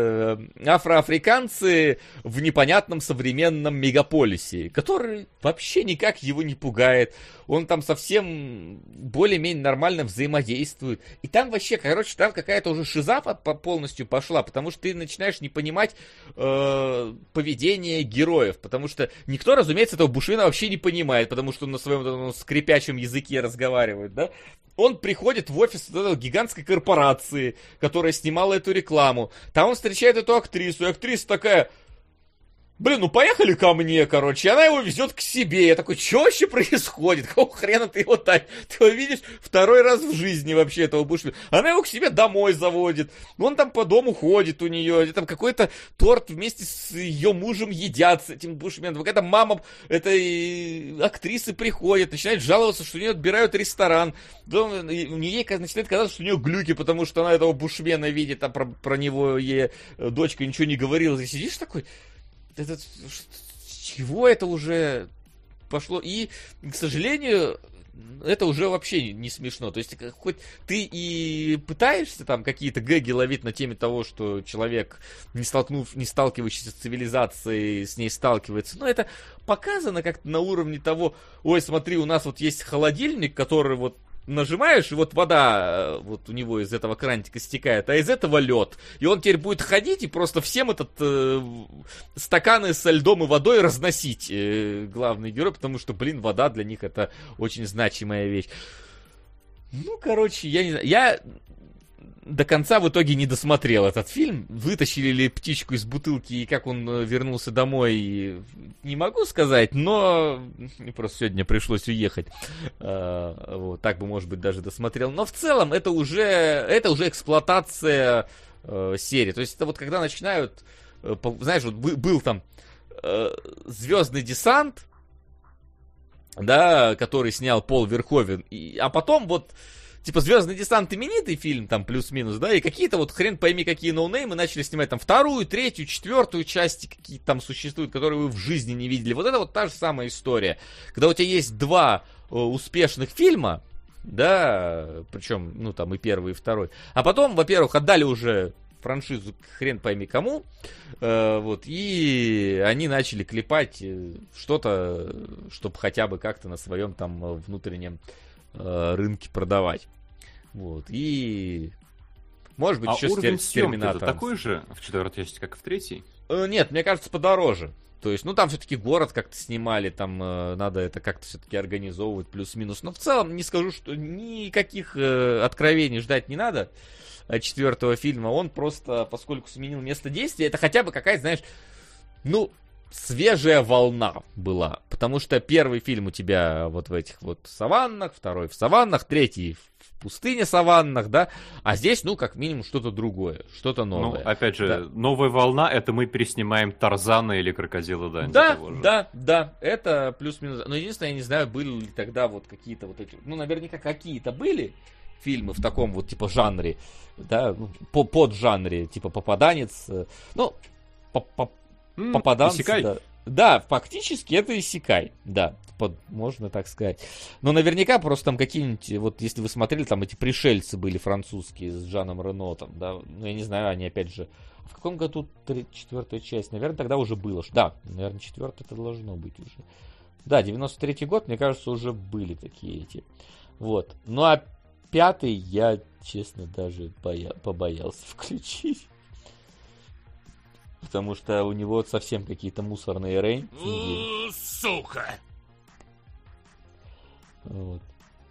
афроафриканцы в непонятном современном мегаполисе, который вообще никак его не пугает. Он там совсем более-менее нормально взаимодействует. И там вообще, короче, там какая-то уже шиза полностью пошла, потому что ты начинаешь не понимать поведение героев, потому что никто, разумеется, этого Бушмена вообще не понимает, потому что он на своем скрипячем языке разговаривает, да? Он приходит в офис вот этой гигантской корпорации, которая снимала эту рекламу. Там он встречает эту актрису, и актриса такая: блин, ну поехали ко мне, короче. И она его везет к себе. Я такой: что вообще происходит? Какого хрена ты его так? Ты его видишь второй раз в жизни вообще, этого Бушмена. Она его к себе домой заводит. Он там по дому ходит у нее. Там какой-то торт вместе с ее мужем едят, с этим Бушменом. Какая-то мама этой актрисы приходит, начинает жаловаться, что у нее отбирают ресторан. У нее начинает казаться, что у нее глюки, потому что она этого Бушмена видит, а про него ей дочка ничего не говорила. Ты сидишь такой: чего это уже пошло? И, к сожалению, это уже вообще не смешно. То есть, хоть ты и пытаешься там какие-то гэги ловить на теме того, что человек, не сталкивающийся с цивилизацией, с ней сталкивается, но это показано как-то на уровне того: ой, смотри, у нас вот есть холодильник, который вот нажимаешь, и вот вода вот у него из этого крантика стекает, а из этого лед. И он теперь будет ходить и просто всем стаканы со льдом и водой разносить, главный герой, потому что, блин, вода для них это очень значимая вещь. Ну, короче, я не знаю. Я до конца в итоге не досмотрел этот фильм. Вытащили ли птичку из бутылки и как он вернулся домой, не могу сказать, но мне просто сегодня пришлось уехать. Вот, так бы, может быть, даже досмотрел. Но в целом это уже эксплуатация серии. То есть это вот когда начинают, знаешь, вот был там «Звездный десант», да, который снял Пол Верховен, а потом вот типа «Звездный десант» именитый фильм, там, плюс-минус, да, и какие-то вот хрен пойми какие ноунеймы начали снимать там вторую, третью, четвертую части, какие-то там существуют, которые вы в жизни не видели. Вот это вот та же самая история. Когда у тебя есть два успешных фильма, да, причем, ну, там и первый, и второй, а потом, во-первых, отдали уже франшизу хрен пойми кому, вот, и они начали клепать что-то, чтобы хотя бы как-то на своем там внутреннем рынке продавать. Вот, и Может быть, А еще уровень с съемки это Терминатором. такой же в четвертой части, как и в третьей? Нет, мне кажется, подороже. То есть, ну, там все-таки город как-то снимали, там надо это как-то все-таки организовывать, плюс-минус. Но в целом не скажу, что никаких откровений ждать не надо от четвертого фильма. Он просто, поскольку сменил место действия, это хотя бы какая-то, знаешь, ну, свежая волна была. Потому что первый фильм у тебя вот в этих вот саваннах, второй в саваннах, третий в пустыне саваннах, да, а здесь, ну, как минимум, что-то другое, что-то новое. Ну, опять же, Да. новая волна, это мы переснимаем Тарзана или Крокодила Данди. Да, того же. да, это плюс-минус. Но единственное, я не знаю, были ли тогда вот какие-то вот эти... Ну, наверняка какие-то были фильмы в таком вот, типа, жанре, да, ну, поджанре, типа, попаданец. Ну, попаданцы, Исекай. да. Да, фактически это исекай, да, можно так сказать. Но наверняка просто там какие-нибудь, вот если вы смотрели, там эти пришельцы были французские с Жаном Рено, там, да, ну я не знаю, они опять же, в каком году четвертая часть, наверное, тогда уже было, да, наверное, четвертая это должно быть уже. Да, 93-й год, мне кажется, уже были такие эти, вот. Ну а пятый я, честно, даже побоялся включить. Потому что у него совсем какие-то мусорные рейтинги. Сука! Вот.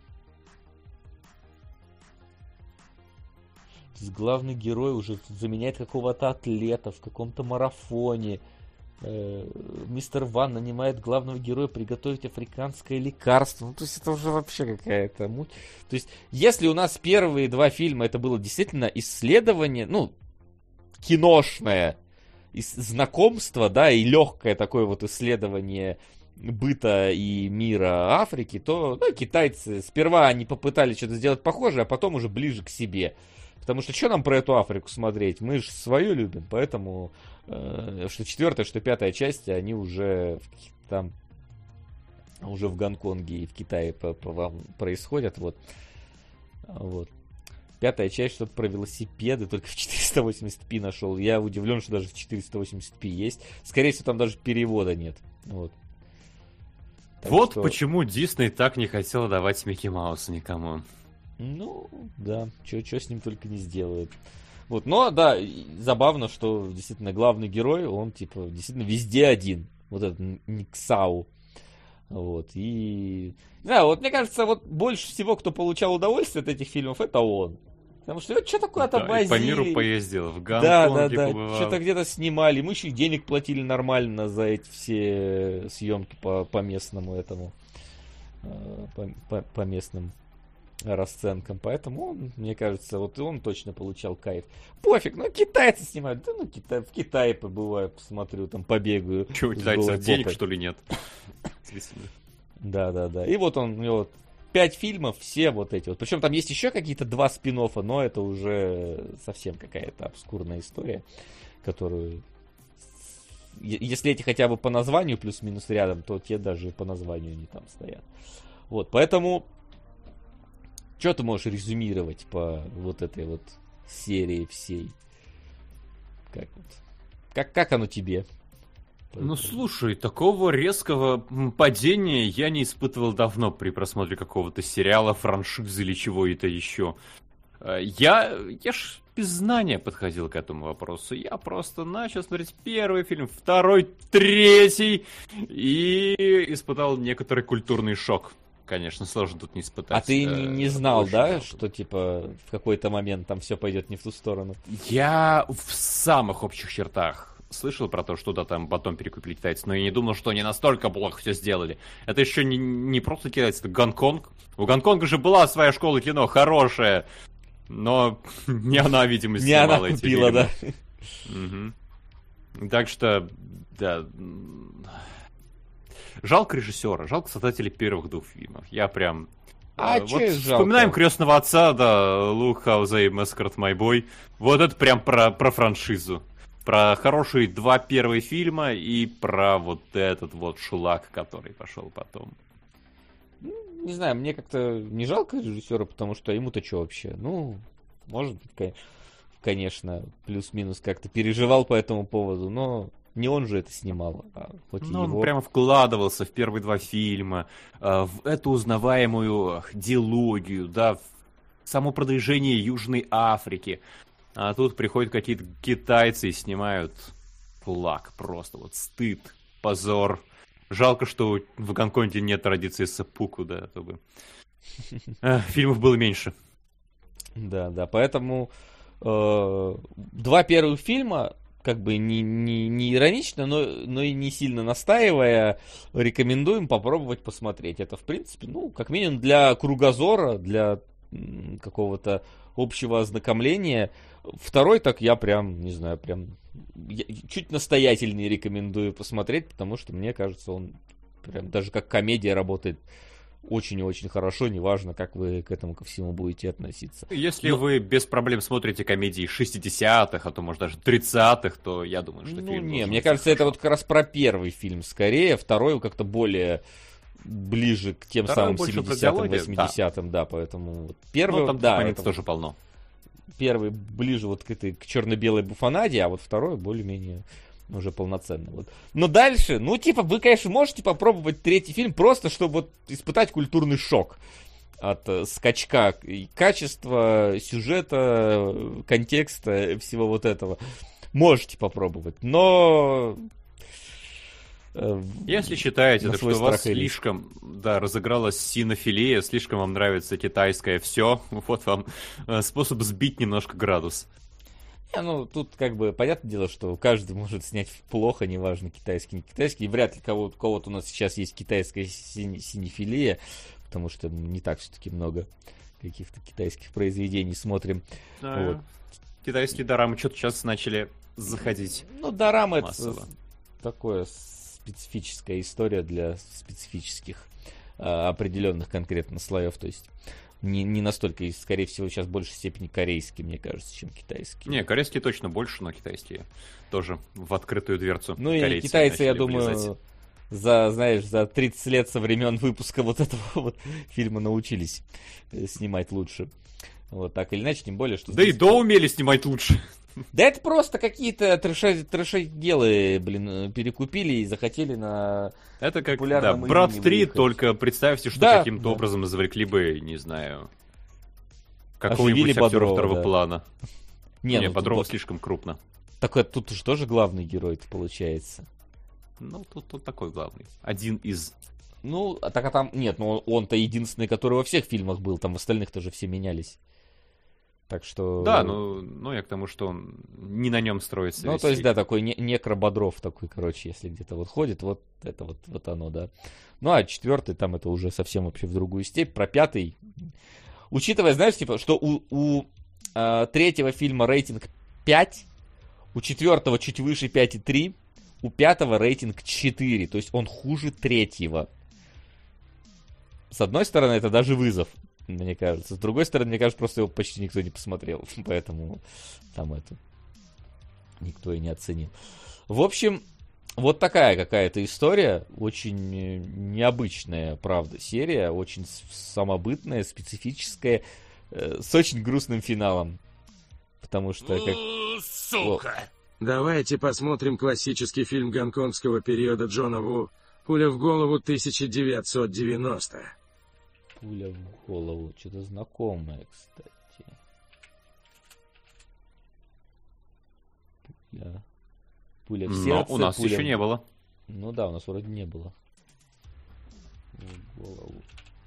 То есть главный герой уже заменяет какого-то атлета в каком-то марафоне. Мистер Ван нанимает главного героя приготовить африканское лекарство. Ну, то есть это уже вообще какая-то муть. То есть, если у нас первые два фильма это было действительно исследование, ну, киношное, знакомство, да, и легкое такое вот исследование быта и мира Африки, то, ну, китайцы сперва они попытались что-то сделать похожее, а потом уже ближе к себе. Потому что что нам про эту Африку смотреть? Мы же свою любим, поэтому что четвертая, что пятая часть, они уже там уже в Гонконге и в Китае происходят, вот. Пятая часть что-то про велосипеды, только в 480p нашел. Я удивлен, что даже в 480p есть. Скорее всего, там даже перевода нет. Вот. Вот что... почему Дисней так не хотел давать Микки Мауса никому. Ну, да, что с ним только не сделают. Вот, но, да, забавно, что действительно главный герой, он, типа, действительно везде один. Вот этот Никсау. Вот, и... Да, вот мне кажется, вот больше всего, кто получал удовольствие от этих фильмов, это он. Потому что вот что-то куда-то возили. По миру поездил, в Да, Гонконге побывал. что-то где-то снимали. Мы еще и денег платили нормально за эти все съемки по местному этому, по местным расценкам. Поэтому он, мне кажется, вот он точно получал кайф. Пофиг, ну китайцы снимают. Да, ну в Китае побываю, посмотрю, там побегаю. Че, у китайцев денег, что ли, нет? Да. И вот он, у него 5 фильмов, все вот эти вот. Причем там есть еще какие-то 2 спин-оффа, но это уже совсем какая-то обскурная история, которую... Если эти хотя бы по названию плюс-минус рядом, то те даже по названию не там стоят. Вот, поэтому... Что ты можешь резюмировать по вот этой вот серии всей? Как оно тебе? Ну, слушай, такого резкого падения я не испытывал давно при просмотре какого-то сериала, франшизы или чего-то еще. Я ж без знания подходил к этому вопросу. Я просто начал смотреть первый фильм, второй, третий, и испытал некоторый культурный шок. Конечно, сложно тут не испытать. А ты не знал, да, много. что типа в какой-то момент там все пойдет не в ту сторону? Я в самых общих чертах слышал про то, что да, там потом перекупили китайцы, но я не думал, что они настолько плохо все сделали. Это еще не просто китайцы, это Гонконг. У Гонконга же была своя школа кино, хорошая, но не она, видимо, Не она снимала эти купила, да. фильмы. Мгм. Так что, да... Жалко режиссера, жалко создателей первых двух фильмов. Я прям... А вот че жалко? вспоминаем «Крестного отца», да, «Look how they massacred my boy». Вот это прям про франшизу. Про хорошие 2 первые фильма и про вот этот вот шулак, который пошел потом. Не знаю, мне как-то не жалко режиссера, потому что ему-то что вообще? Ну, может быть, конечно, плюс-минус как-то переживал по этому поводу, но не он же это снимал, а хоть Ну, его... он прямо вкладывался в первые 2 фильма, в эту узнаваемую диалогию, да, в само продвижение Южной Африки. А тут приходят какие-то китайцы и снимают флаг. Просто вот стыд, позор. Жалко, что в Гонконге нет традиции сэппуку, да, а то бы фильмов было меньше. Да, поэтому два первых фильма, как бы не иронично, но и не сильно настаивая, рекомендуем попробовать посмотреть. Это, в принципе, ну, как минимум для кругозора, для какого-то общего ознакомления. Второй, так я прям, не знаю, чуть настоятельнее рекомендую посмотреть, потому что, мне кажется, он прям даже как комедия работает очень и очень хорошо, неважно, как вы к этому ко всему будете относиться. Если вы без проблем смотрите комедии 60-х, а то, может, даже 30-х, то я думаю, что фильм... Мне кажется, это вот как раз про первый фильм скорее, второй как-то более ближе к тем самым 70-м, 80-м, да, поэтому вот первый, там да, это тоже полно. Первый ближе вот к черно-белой буфонаде, а вот второй более-менее уже полноценно. Вот. Но дальше, вы, конечно, можете попробовать третий фильм, просто чтобы вот испытать культурный шок от скачка и качества, сюжета, контекста, всего вот этого. Можете попробовать, но... Если считаете, что у вас слишком разыгралась синофилия, слишком вам нравится китайское все, вот вам способ сбить немножко градус. Тут как бы понятное дело, что каждый может снять плохо, неважно, китайский, не китайский. И вряд ли у кого-то у нас сейчас есть китайская синефилия, потому что не так все-таки много каких-то китайских произведений смотрим. Вот. Китайские дорамы что-то сейчас начали заходить. Дорамы это такое специфическая история для специфических определенных конкретно слоев, то есть не настолько, и, скорее всего, сейчас в большей степени корейские, мне кажется, чем китайские. Не, корейские точно больше, но китайские тоже в открытую дверцу. И китайцы, я думаю, за 30 лет со времен выпуска вот этого вот фильма научились снимать лучше. Вот так или иначе, тем более, что... Да и до умели снимать лучше. Да это просто какие-то трэшоделы, перекупили и захотели на это как популярном Брат 3, выехать. Только представьте, что каким-то образом завлекли бы, не знаю, какого-нибудь актера второго плана. Не, Бодрова слишком крупно. Так тут же тоже главный герой получается. Тут такой главный. Один из... там... Нет, он-то единственный, который во всех фильмах был, там в остальных тоже все менялись. Так что... Да, я к тому, что он не на нем строится. То есть, такой некро-бодров такой, короче, если где-то вот ходит, вот это вот оно, да. А четвертый там это уже совсем вообще в другую степь. Про пятый, учитывая, знаешь, что у третьего фильма рейтинг 5, у четвертого чуть выше 5,3, у пятого рейтинг 4, то есть он хуже третьего. С одной стороны, это даже вызов, мне кажется. С другой стороны, мне кажется, просто его почти никто не посмотрел. Поэтому там никто и не оценил. В общем, вот такая какая-то история. Очень необычная, правда, серия. Очень самобытная, специфическая. С очень грустным финалом. Потому что... Сука! Давайте посмотрим классический фильм гонконгского периода Джона Ву «Пуля в голову 1990». Пуля в голову. Что-то знакомое, кстати. Пуля в сердце. Но у нас еще не было. У нас вроде не было. В голову.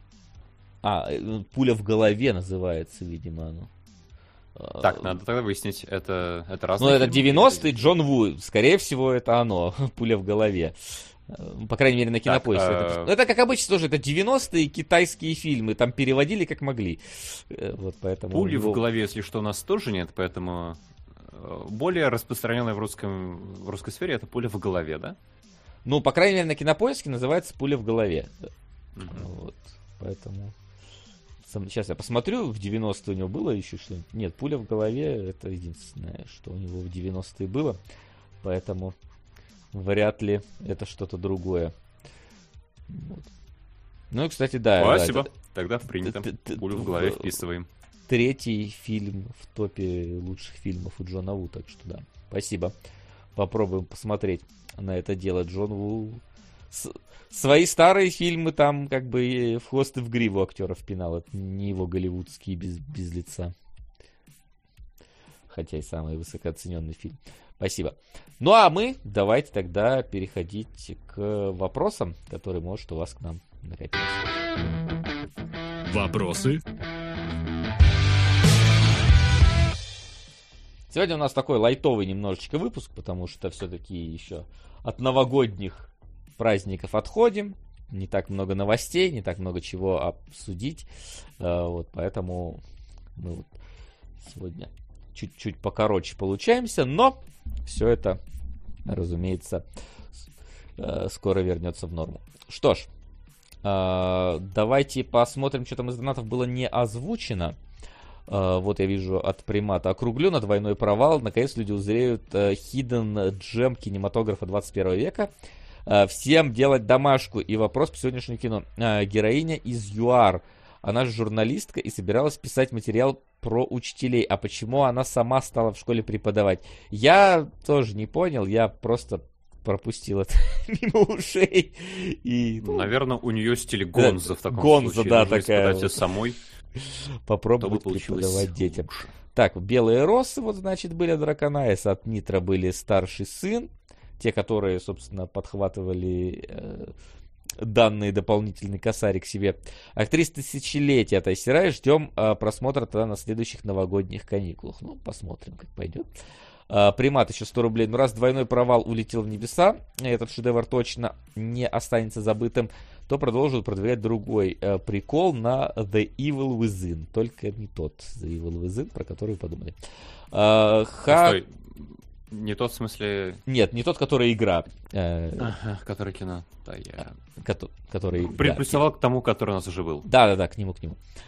Пуля в голове называется, видимо, оно. Так, надо тогда выяснить, это разные это 90-й Джон Ву. Скорее всего, это оно. Пуля в голове. По крайней мере, на Кинопоиске. Это, как обычно, тоже это 90-е китайские фильмы. Там переводили как могли. Вот поэтому... Пули в голове, если что, у нас тоже нет, поэтому более распространенная в русской сфере это пуля в голове, да? По крайней мере, на Кинопоиске называется пуля в голове. Вот, поэтому... Сейчас я посмотрю, в 90-е у него было еще что-нибудь. Нет, пуля в голове, это единственное, что у него в 90-е было. Поэтому... Вряд ли это что-то другое. Вот. И, кстати, да. Спасибо. Тогда принято. Пулю в голове вписываем. Третий фильм в топе лучших фильмов у Джона Ву. Так что да. Спасибо. Попробуем посмотреть на это дело. Джон Ву. Свои старые фильмы там как бы в хвост и в гриву актеров пинал. Это не его голливудские без лица. хотя и самый высокооцененный фильм. Спасибо. Ну а мы давайте тогда переходить к вопросам, которые, может, у вас к нам накопились. Вопросы? Сегодня у нас такой лайтовый немножечко выпуск, потому что все-таки еще от новогодних праздников отходим. Не так много новостей, не так много чего обсудить. Вот, поэтому мы вот сегодня чуть-чуть покороче получаемся, но все это, разумеется, скоро вернется в норму. Что ж, давайте посмотрим, что там из донатов было не озвучено. Вот я вижу от Примата. Округлю на двойной провал. Наконец люди узреют Hidden Gem кинематографа 21 века. Всем делать домашку. И вопрос по сегодняшнему кино. Героиня из ЮАР. Она же журналистка и собиралась писать материал про учителей. А почему она сама стала в школе преподавать? Я тоже не понял. Я просто пропустил это мимо ушей. И, наверное, у нее стиль Гонза в таком Гонза, случае. да, нужно такая испытать вот. самой. Попробовать преподавать детям. Так, белые росы, вот, значит, были от Драконайс, от Нитро были старший сын, те, которые, собственно, подхватывали данный дополнительный косарик себе. Актриса тысячелетия от Айсерай, ждем просмотра тогда на следующих новогодних каникулах. Ну, посмотрим, как пойдет. Примат еще 100 рублей. Ну, раз двойной провал улетел в небеса, этот шедевр точно не останется забытым, то продолжат продвигать другой прикол на The Evil Within. Только не тот The Evil Within, про который вы подумали. Стой. Не тот, в смысле... Нет, не тот, который игра. Который кино. Да, я... Который... Приплюсовал к тому, который у нас уже был. Да, к нему.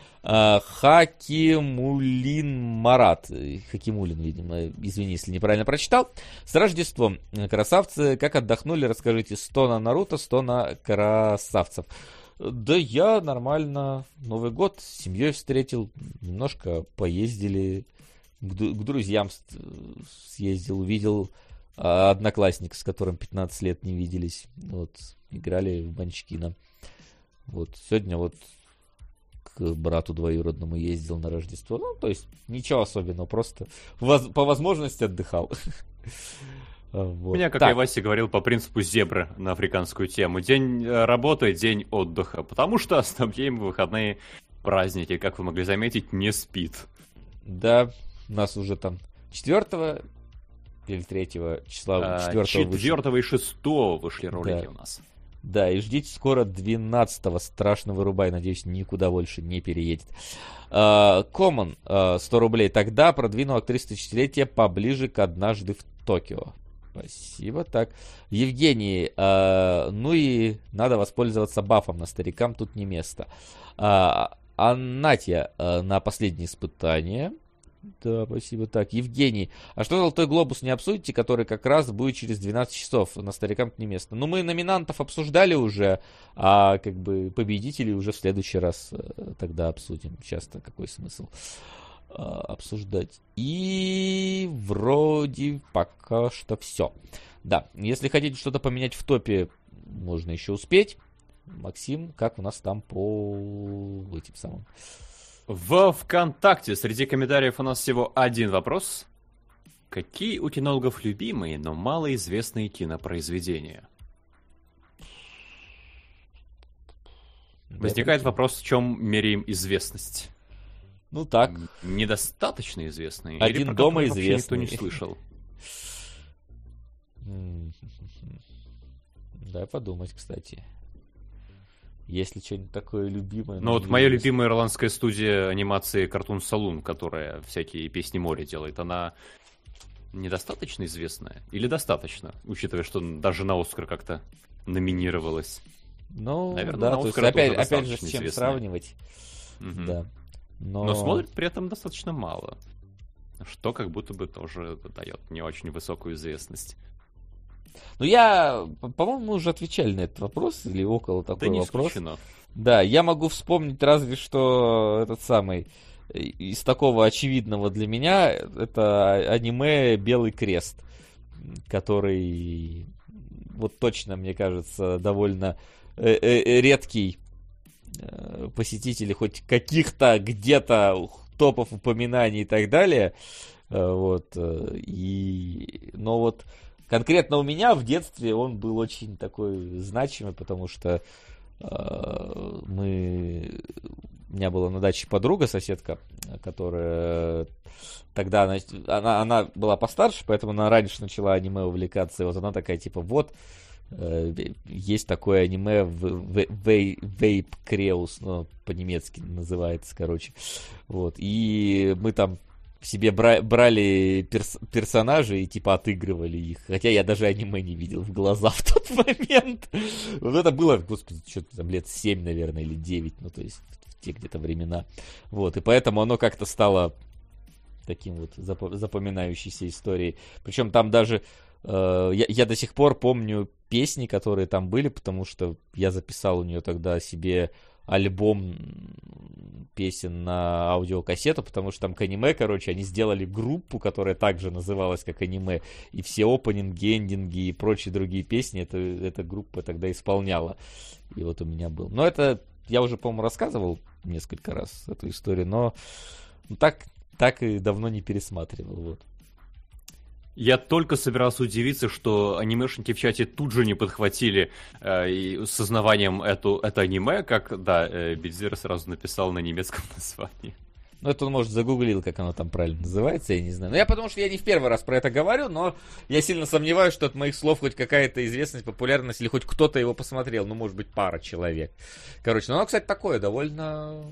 Хакимулин Марат. Хакимулин, видимо, извини, если неправильно прочитал. С Рождеством, красавцы, как отдохнули, расскажите. 100 на Наруто, 100 на красавцев. Да я нормально Новый год с семьей встретил, немножко поездили, к друзьям съездил, увидел одноклассник, с которым 15 лет не виделись. Вот, играли в Манчкина. Вот, сегодня вот к брату двоюродному ездил на Рождество. Ну, то есть, ничего особенного, просто по возможности отдыхал. Вот. У меня, как и Вася говорил, по принципу зебры на африканскую тему. День работы, день отдыха. Потому что основные выходные праздники, как вы могли заметить, не спит. Да, у нас уже там 4 или 3 числа. 4 и 6 вышли ролики у нас. Да, и ждите скоро 12-го, страшно вырубай, надеюсь, никуда больше не переедет. Common, 100 рублей. Тогда продвину актрису тысячелетия поближе к «Однажды в Токио». Спасибо. Так, Евгений, ну и надо воспользоваться бафом, на старикам тут не место. Аннатья на последнее испытание. Да, спасибо. Так, Евгений, а что «Золотой глобус» не обсудите, который как раз будет через 12 часов? На старикам не место. Ну, мы номинантов обсуждали уже, а как бы победителей уже в следующий раз тогда обсудим. Сейчас-то какой смысл обсуждать? И вроде пока что все. Да, если хотите что-то поменять в топе, можно еще успеть. Максим, как у нас там по этим самым... В ВКонтакте среди комментариев у нас всего один вопрос. Какие у кинологов любимые, но малоизвестные кинопроизведения? Возникает вопрос, в чем меряем известность? Ну так. Недостаточно известные? Один или про дома вообще известный. никто не слышал? Дай подумать, кстати. Есть ли что-нибудь такое любимое? Ну вот моя любимая ирландская студия анимации Cartoon Saloon, которая всякие песни моря делает, она недостаточно известная? Или достаточно, учитывая, что даже на Оскар как-то номинировалась? Ну, наверное, да, на то есть Оскар опять же, с чем известная. сравнивать. Угу. Да. Но смотрит при этом достаточно мало. Что как будто бы тоже дает не очень высокую известность. Ну, я, по-моему, мы уже отвечали на этот вопрос, или около такого Да не вопроса. исключено. Да, я могу вспомнить разве что этот самый, из такого очевидного для меня, это аниме «Белый крест», который, вот точно, мне кажется, довольно редкий посетитель хоть каких-то где-то топов упоминаний и так далее. Вот. Но вот конкретно у меня в детстве он был очень такой значимый, потому что у меня была на даче подруга, соседка, которая тогда, она была постарше, поэтому она раньше начала аниме увлекаться, и вот она такая, типа, вот, есть такое аниме Vape Creus, ну, по-немецки называется, короче, вот, и мы там себе брали персонажей и типа отыгрывали их. Хотя я даже аниме не видел в глаза в тот момент. Вот это было, господи, что-то там лет 7, наверное, или 9. Ну, то есть в те где-то времена. Вот, и поэтому оно как-то стало таким вот запоминающейся историей. Причем там даже я до сих пор помню песни, которые там были, потому что я записал у нее тогда себе альбом песен на аудиокассету, потому что там к аниме, короче, они сделали группу, которая также называлась как аниме, и все опенинги, эндинги и прочие другие песни эта группа тогда исполняла. И вот у меня был. Но это я уже, по-моему, рассказывал несколько раз эту историю, но так и давно не пересматривал. Вот. Я только собирался удивиться, что анимешники в чате тут же не подхватили с сознаванием это аниме, как, да, Бедзир сразу написал на немецком названии. Ну, это он, может, загуглил, как оно там правильно называется, я не знаю. Ну, потому что я не в первый раз про это говорю, но я сильно сомневаюсь, что от моих слов хоть какая-то известность, популярность, или хоть кто-то его посмотрел. Ну, может быть, пара человек. Короче, ну, оно, кстати, такое довольно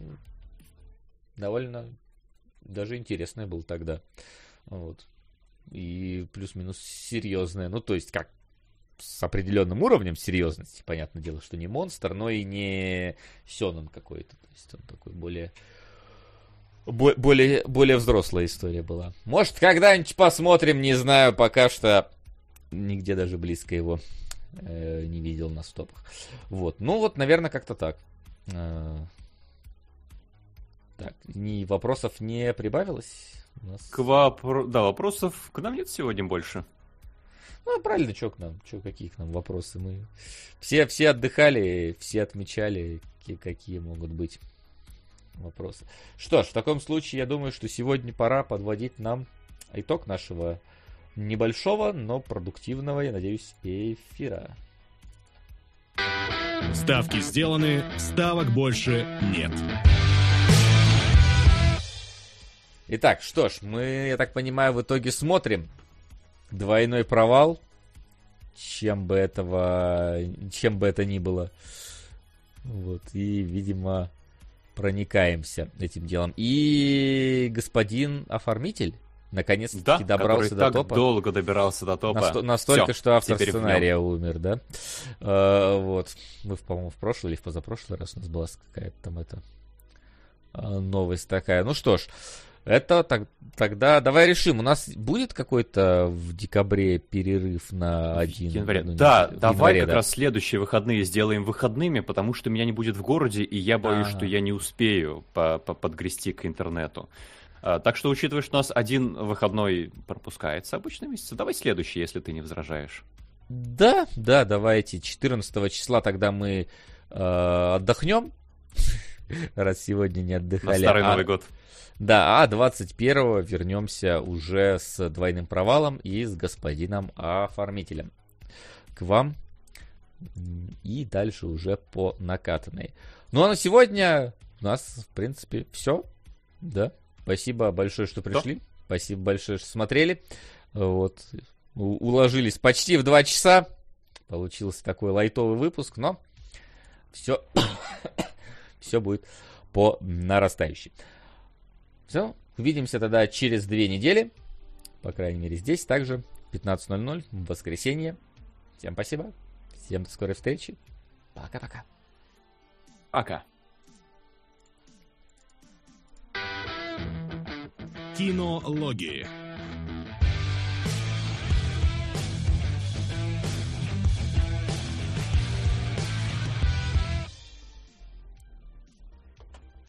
даже интересное было тогда. Вот. И плюс-минус серьезное. Ну, то есть, как с определенным уровнем серьезности. Понятное дело, что не монстр, но и не сёнэн какой-то. То есть, он такой более взрослая история была. Может, когда-нибудь посмотрим, не знаю, пока что нигде даже близко его не видел на стопах. Вот. Ну, вот, наверное, как-то так. Так, вопросов не прибавилось? У нас... Да, вопросов к нам нет сегодня больше. Ну, правильно, что к нам? Какие к нам вопросы? Мы все отдыхали, все отмечали, какие могут быть вопросы. Что ж, в таком случае, я думаю, что сегодня пора подводить нам итог нашего небольшого, но продуктивного, я надеюсь, эфира. Ставки сделаны, ставок больше нет. Итак, что ж, мы, я так понимаю, в итоге смотрим двойной провал, чем бы это ни было. Вот, и, видимо, проникаемся этим делом. И господин оформитель наконец-таки добрался до топа. Так долго добирался до топа. Настолько, что автор сценария умер, да? Вот. Мы, по-моему, в прошлый или в позапрошлый раз у нас была какая-то там новость такая. Ну что ж, это тогда давай решим. У нас будет какой-то в декабре перерыв на один... января. Да, давай как раз следующие выходные сделаем выходными, потому что меня не будет в городе, и я боюсь, что я не успею подгрести к интернету. Так что, учитывая, что у нас один выходной пропускается обычно месяца, давай следующий, если ты не возражаешь. Да, давайте. 14 числа тогда мы отдохнем, раз сегодня не отдыхали. На Старый Новый год. Да, а 21-го вернемся уже с двойным провалом и с господином оформителем к вам. И дальше уже по накатанной. Ну а на сегодня у нас, в принципе, все. Да. Спасибо большое, что пришли. Спасибо большое, что смотрели. Вот. Уложились почти в 2 часа. Получился такой лайтовый выпуск, но все будет по нарастающей. Все, увидимся тогда через 2 недели. По крайней мере, здесь также 15:00 в воскресенье. Всем спасибо. Всем до скорой встречи. Пока-пока. Пока. Кинологии.